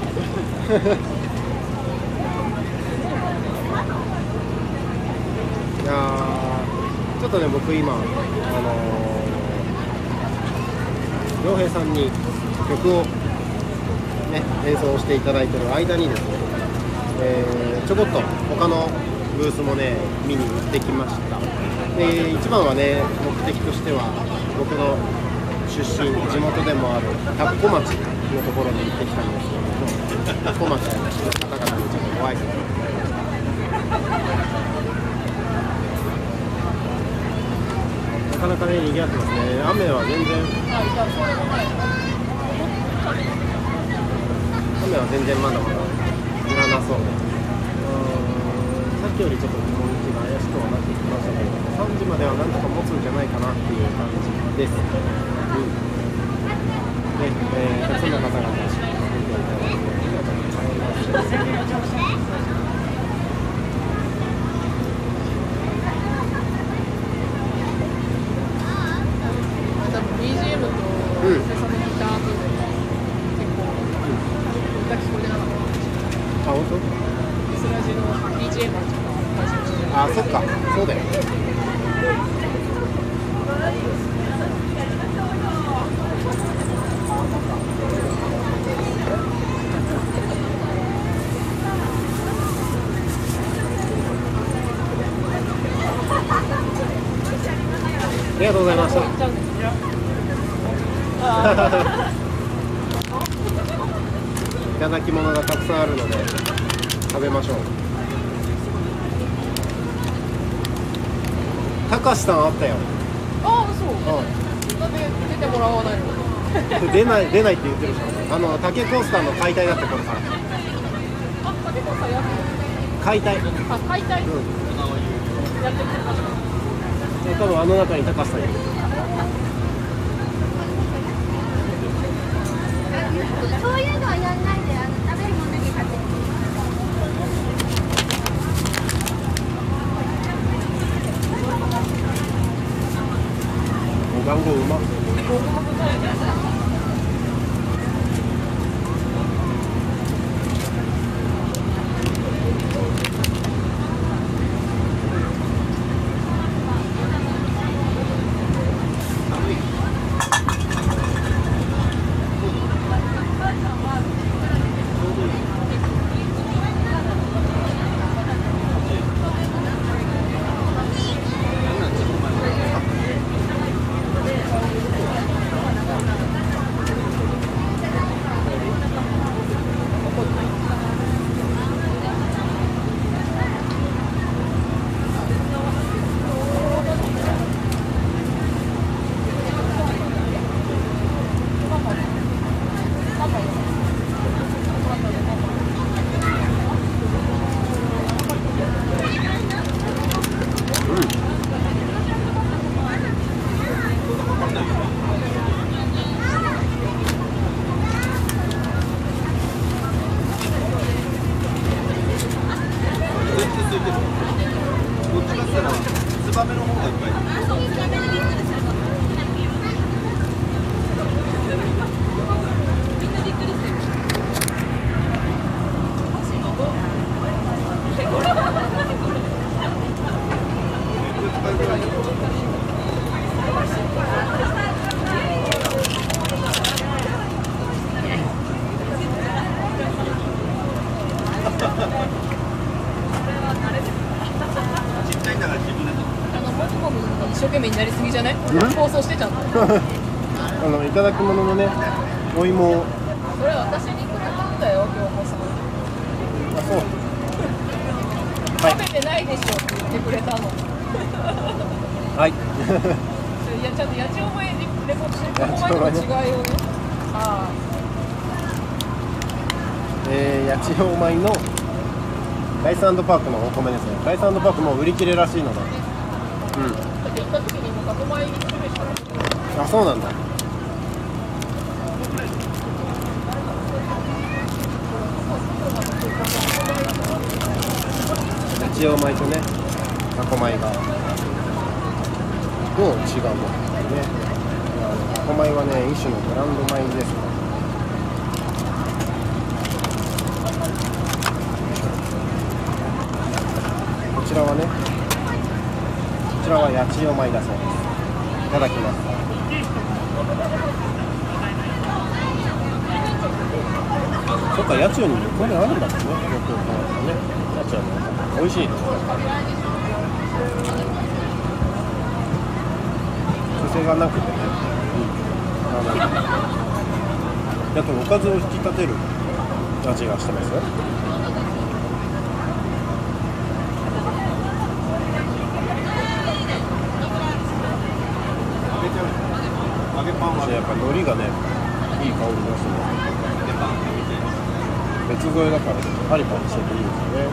いやー、ちょっとね、僕今良平さんに曲をね演奏していただいている間にですね、ちょこっと他のブースもね見に行ってきました。で、一番はね目的としては僕の出身地元でもある田子町のところに行ってきたんですけども、田子町の方々にちょっとご挨拶。なかなかね賑わってますね。雨は全然まだまだ降らなそうで、さっきよりちょっと気持ちが怪しくはなってきましたけど、3時まではなんとか持つんじゃないかなっていう感じです。たくさんの方々見ていただいてありがとうございます。 BGM とセサのギターとで結構歌聞こえてなかった。 あ、本当？ スラジの BGM はちょっと配信してる。 あ、そっか、そうだよ。ありがとうございました。いただき物がたくさんあるので食べましょう。たかしさんあったよ。 ああ、そう。なんで出てもらわないの？ 出ないって言ってるじゃん。タケコースターの解体だってこれから。 あ、タケコースターやってる。 解体。 あ、解体。やってみてました。 多分あの中に高橋さんいる。 そういうのはやんないで、食べるものだけ買って。 お団子うまっ。 懸命になりすぎじゃない？放送してちゃんと。 いただき物のね、お芋を。 それ私にくれたんだよ、京子さん。 あ、そう。 食べてないでしょって言ってくれたの。 はい。 いや、ちゃんと八千代前にレポートして、ここまでの違いをね。 八千代米のライス&パークのお米ですね。ライス&パークも売り切れらしいので。うん。 だって行った時にも100枚にするでしょ。 あ、そうなんだ。八千代米とね、タコ米がどう違うのかね。タコ米はね、一種のブランド米ですね。こちらはね、こちらは八千代米だそうです。いただきます。そっか、八千代にこれあるんだもんね。よく考えたらね。八千代の美味しいです。癖がなくてね、やっぱおかずを引き立てる味がしてますよ。やっぱ海苔がね、いい香りがする。別添えだからパリパリしてていいですよね。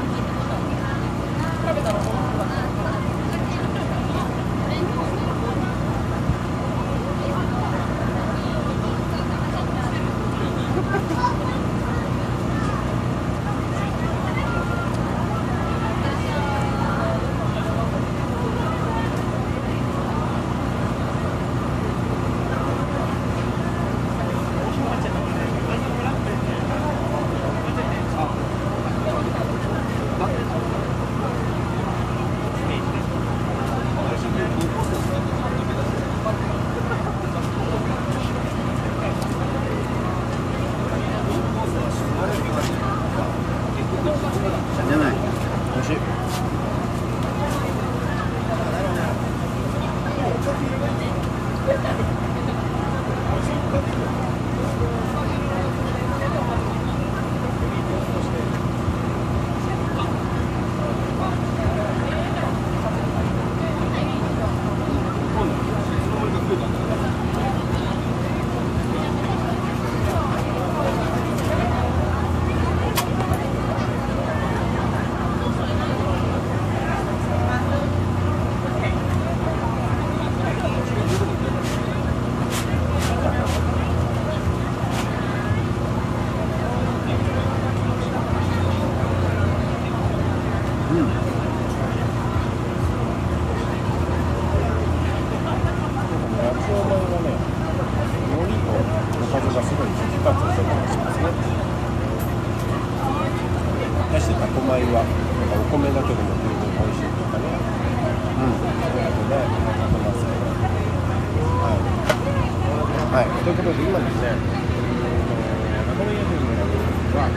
ということで今ですね、中野 FM は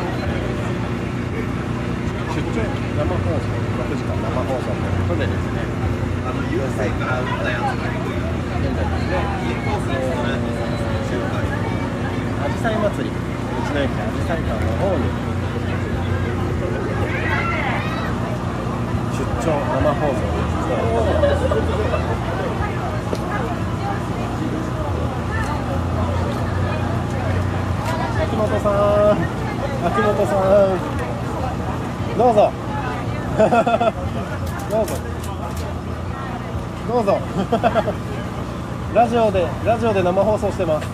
出張生放送、6時間生放送ということでですね、現在ですね、あじさい祭り、道の駅あじさい館の方に出張生放送ですね。秋元さん、どうぞどうぞラジオで生放送してます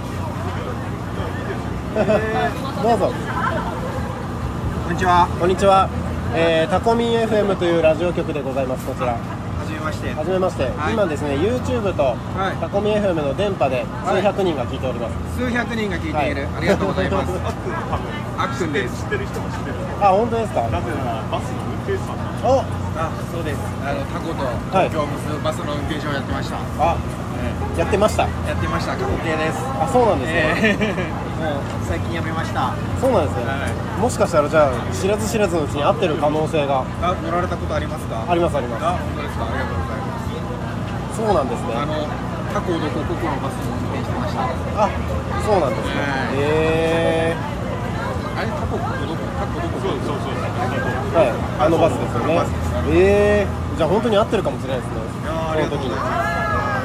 どうぞ。 こんにちは。 タコミン FM というラジオ局でございます。こちらはじめまして。 はい、今ですね YouTube とタコミン FM の電波で数百人が聞いております。 数百人が聞いている、ありがとうございます。あっくんです。 知ってる人も知ってる。 あ、本当ですか。 なぜならバスの運転手さんなんです。 そうです。タコと東京を結ぶバスの運転手をやってました。 やってました。 過去形です。 あ、そうなんですね。 もう最近辞めました。 そうなんですね。もしかしたらじゃあ知らず知らずのうちに会ってる可能性が。 乗られたことありますか？ あります。 本当ですか。ありがとうございます。 そうなんですね。 タコどこここのバスに運転してました。 あ、そうなんですね。 あれタコどこそうはい、あのバスですよね。じゃあ本当に合ってるかもしれないですね。 ありがとうございます。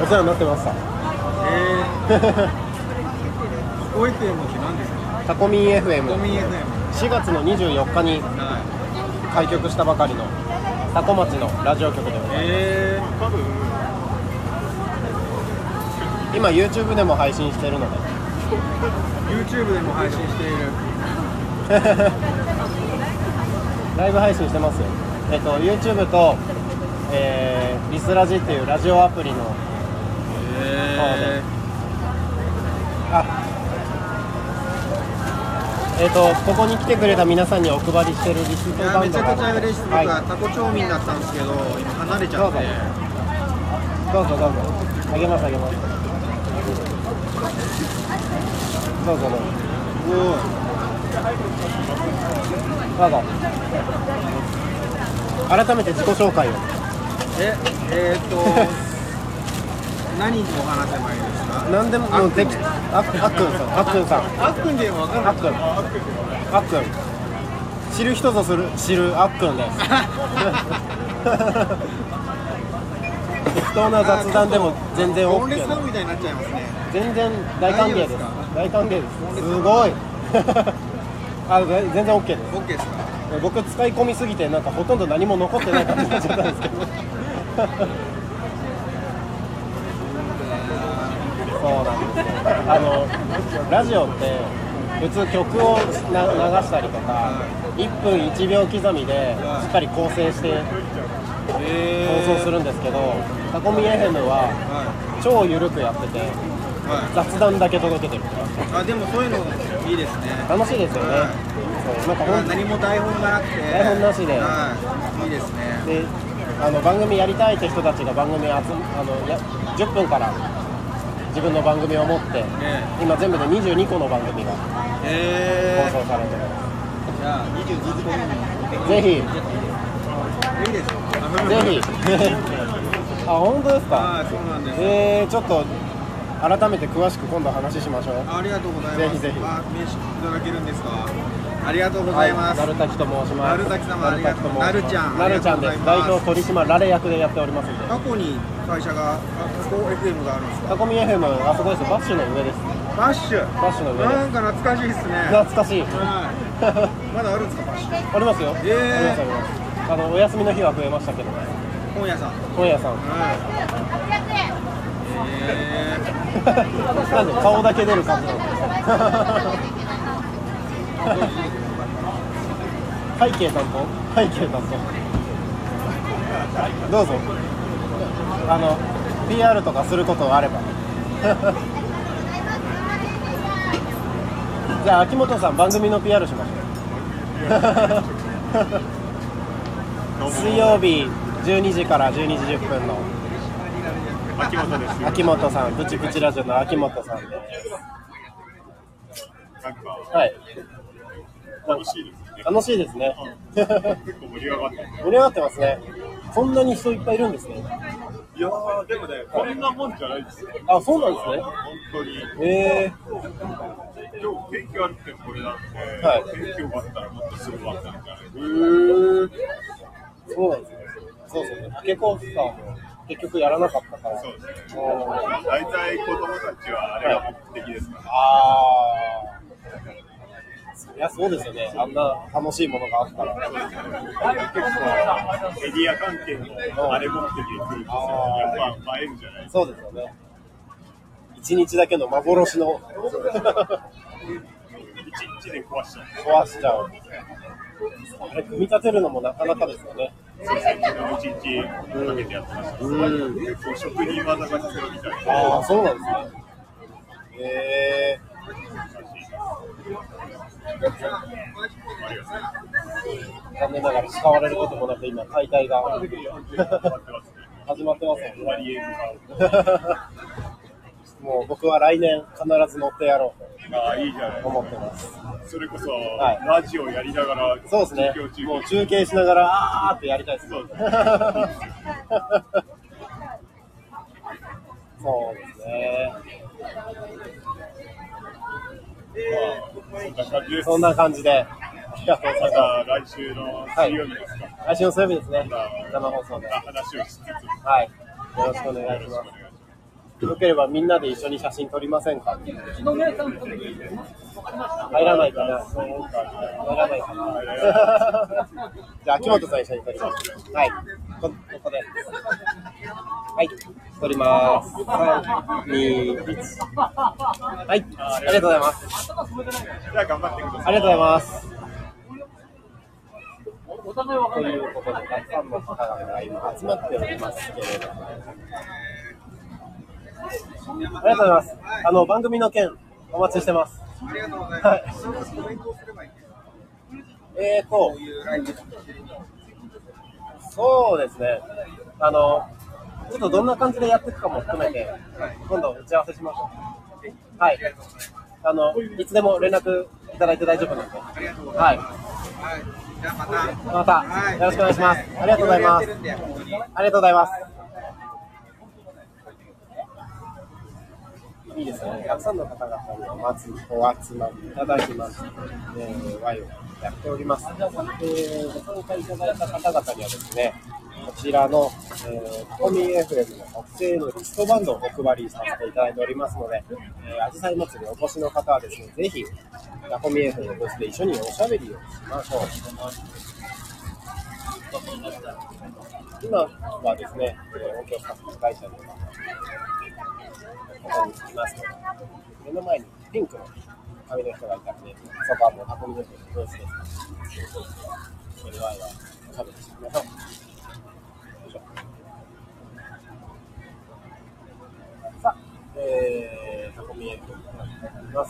お世話になってました。 タコ FM って何ですか？ タコミン FM。 4 月の24日に開局したばかりのタコ町のラジオ局でございます。今 YouTube でも配信しているので。 YouTube でも配信している。 ライブ配信してますよ。YouTube と、リスラジっていうラジオアプリの方で。ここに来てくれた皆さんにお配りしてるリストバンドが。 めちゃくちゃ嬉しいです。僕はタコ町民だったんですけど、今離れちゃって。 どうぞ。あげます。どうぞ。どうぞ。改めて自己紹介を。 何を話せばいいですか？ 何でもでき。あっくんさん。 あっくんでも分かんない。 あっくん。知る人ぞ知るあっくんです。適当な雑談でも全然 OK です。 みたいになっちゃいますね。 全然大歓迎です。大歓迎です。すごい。全然 OK です。 OK ですか？ 僕使い込みすぎてなんかほとんど何も残ってない感じになっちゃったんですけど。そうなんですよ。ラジオって普通曲を流したりとか、1分1秒刻みでしっかり構成して放送するんですけど、タコミ FM は超緩くやってて、雑談だけ届けてる。 でもそういうのいいですね。 楽しいですよね。 なんか何も台本がなくて、 台本なしで、 いいですね。 で、番組やりたいって人たちが番組10分から自分の番組を持って、今全部で22個の番組が放送されてます。 じゃあ22個目にぜひ。 いいですか？ ぜひ。本当ですか？ そうなんです。 ちょっと改めて詳しく今度話しましょう。 ありがとうございます。 ぜひ。 名刺いただけるんですか？ありがとうございます。 なるたきと申します。 なるたき様、ありがとう。なるちゃん。 なるちゃんです。代表取締ラレ役でやっておりますので。 過去に会社がタコ FM があるんですか？ タコミ FM あそこです。バッシュの上です。 バッシュの上です。 なんか懐かしいですね。 懐かしい。 まだあるんですか？バッシュ。 ありますよ。あります。お休みの日は増えましたけど。 本屋さん。 なんで顔だけ出る感じなんですか？背景担当。どうぞ。PR とかすることがあれば。じゃあ秋元さん番組の PR しましょう。水曜日12時から12時10分の秋元です。 秋元さん、プチプチラジオの秋元さんです。はい。楽しいですね。 結構盛り上がってますね。こんなに人いっぱいいるんですね。 いやー、でもね、こんなもんじゃないですよ。 そうなんですね。 本当に。今日天気悪くてこれなんで、天気良かったらもっとすぐ終わったみたいな。 そうなんですね。そうですね。竹子さんも結局やらなかったから。 そうですね。大体子供たちはあれが目的ですから。 いや、そうですよね。あんな楽しいものがあったら。 結構メディア関係のあれ目的で来ると、やっぱ映えるじゃないですか。 そうですよね。一日だけの幻の。 一日で壊しちゃう。 あれ、組み立てるのもなかなかですよね。 そうですね。昨日一日かけてやってました。結構職人技が必要みたいな。そうなんですね。残念ながら使われることもなく今解体が始まってますね。もう僕は来年必ず乗ってやろうと思ってます。 それこそ、ラジオやりながら、 そうですね。もう中継しながらってやりたいです。 そうですね。そんな感じで。 じゃあ来週の水曜日ですか。 来週の水曜日ですね。生放送で。 話をしつつ。 はい。よろしくお願いします。よければみんなで一緒に写真撮りませんか？入らないかな。入らないかな。じゃあ秋元さん一緒に撮ります。はい。ここで。はい。撮ります。3、2、1。はい。ありがとうございます。 じゃあ頑張ってください。 ありがとうございます。ということで、たくさんの方が今集まっておりますけれども。ありがとうございます。番組の件お待ちしてます。 ありがとうございます。はい、 そうですね。ちょっとどんな感じでやっていくかも含めて、今度打ち合わせしましょう。はい。いつでも連絡いただいて大丈夫なので。はい。 じゃあまた、よろしくお願いします。ありがとうございます。ありがとうございます。いいですね。たくさんの方々にお集まりいただきまして、ワイをやっております。ご参加いただいた方々にはですね、こちらのタコミ FM の特製のリストバンドをお配りさせていただいておりますので、あじさい祭りにお越しの方はですね、ぜひタコミ FM のブースで一緒におしゃべりをしましょう。今はですね、音響スタッフ会社のここにいますので、目の前にピンクの髪の人がいたので、そこはもうタコミ FM のブースです。それではおしゃべりしてみましょう。さあ、タコミ FM になります。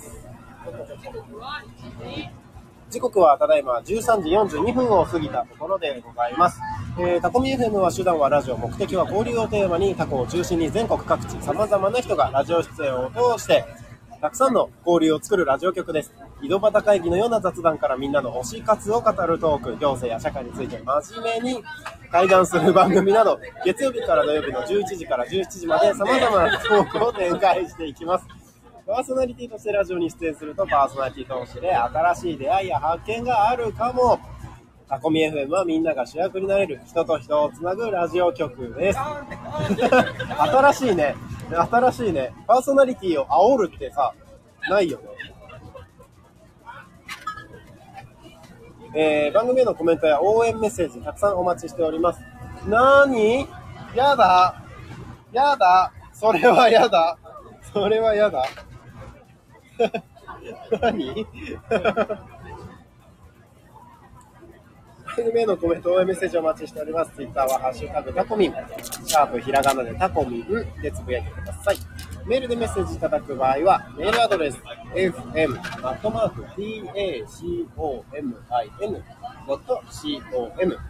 時刻はただいま13時42分を過ぎたところでございます。タコミ FM は手段はラジオ、目的は交流をテーマにタコを中心に全国各地様々な人がラジオ出演を通してたくさんの交流を作るラジオ局です。井戸端会議のような雑談からみんなの推し活を語るトーク、行政や社会について真面目に対談する番組など、月曜日から土曜日の11時から17時まで様々なトークを展開していきます。パーソナリティとしてラジオに出演すると、パーソナリティ同士で新しい出会いや発見があるかも。タコミ FM はみんなが主役になれる人と人をつなぐラジオ局です。新しいね。新しいね。パーソナリティを煽るってさ、ないよね。番組へのコメントや応援メッセージたくさんお待ちしております。なーに？やだ。やだ。それはやだ。それはやだ。何？番組へのコメント、応援メッセージをお待ちしております。ツイッターはハッシュタグタコミン、シャープひらがなでタコミンでつぶやいてください。メールでメッセージいただく場合は、メールアドレス fm@tacomin.com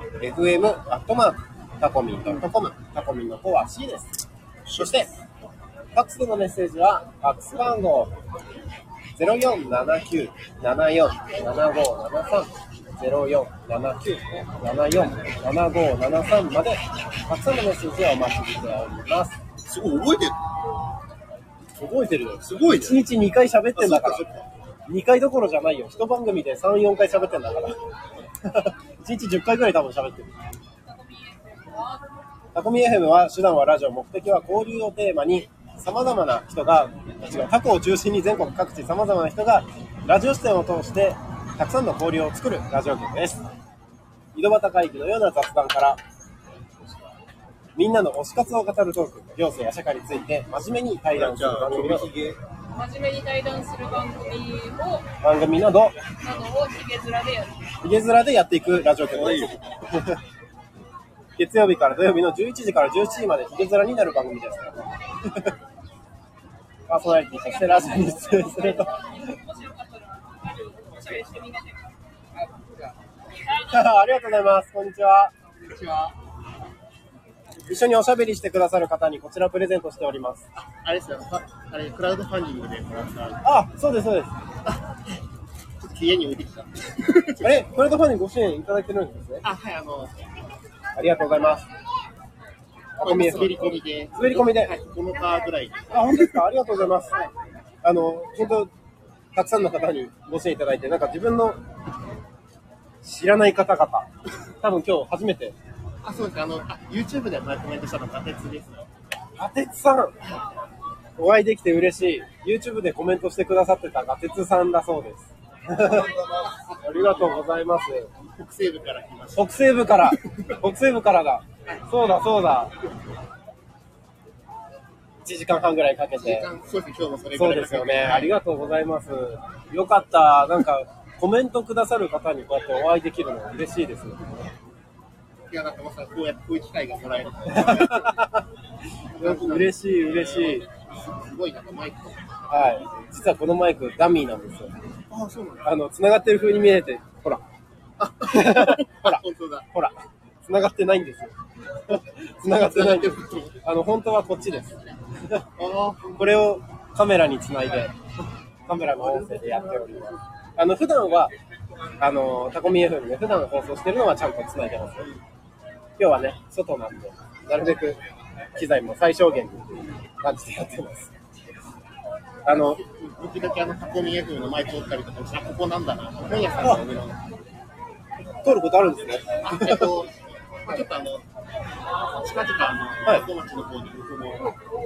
fm@tacomin.com タコミンの方は C です。そして、ファックスでのメッセージは、ファックス番号 04797475730479747573までたくさんのメッセージをお待ちしております。 すごい覚えてる。 覚えてるよ。 すごいね。 1日2回喋ってんだから。2回どころじゃないよ。一番組で3、4回喋ってんだから。1日10回ぐらい多分喋ってる。タコミ FM は手段はラジオ、目的は交流をテーマに様々な人が、タコを中心に全国各地様々な人がラジオ出演を通してたくさんの交流を作るラジオ局です。井戸端会議のような雑談からみんなの推し活を語るトーク、行政や社会について真面目に対談する番組など、 真面目に対談する番組などをヒゲ面でやる。 ヒゲ面でやっていくラジオ局です。月曜日から土曜日の11時から17時までヒゲ面になる番組です。パーソナリティとしてラジオに出演するとありがとうございます。こんにちは。 こんにちは。 一緒におしゃべりしてくださる方にこちらプレゼントしております。 あれですよ。あれクラウドファンディングでもらった。 あ、そうですそうです。 ちょっと家に置いてきた。 あれ、クラウドファンディングご支援いただいてるんですね。 あ、はい、 ありがとうございます。 滑り込みで。滑り込みで。はい、9日ぐらい。あ、本当ですか？ありがとうございます。本当、たくさんの方にご支援いただいて、なんか自分の知らない方々、多分今日初めて。あ、そうです。YouTube で前コメントしたのがガテツです。ガテツさん、お会いできて嬉しい。YouTube でコメントしてくださってたガテツさんだそうです。ありがとうございます。北西部から来ました。北西部からだ。そうだ。1時間半ぐらいかけて。そうですね、今日もそれぐらい。そうですよね。ありがとうございます。よかった。なんか、コメントくださる方にこうやってお会いできるの嬉しいです。いや、なんかまさにこういう機会がもらえる。嬉しい。すごいなんかマイク。はい。実はこのマイクダミーなんですよ。あ、そうなんだ。繋がってる風に見えて、ほら。ほら。本当だ。ほら。繋がってないんですよ。繋がってないんです。本当はこっちです。これをカメラにつないで、カメラの音声でやっております。普段は、タコミ FM で普段放送してるのはちゃんとつないでます。今日はね、外なんで、なるべく機材も最小限に感じてやってます。時々タコミ FM の前通ったりとか、ここなんだな、本屋さんの上の。通ることあるんですね。ちょっと近々タコ町の方に僕も。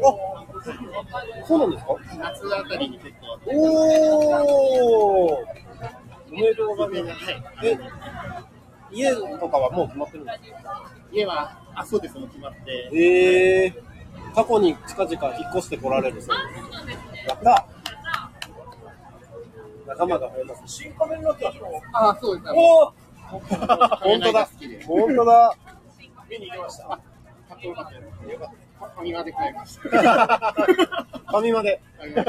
そうなんですか？夏あたりに結構。おめでとうございます。家とかはもう決まってるんですか？家は、そうです、もう決まって。タコに近々引っ越してこられるそうです。やった！仲間が増えます。新仮面ライダー。そうです。本当だ。見に行きました。かっこよかったよ。よかった。ファミマで買いました。ファミマで。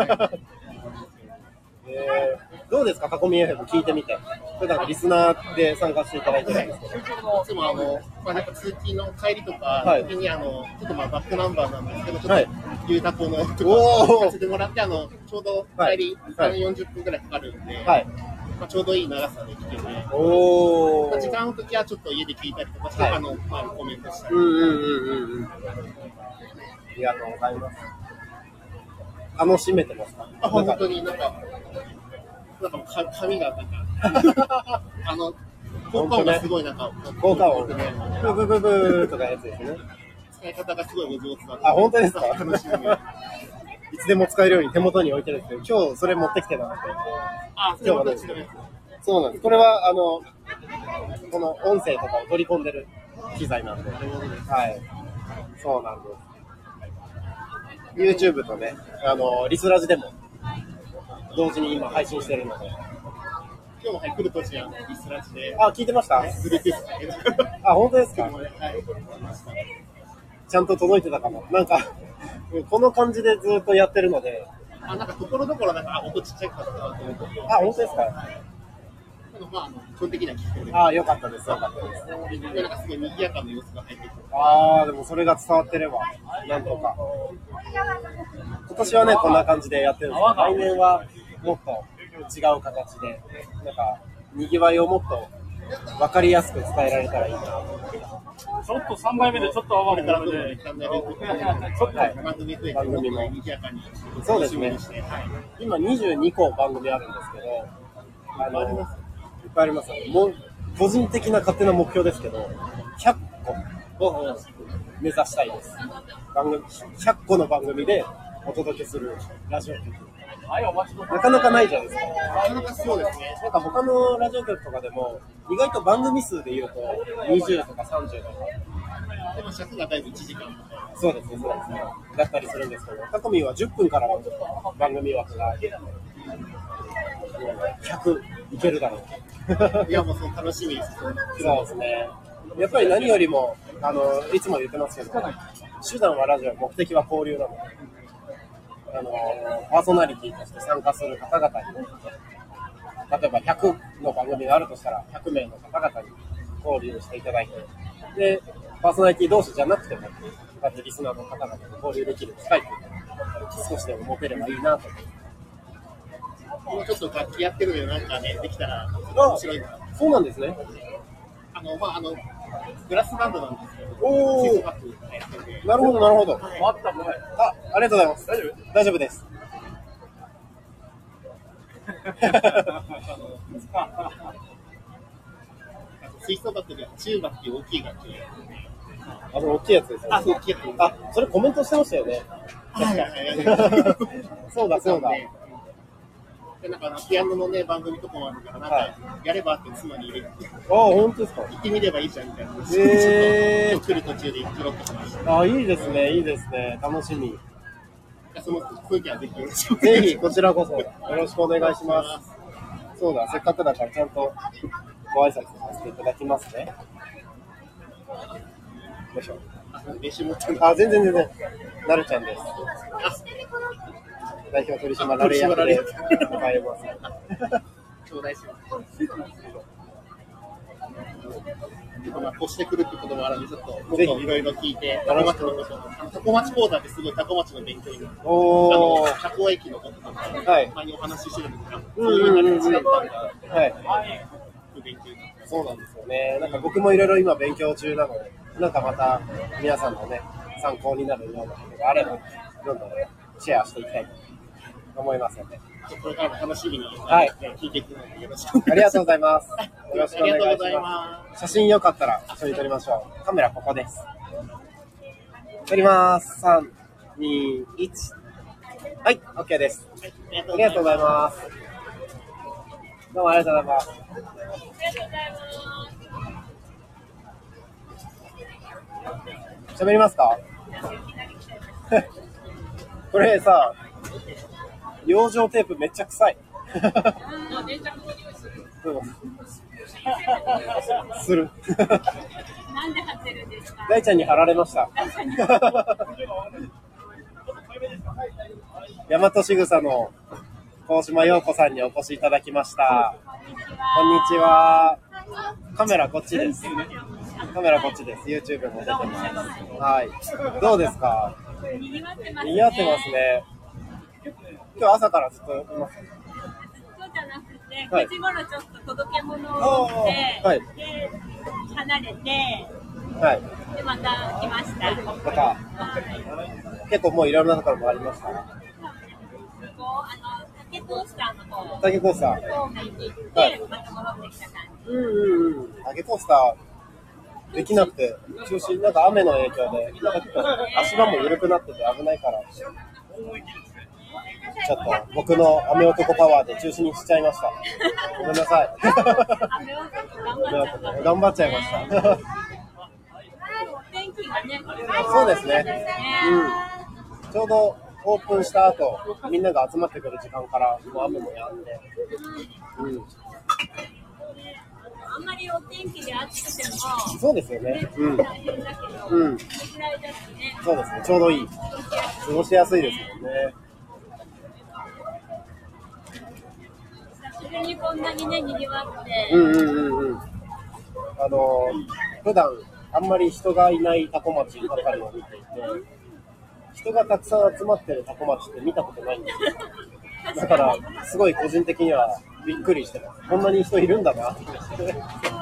どうですか、タコミ FM 聞いてみて。普段リスナーで参加していただいてるんですけど。いつもなんか通勤の帰りとか、時にちょっとバックナンバーなんですけど、ちょっとゆうたこのとかさせてもらって、ちょうど帰り40分ぐらいかかるんで、ちょうどいい長さで聞けて、時間の時はちょっと家で聞いたりとかして、コメントしたり。ありがとうございます。楽しめてますか？本当になんか髪がなんか効果音がすごいなんか効果音ブブブブーとかやつですね。使い方がすごいお上手なんで。本当ですか？楽しみ。いつでも使えるように手元に置いてるんですけど、今日それ持ってきてなくて。今日はね。そうなんです。これはこの音声とかを取り込んでる機材なんで。はい。そうなんです。YouTube とね、リスラジでも同時に今配信してるので。今日も来る途中リスラジで。聞いてました？本当ですか？ちゃんと届いてたかも。なんかこの感じでずっとやってるので。なんかところどころなんか音ちっちゃいかったなと思って。本当ですか？基本的には聞こえる。よかったです。なんかすごい賑やかな様子が入ってくる。でもそれが伝わってればなんとか。今年はねこんな感じでやってるんですけど、来年はもっと違う形でなんか賑わいをもっと分かりやすく伝えられたらいいな。ちょっと3枚目でちょっと上がるので、番組も賑やかに。そうですね。今22個番組あるんですけど、いっぱいあります。もう個人的な勝手な目標ですけど、100個を目指したいです。100個の番組でお届けするラジオ局。なかなかないじゃないですか。なかなかそうですね。なんか他のラジオ局とかでも意外と番組数で言うと20とか30とか。でも尺がだいぶ1時間とか。そうですね。だったりするんですけど、タコミは10分からの番組枠が100いけるだろう。いやもうその楽しみです。そうですね。やっぱり何よりもいつも言ってますけど、手段はラジオ、目的は交流なので。パーソナリティとして参加する方々に、例えば100の番組があるとしたら100名の方々に交流していただいて、でパーソナリティ同士じゃなくてもだってリスナーの方々に交流できる機会って少しでも持てればいいなと。もうちょっと楽器やってるのでなんかねできたら面白いな。そうなんですね。 グラスバンドなんですけど、おー、なるほど、なるほど。ありがとうございます。大丈夫です。吹奏楽ではチューバっていう大きい楽器で、その大きいやつですよね。大きいやつ。それコメントしてましたよね。確かに。そうだ、そうだ。でなんかピアノのね番組とかもあるからなんかやればって妻に入れて、本当ですか？行ってみればいいじゃんみたいな。ちょっと今日来る途中でちょろっとしました。いいですね、いいですね、楽しみ。その空気はぜひぜひこちらこそよろしくお願いします。そうだ、せっかくだからちゃんとご挨拶させていただきますね。よいしょ。練習も全然なるちゃんです。代表取締役で迎えます。頂戴します。越してくるってこともあるんで、ちょっともっといろいろ聞いて、タコ町のこと、タコ町講座ってすごいタコ町の勉強になる。タコ駅のこととか、前にお話ししてるんですが、そういう形だったんだ。勉強になる。そうなんですよね。なんか僕もいろいろ今勉強中なので、なんかまた皆さんのね、参考になるようなことがあれば、どんどんシェアしていきたいと思いますので。これからも楽しみに聞いていくのでよろしくお願いします。ありがとうございます。よろしくお願いします。写真よかったら一緒に撮りましょう。カメラここです。撮ります。3、2、1。はい、OK です。ありがとうございます。どうもありがとうございます。喋りますか？これさ、養生テープめっちゃ臭い。する。 なんで貼ってるんですか？ 大ちゃんに貼られました。大和しぐさの高島陽子さんにお越しいただきました。こんにちは。カメラこっちです。カメラこっちです。YouTube も出てます。はい。どうですか？賑わってますね。今日朝からずっといます。 そうじゃなくて、9時頃ちょっと届け物をして、で離れて、でまた来ました。 結構もういろんなところもありました。 竹コースターの方。 竹コースター。 方面に行って、また戻ってきた感じ。 竹コースターできなくて中止、なんか雨の影響で、なんか結構足場も緩くなってて危ないから。ちょっと僕の雨男パワーで中止にしちゃいました。ごめんなさい。頑張っちゃいました。そうですね。ちょうどオープンした後、みんなが集まってくる時間からもう雨も止んで。 あんまりお天気で暑くても、 そうですよね。 大変だけど、 そうですね。ちょうどいい。過ごしやすいですよね。 久しぶりにこんなにね、賑わって。 普段あんまり人がいないタコ町ばかりを見ていて、人がたくさん集まってるタコ町って見たことないんですよ。だからすごい個人的にはびっくりしてます。こんなに人いるんだなって。 そうですね。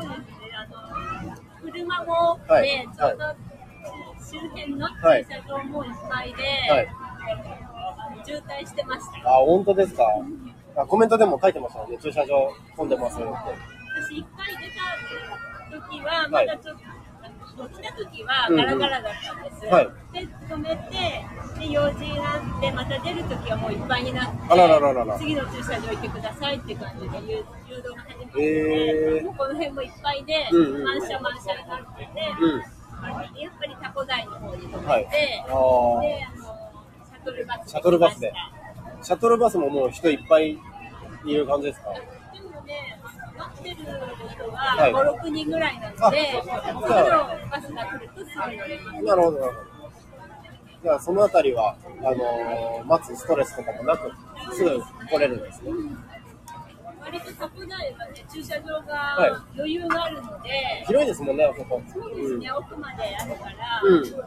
車もね、ちょうど周辺の駐車場もいっぱいで、渋滞してました。 本当ですか？コメントでも書いてましたよね。駐車場混んでますよって。 私一回出た時はまだちょっと、来た時はガラガラだったんです。で止めて、で用事があってまた出る時はもういっぱいになって、次の駐車場行ってくださいって感じで誘導が始まって、もうこの辺もいっぱいで満車になってて、やっぱりタコ台の方に止めて、でシャトルバスで。 シャトルバスももう人いっぱいいる感じですか？ でもね、待ってる人は5、6人ぐらいなので、そのバスが来るとすぐ乗れます。 なるほど。じゃあそのあたりは待つストレスとかもなくすぐ来れるんですね。 割とタコ台はね、駐車場が余裕があるので、 広いですもんね、あそこ。 そうですね、奥まであるから。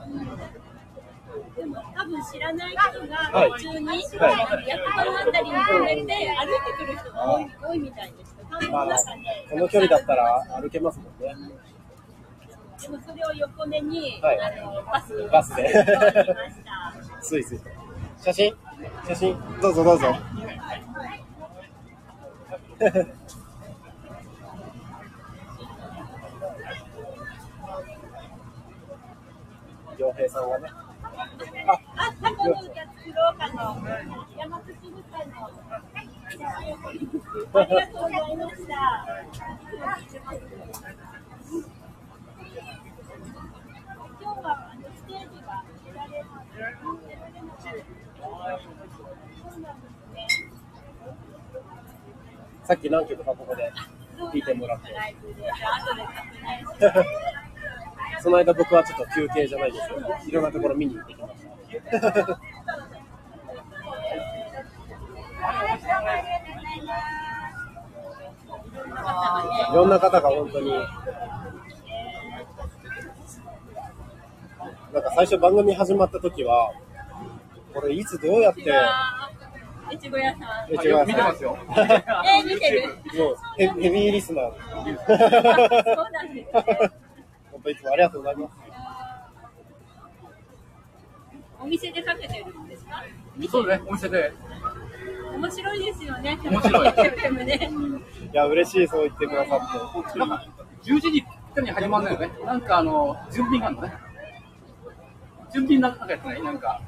でも多分知らない人が途中に、役場のあたりに止めて歩いてくる人が多いみたいです。 この距離だったら歩けますもんね。 でもそれを横目に、 はい、バスでスイスイ写真どうぞ洋平さんがねタコの歌作ろうかの山口部会のありがとうございました。今日はステージが見られます。 さっき何曲かここで弾いてもらってその間僕はちょっと休憩じゃないですけどいろんなところ見に行ってきましたいろんな方が本当になんか最初番組始まった時はこれいつどうやっていちご屋さん見てますよ見てるもうヘビーリスナーそうなんですね本当いつもありがとうございます。 お店でかけてるんですか？ そうですね、お店で。 面白いですよね。 面白い。 ね、いや嬉しいそう言ってくださって。 なんか11時ぴったりに始まるんだよね。なんか準備があるのね。準備なんかやってないなんか。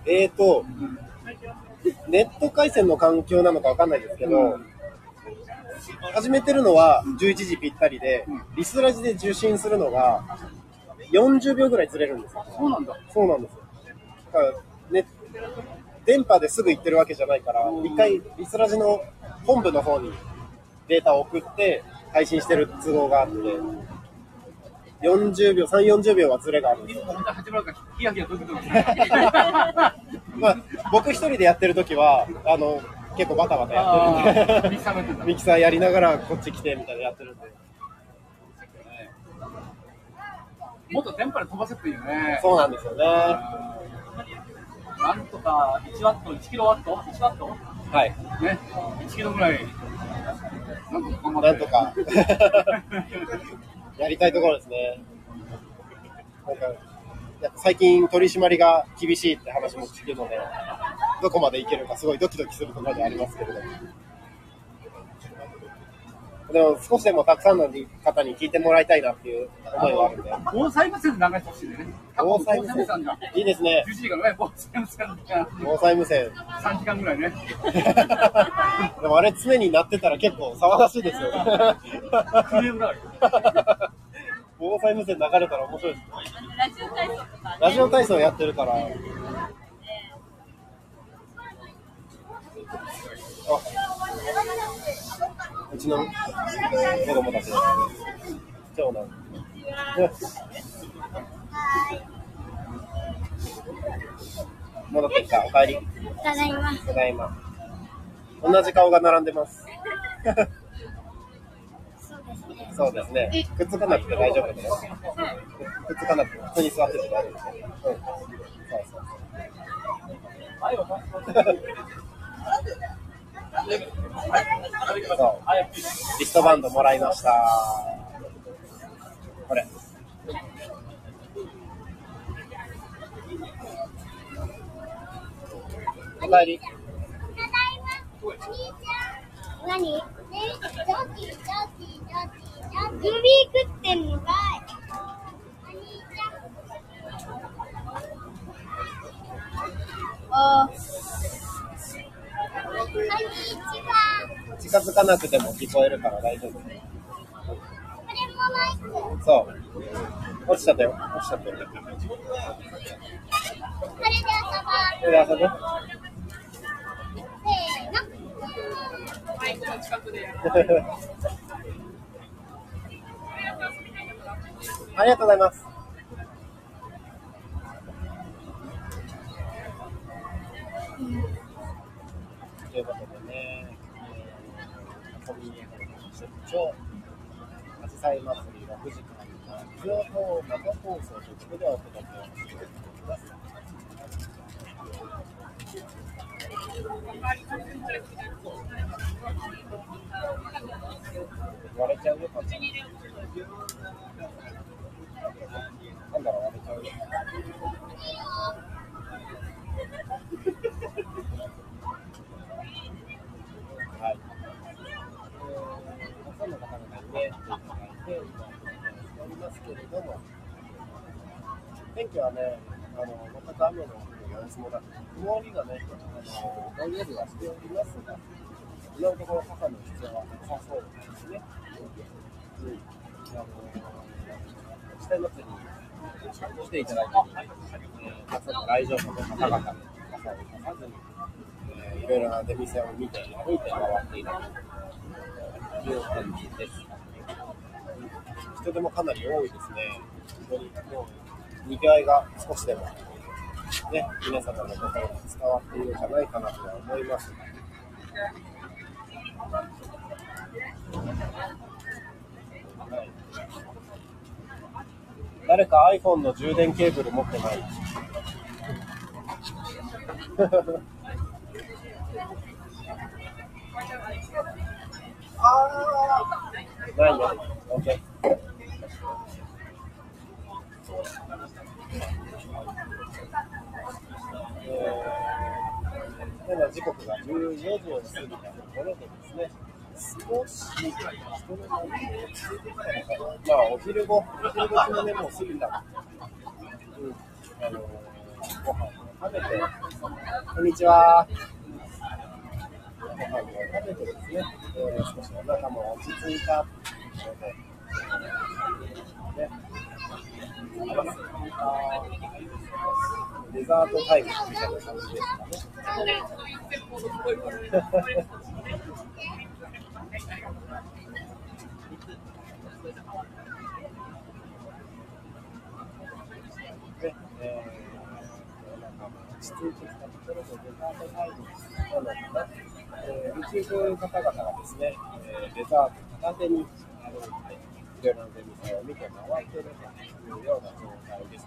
ネット回線の環境なのかわかんないですけど。始めてるのは11時ぴったりで、リスラジで受信するのが40秒ぐらいずれるんですよ。 そうなんだ。 そうなんですよ。だからね、電波ですぐ行ってるわけじゃないから、一回リスラジの本部の方にデータを送って配信してる都合があって、40秒、3、40秒はずれがあるんですよ。まあ、僕一人でやってるときは、結構バタバタやってるんでミキサーやりながらこっち来てみたいなやってるんでもっと電波で飛ばせっていうね。 そうなんですよね。 なんとか1ワット、1キロワット ?1 ワットはいね、1キロぐらいなんとかやりたいところですね。なんかやっぱ最近取り締まりが厳しいって話も聞くのでどこまでいけるかすごいドキドキするところでありますけれども、でも少しでもたくさんの方に聞いてもらいたいなっていう思いがあるんで、 防災無線で流してほしいね。 防災無線いいですね。 11時からね、防災無線防災無線 3時間ぐらいねでもあれ常に鳴ってたら結構騒がしいですよね防災無線流れたら面白いですね。ラジオ体操やってるからうちの子供たち長男戻ってきた。おかえり。 ただいま。 ただいま。同じ顔が並んでますそうですね。くっつかなくて大丈夫ですよ。くっつかなくて普通に座ってて大丈夫ですよ。そうリストバンドもらいました。これおかえり。 何？ジョキグミ食ってんのかい？ 近づかなくても聞こえるから大丈夫。そう。落ちちゃったよ。落ちちゃったよ。これで遊ぶ？ マイクの近くでありがとうございます。ということでね、コミュニティ出張あじさい祭り6時間情報生放送ということでお届けをしています。割れちゃうよ、こっち。 ますけれども、天気はね、全く雨の様子もなく、曇りがね、どんよりはしておりますが、今のところ傘の必要はなさそうですね。地帯祭りに来ていただいて、たくさんの来場者の方々、傘をささずに、いろいろな出店を見て、歩いて回っているという感じです。人手もかなり多いですね。本当にもう賑わいが少しでも、ね、皆様の心に伝わっているんじゃないかなとは思います。はい、誰か iPhone の充電ケーブル持ってない？ないよ。OK。今時刻が14時を過ぎたところでですね、少し人の波がついてきたのかな。まあお昼時のね、もう過ぎた。ご飯を食べて、こんにちは。ご飯を食べてですね、少しお腹も落ち着いたので、デザートタイムみたいな感じですかね。落ち着いてきたところでデザートタイムなのかな。YouTube の方々がですね、デザート片手に歩いて、いろいろな出店を見て回っているというような状態でした。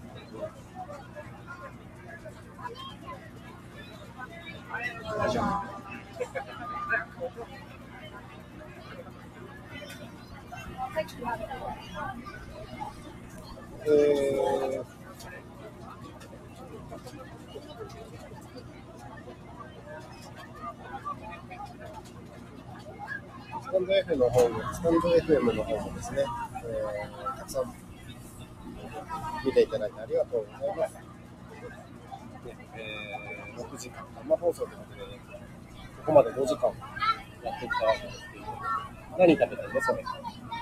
スタンド FM の方もですね、たくさん見ていただいてありがとうございます。6時間生放送ということで、ここまで5時間やってきたわけですけど、何食べたんだそれ。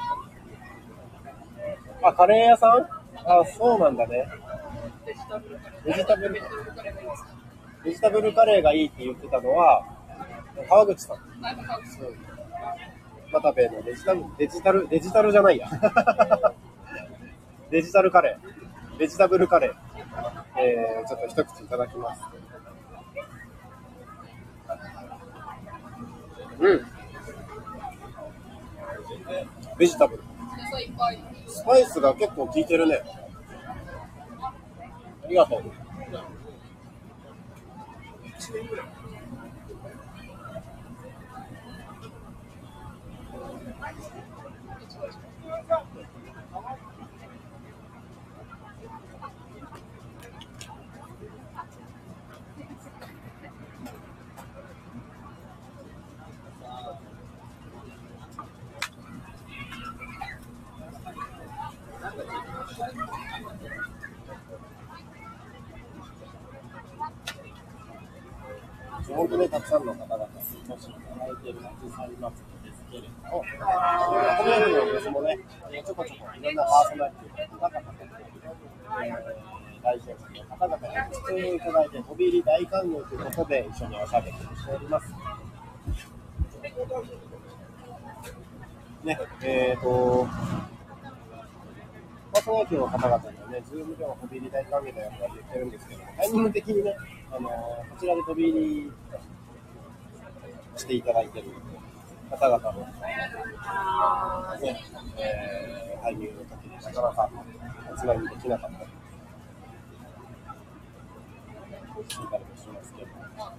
あ、カレー屋さん？あ、そうなんだね。ベジタブルカレーがいいって言ってたのは川口さん。またべのデジタルじゃないや。デジタルカレー、ベジタブルカレー、ちょっと一口いただきます。ベジタブル。スパイスが結構効いてるね。ありがとう。本当にたくさんの方々にお越しいただいている夏祭り祭りですけれども、このような様子もね、ちょこちょこいろんなパーソナリティの方々と、来場者の方々に出演いただいて、飛び入り大歓迎ということで一緒におしゃべりをしております。ね、パーソナリティの方々にはね、ズームでは飛び入り大歓迎だよとは言ってるんですけども、タイミング的にね、こちらで飛び入りしていただいている方々の、ね、タイミングの時になかなかおつなぎできなかったりしていたりもしますけど、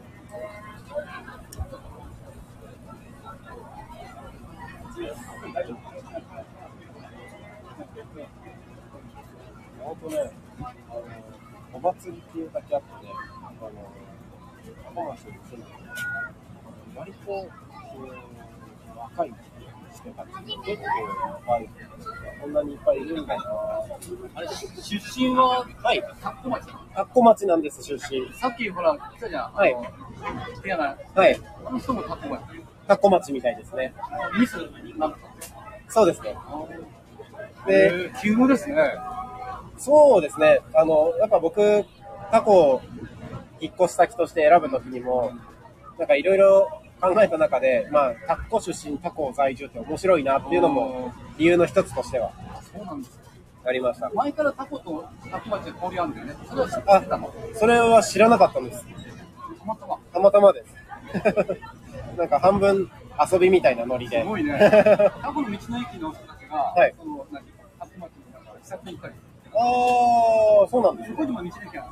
本当ね、お祭りっていうだけあってね、浜松に住んでる割と、若い人たちが結構若い人たちが本んなにいっぱいいるんだな。 あれ、出身は、 はい。 田子町。 田子町なんです、出身。 さっきほら、来たじゃん。 はい。 部屋が。 はい。 あの人も田子町。 田子町みたいですね。 ミスなんそうですね。で、 急務ですね。 そうですね。やっぱ僕、他校引っ越し先として選ぶときにも、なんかいろいろ考えた中で、まあ、他校出身、他校在住って面白いなっていうのも理由の一つとしてはそうなんですよ。 ありました。 前からタコとタコ町で交流あるんだよね。それは知ってたの？ それは知らなかったんです。 たまたま。 たまたまです。なんか半分遊びみたいなノリで。 すごいね。タコの道の駅の人たちが、 はい、 そのタコ町に視察に行ったり。 ああ、そうなんです、ね。 そこにも道の駅ある。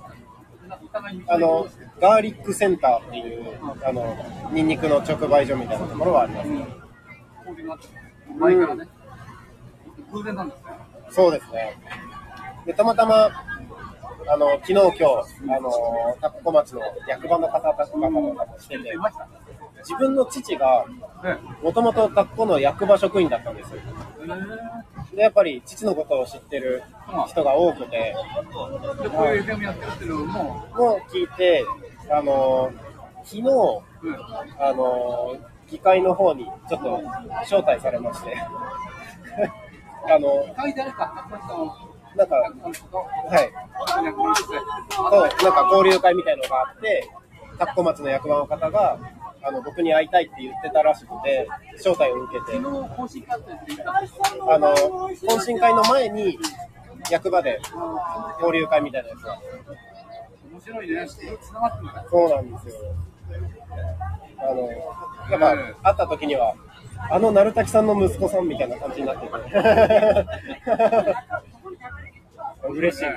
ガーリックセンターっていう、ニンニクの直売所みたいなところはあります。 前からね。偶然なんですね。 そうですね。で、たまたま、昨日、今日、田子町の役場の方々とかもしてて、自分の父が、もともと田子の役場職員だったんですよ。で、やっぱり父のことを知ってる人が多くて、 で、こういう FM やってるっていうのも聞いて、昨日、議会の方にちょっと招待されまして、 書いてあるか、 なんか、はい。そう、なんか交流会みたいなのがあって、田子町の役場の方が、僕に会いたいって言ってたらしくて、招待を受けて、懇親会の前に役場で交流会みたいなやつが。 面白いね、繋がってる。 そうなんですよ。やっぱ、会った時には、鳴滝さんの息子さんみたいな感じになってて、嬉しいです。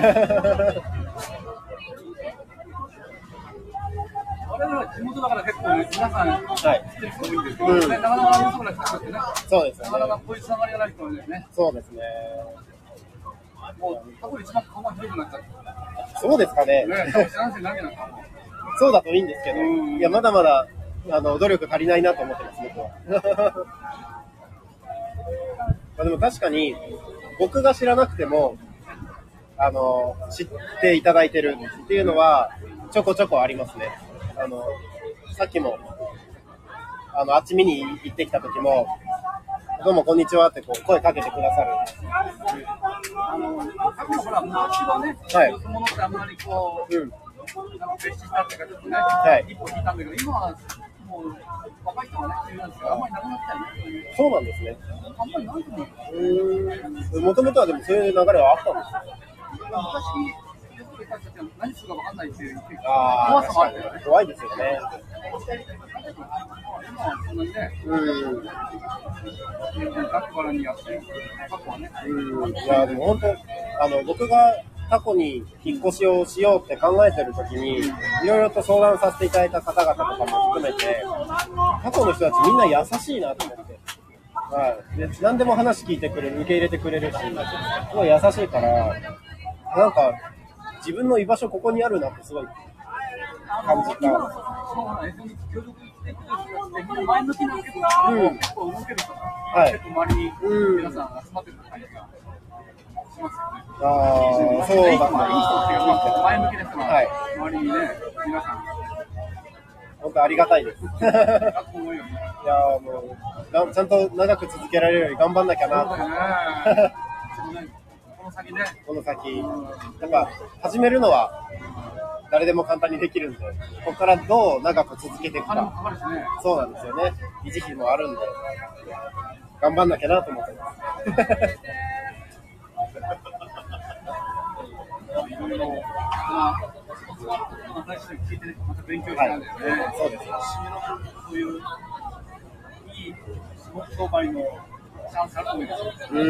我々は地元だから結構ね、皆さん知ってる人多いんですけど、なかなかよそから来た人ってね、 そうですね。 なかなかこういうつながりがない人ですね。 そうですね。 もう、過去一番顔が広くなっちゃった。 そうですかね。そうだといいんですけど、いや、まだまだ、努力足りないなと思ってます、僕は。でも確かに、僕が知らなくても、知っていただいてるっていうのは、ちょこちょこありますね。さっきも、あっち見に行ってきた時も、どうもこんにちはってこう声かけてくださる。 ほら、昔はね、そういうものってあんまりこう、別紙したっていうか、ちょっとね、一歩引いたんだけど、今はもう、若い人がね、いるんですけど、あんまりなくなったよね。 そうなんですね。 あんまりないと思う。 もともとはでもそういう流れはあったんですか？ 昔、何するか分かんないっていう怖さもあるよね。怖いですよね。 今はそんなにね、学からにやって、過去はね。 いや、でも本当、僕が過去に引っ越しをしようって考えてるときに、いろいろと相談させていただいた方々とかも含めて、過去の人たちみんな優しいなと思って。はい。で、何でも話聞いてくれる、受け入れてくれるし、すごい優しいから、なんか、自分の居場所ここにあるなってすごい感じた。 前向きな結構動ける人が、結構周りに皆さん集まってる感じがしますよね。 そうだね。 いい人っていうか、前向きな人が周りにね、皆さん。 本当ありがたいです。いやもうちゃんと長く続けられるように頑張んなきゃなと。この先、やっぱ始めるのは誰でも簡単にできるんで、ここからどう長く続けていくか。そうなんですよね。維持費もあるんで、頑張んなきゃなと思ってます。 いろいろ、また聞いてまた勉強したんだよね。 そうです。 そういういい仕事商売のチャンスあると思います。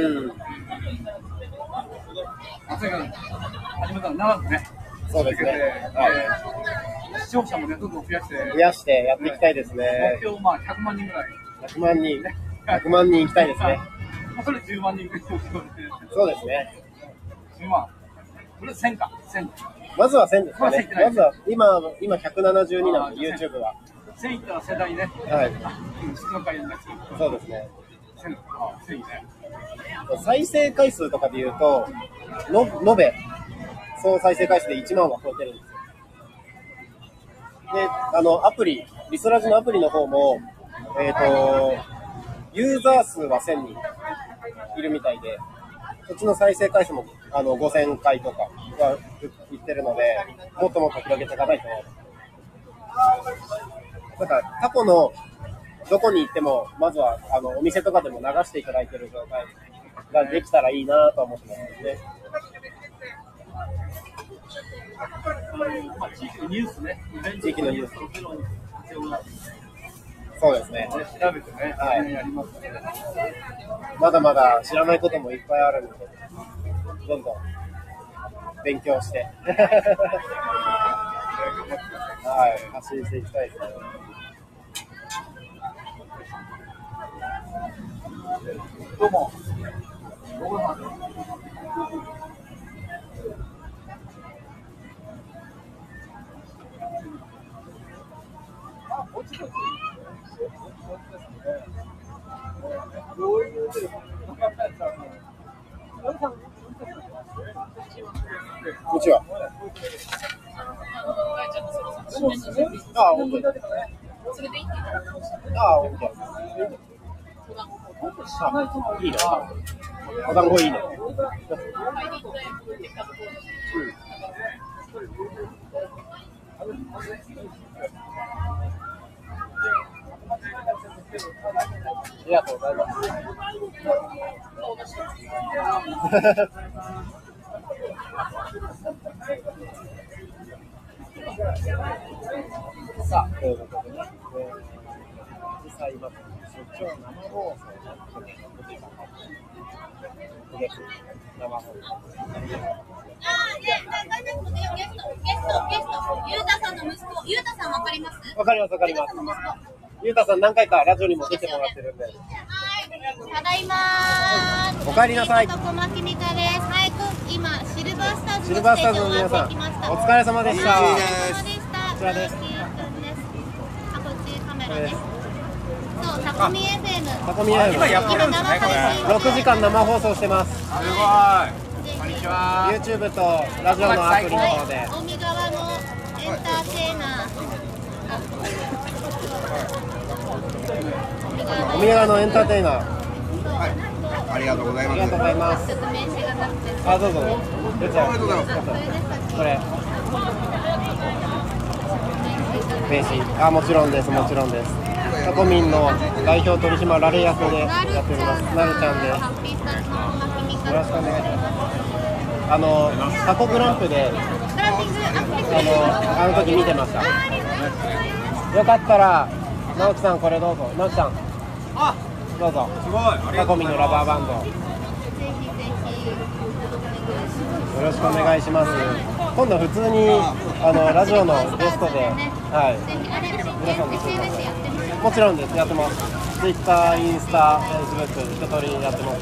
朝から始めたら長くね。 そうですね。 視聴者もね、どんどん増やしてやっていきたいですね。 目標まあ100万人ぐらい。 100万人ね。100万人いきたいですね。 それ10万人ぐらい。 そうですね。 10万。これ1000か。1000。 まずは1000ですかね。まずは今172なんで YouTube は。 1000いったら世代ね。 はい。 質の会になってそうですね。 再生回数とかで言うと、延べ、総再生回数で1万は超えてるんですよ。で、アプリ、リスラジのアプリの方も、ユーザー数は1000人いるみたいで、そっちの再生回数も5000回とかは言ってるので、もっともっと広げていかないと。だから、過去のどこに行っても、まずはお店とかでも流していただいている状態ができたらいいなと思ってますね。 地域のニュースね。 地域のニュース。そうですね。 調べてね、 はい。 やりますね。 まだまだ知らないこともいっぱいあるので、どんどん勉強して、はい、発信していきたいですね。 どうも。 こんにちは。ああ、本当に。ああ、本当に。いいね。お団子いいね。ありがとうございます。さあ、ということでね、実際今、出張生放送生放送。 ゆうたさんの息子、ゆうたさんわかります？ わかります、わかります。ゆうたさん何回かラジオにも出てもらってるんで。 ただいまー。 お帰りなさい。 とこまきみかです。はい、今シルバースターズシルバースターズの皆さん、お疲れ様でした。 お疲れ様でした。 こちらです。 あ、こっちカメラです。そう、タコミ FM。 タコミ FM。 今やってるんですね、これ。 6時間生放送してます。 すごい。こんにちは。 YouTube とラジオのアプリの方で。 海側のエンターテイナー。 お宮川のエンターテイナー。 ありがとうございます。 ありがとうございます。 ちょっと名刺がなくて。 あ、どうぞ。 ありがとうございます。 これ。名刺。あ、もちろんです、もちろんです。タコミンの代表取締役でやっております。なるちゃんです。よろしくお願いします。タコグランプで、あの時見てました。よかったら、直樹さんこれどうぞ。直樹さん。あ、どうぞ。 すごい。 タコミンのラバーバンド。よろしくお願いします。今度普通にラジオのゲストで、はい。皆さんでもちろんです。やってます。Twitter、インスタ、Facebook 一通りやってます。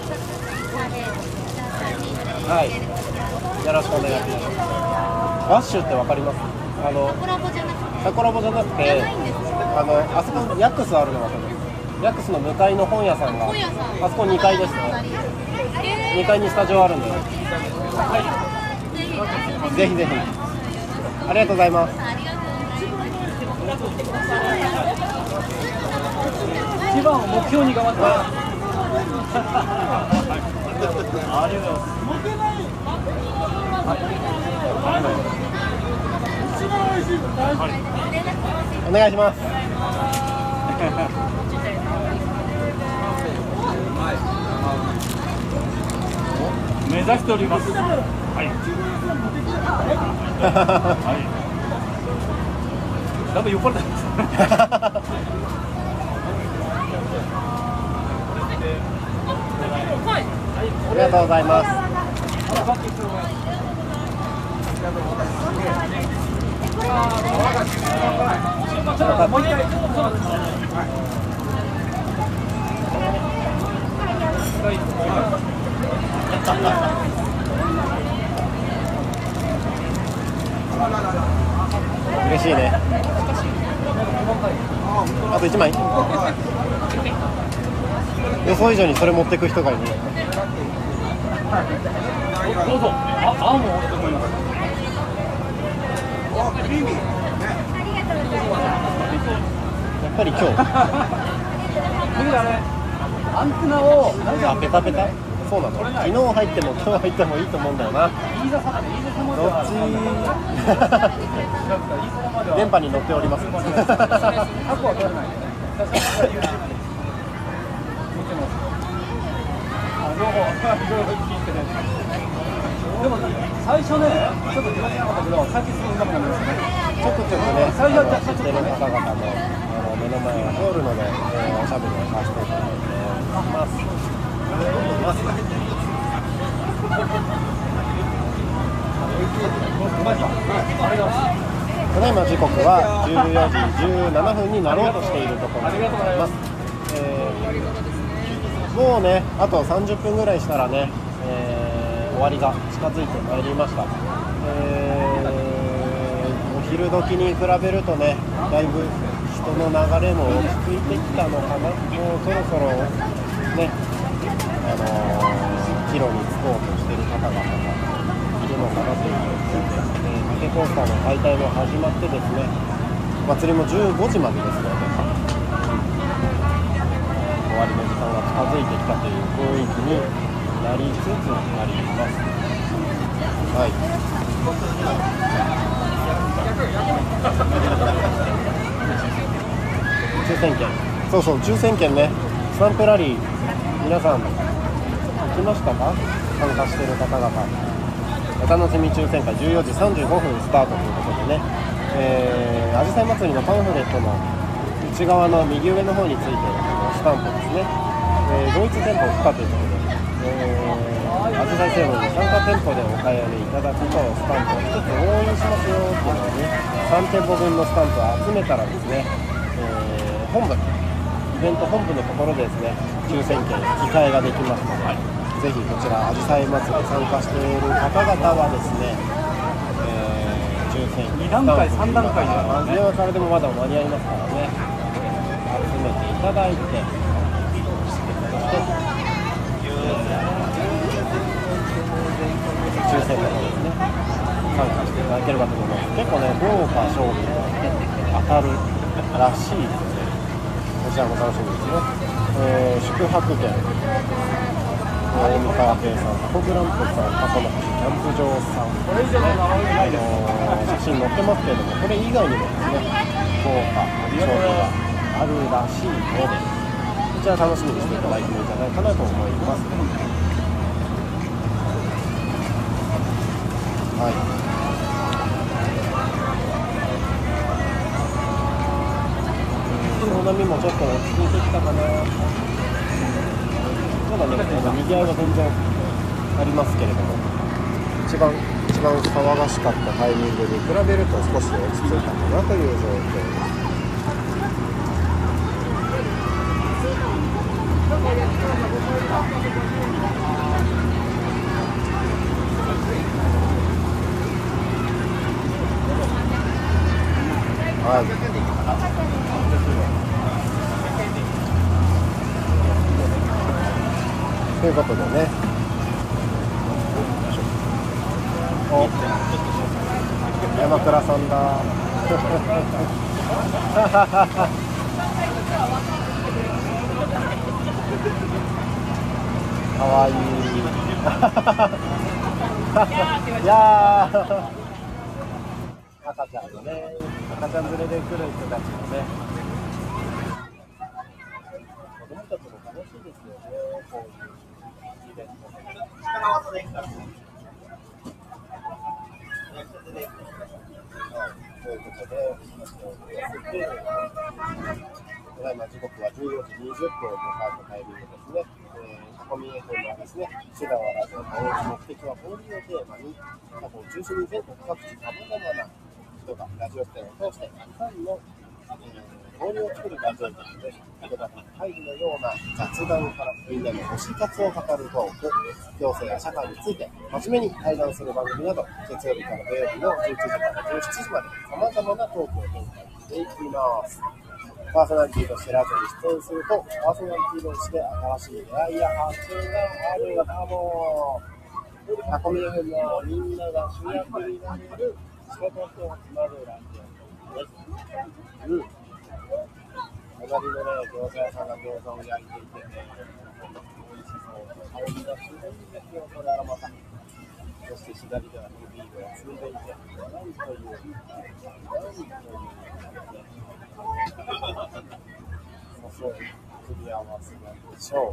はい。よろしくお願いします。ワッシュってわかります？タコラボじゃなくて、あそこヤックスあるのわかります？ヤックスの向かいの本屋さんが、あそこ2階ですね。2階にスタジオあるんで。ぜひぜひ。ありがとうございます。 一番を目標に頑張ってます。ありがとうございます。 お願いします。 目指しております。はい。はい。だいぶ酔っ払ってます。 ありがとうございます。嬉しいね。あと1枚。 予想以上にそれ持ってく人がいる。 どうぞ。青も多いと思います。 やっぱり今日僕あれアンテナをペタペタ。そうなの。昨日入っても今日入ってもいいと思うんだよな。どっち電波に乗っております。 過去は取れない。両方聞いてね。でも最初ね、ちょっと気持ちなかったけど、最近すごい上手くなりましたね。 ちょっとね、知ってる方々の目の前が通るので、おしゃべりをさせていただいてます。ただいま時刻は14時17分になろうとしているところでございます。もうね、あと30分ぐらいしたらね、終わりが近づいてまいりました。お昼時に比べるとね、だいぶ人の流れも落ち着いてきたのかな。もうそろそろね、帰路に着こうとしている方々がいるのかなということで、竹コースターの解体も始まってですね、祭りも15時までですので、終わりの時間が近づいてきたという雰囲気になりつつあります。はい。抽選券、そうそう、抽選券ね、スタンプラリー、皆さん、来ましたか？参加している方々。お楽しみ抽選会、14時35分スタートということでね、あじさい祭りのパンフレットの内側の右上の方についているスタンプですね、同一店舗不可ということで、あじさいセールの参加店舗でお買い上げいただくと、スタンプを1つ応援しますよっていうのをね、3店舗分のスタンプを集めたらですね、本部、イベント本部のところでですね、抽選券、引き換えができますので、ぜひこちら、あじさい祭り参加している方々はですね、抽選2段階、3段階電話からでもまだ間に合いますからね、集めていただいて、抽選の方ですね、参加していただければと思います。結構ね、豪華商品が当たるらしいので、こちらも楽しみですね。宿泊券、大三川亭さん、タコグランプさん、タコの橋キャンプ場さん、写真載ってますけれども、これ以外にもですね、豪華商品があるらしいので、こちら楽しみにしていただいてもいいんじゃないかなと思います。はい。人の波もちょっと落ち着いてきたかな。まだね、にぎわいは全然ありますけれども、一番騒がしかったタイミングに比べると少し落ち着いたかなという状況です。はい。ということでね、お、山倉さんだ。かわいい。いやー、赤ちゃんのね、赤ちゃん連れで来る人たちのね、子供たちも楽しいですよね、こういうイベント。ということで、ただいま時刻は14時20分を迎えたタイミングですね。タコミ FM はですね、シダワラジオの目的は交流をテーマに、タコを中心に全国各地さまざまな人がラジオ出演を通して、たくさんの交流を作るラジオですので、人々の会議のような雑談からみんなの推し活を語るトーク、行政や社会について真面目に対談する番組など、月曜日から土曜日の11時から17時まで様々なトークを展開していきます。 パーソナリティとしてラジオに出演すると、パーソナリティ同士で新しい出会いや発見があるかも。タコミ FM はみんなが主役になれる仕事とつなぐラジオです。隣のね、餃子屋さんが餃子を焼いていてね、美味しそう。香りがすごいんですよ、これがまた。そして左ではビールがついていて、なんというそう組み合わせなんでしょう。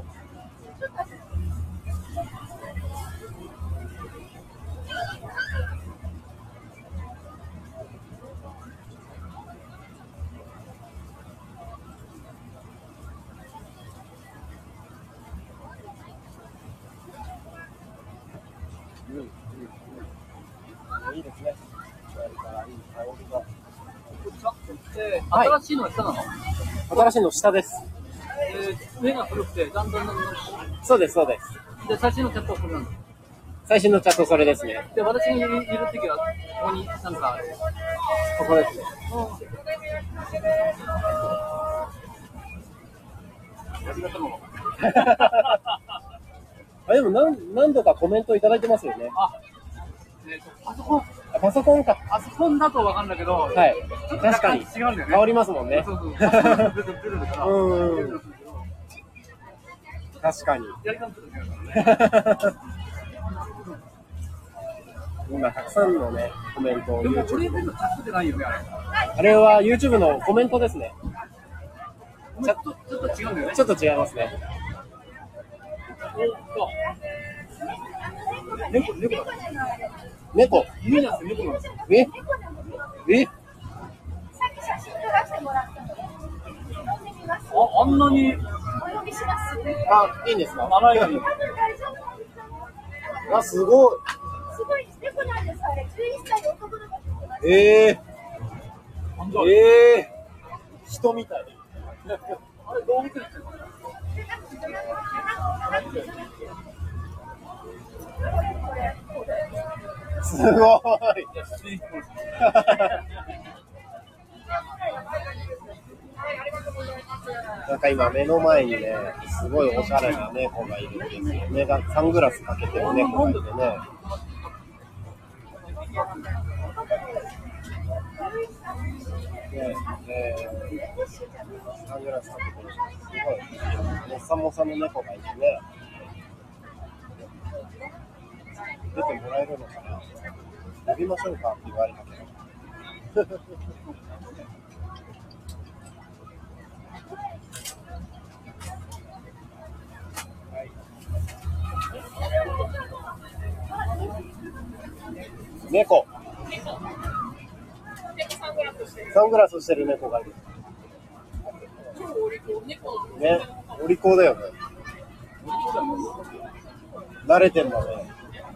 いいですね。左からいい香りが。 新しいのは下なの？ 新しいの下です。 上が古くてだんだんそうです、そうです。 で、最新のチャットはそれなんだ。 最新のチャットそれですね。 で、私がいるときは、ここになんか、 ここですね。あ、でも何度かコメントいただいてますよね。 パソコン。 パソコンか。 パソコンだとわかんないけど、 はい。確かに。 違うんだよね。 変わりますもんね。 そうそう。 確かに。今たくさんのね、コメントを YouTube で。あれは YouTube のコメントですね。 ちょっと違うんだよね。 ちょっと違いますね。猫。 あんなに。 あ、いいんですか？ 長いのに。 あ、すごい。 すごい猫なんです、あれ。11歳の男の子。 人みたい。 あれ、動物園ってすごい。なんか今目の前にね、すごいおしゃれな猫がいるんですよ。目がサングラスかけてる猫がいてね。サングラスかけてる。すごい。もさもさの猫がいてね。出てもらえるのかな？呼びましょうかって言われたけど。猫。サングラスしてる猫がいる。ね、お利口だよね。慣れてんだね。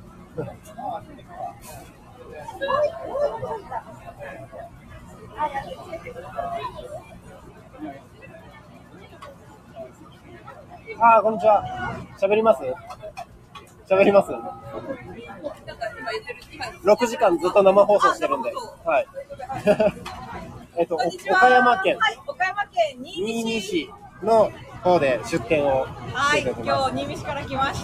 あー、こんにちは。喋ります？喋ります？ 6時間ずっと生放送してるんで。はい。岡山県。 はい、岡山県新見市の方で出店を。 はい、今日新見市から来ました。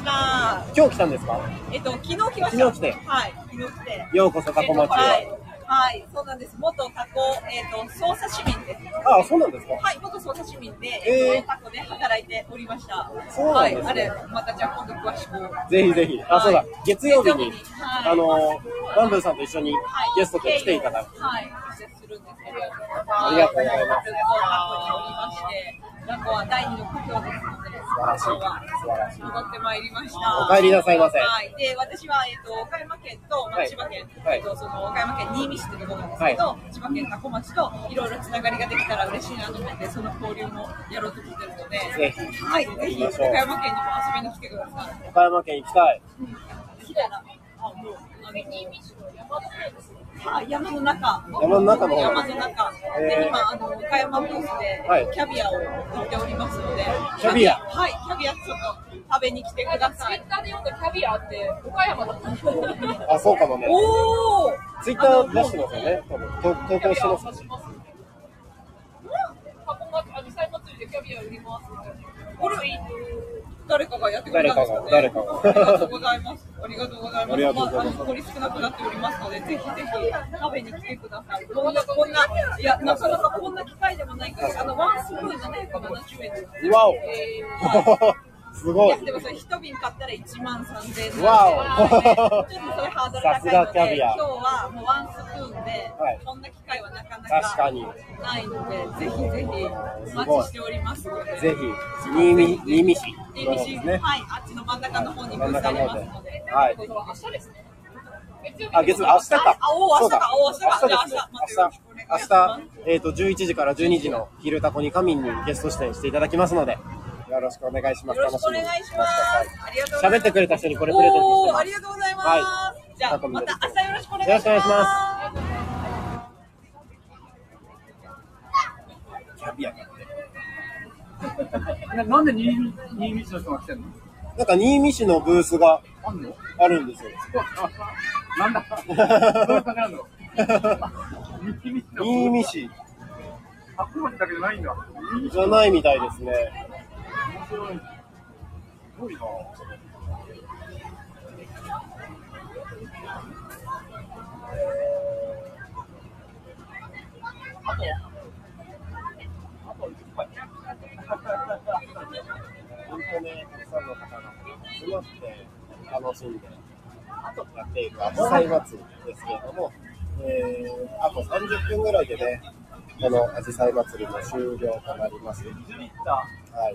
今日来たんですか？ 昨日来ました。 昨日来て。 はい、昨日来て。 ようこそタコ町へ。 はい、そうなんです。元タコ、捜査市民です。 あ、そうなんですか？ はい、元捜査市民で、タコで働いておりました。 そうなんですね。 はい、あれ、またじゃあ今度詳しく。 ぜひぜひ。あ、そうだ。月曜日に、バンブーさんと一緒にゲストで来ていただく。 はい、するんですけど。 ありがとうございます。 タコにおりまして、タコは第二の故郷ですので、 素晴らしい。素晴らしい。 戻ってまいりました。 お帰りなさいませ。 はい。で、私は、岡山県と、千葉県、その岡山県新見市ってところなんですけど、千葉県多古町といろいろつながりができたら嬉しいなと思って、その交流もやろうと思ってるので、 ぜひ、 はい、ぜひ岡山県にも遊びに来てください。 岡山県行きたい。 綺麗な、もう、新見市の山の方ですね。山の中。 山の中の方。 山の中。で、今、岡山ブースで、キャビアを売っておりますので。 キャビア。 はい、キャビアちょっと食べに来てください。ツイッターで読んだキャビアって岡山だったんですよ。 あ、そうかもね。 おー。 ツイッター出してますよね。投稿してます。 ア売ります。これ誰かがやってくれたんですかね。 誰かが。 ありがとうございます。ありがとうございます。 ありがとうございます。 残り少なくなっておりますので、ぜひぜひ食べに来てください。こんな、いや、なかなかこんな機会でもないから、ワンスプーン770円です。 わおすごい。 いや、でもそれ一瓶買ったら13000円。 わおちょっとそれハードル高いので、 さすがキャビア今日はもうワンスプーンで、こんな機会はなかなかないので、ぜひぜひお待ちしておりますので。 ぜひ、新見市。 新見市、はい、あっちの真ん中の方にブースありますので。 はい。 明日ですね。 あ、月曜、明日か。 明日か。 明日、11時から12時の昼タコに仮眠にゲスト出演していただきますので、よろしくお願いします。 よろしくお願いします。ありがとうございます。 喋ってくれた人にこれプレゼントしてます。 ありがとうございます。 はい。 じゃあ、また明日よろしくお願いします。 よろしくお願いします。キャビアなんで新見市の人が来てんの？ なんか新見市のブースがあるんですよ。 なんだ新見市。 あ、ここだけじゃないんだ。 じゃないみたいですね。 面白い。すごいな。 本当ね、たくさんの方が集まって楽しんでやっているあじさい祭りですけれども、あと30分ぐらいでね、このあじさい祭りも終了となります。はい、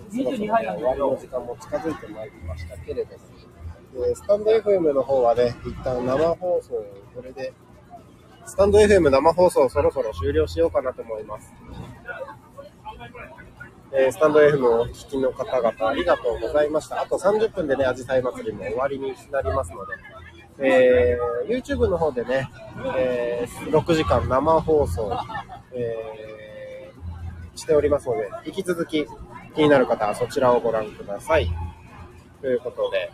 そろそろ、ね、終わりの時間も近づいてまいりましたけれども、スタンド FM の方はね、一旦生放送、これでスタンド FM 生放送をそろそろ終了しようかなと思います。スタンド FM をお聞きの方々ありがとうございました。あと30分でね、あじさい祭りも終わりになりますので、YouTube の方でね、6時間生放送、しておりますので、引き続き気になる方はそちらをご覧ください。ということで、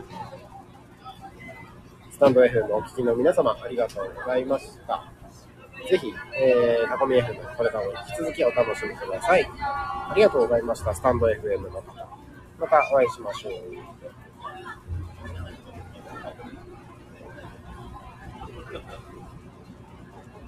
スタンド FM をお聞きの皆様ありがとうございました。ぜひ、タコミ FM これからも引き続きお楽しみください。ありがとうございました。スタンド FM の方。またお会いしましょう。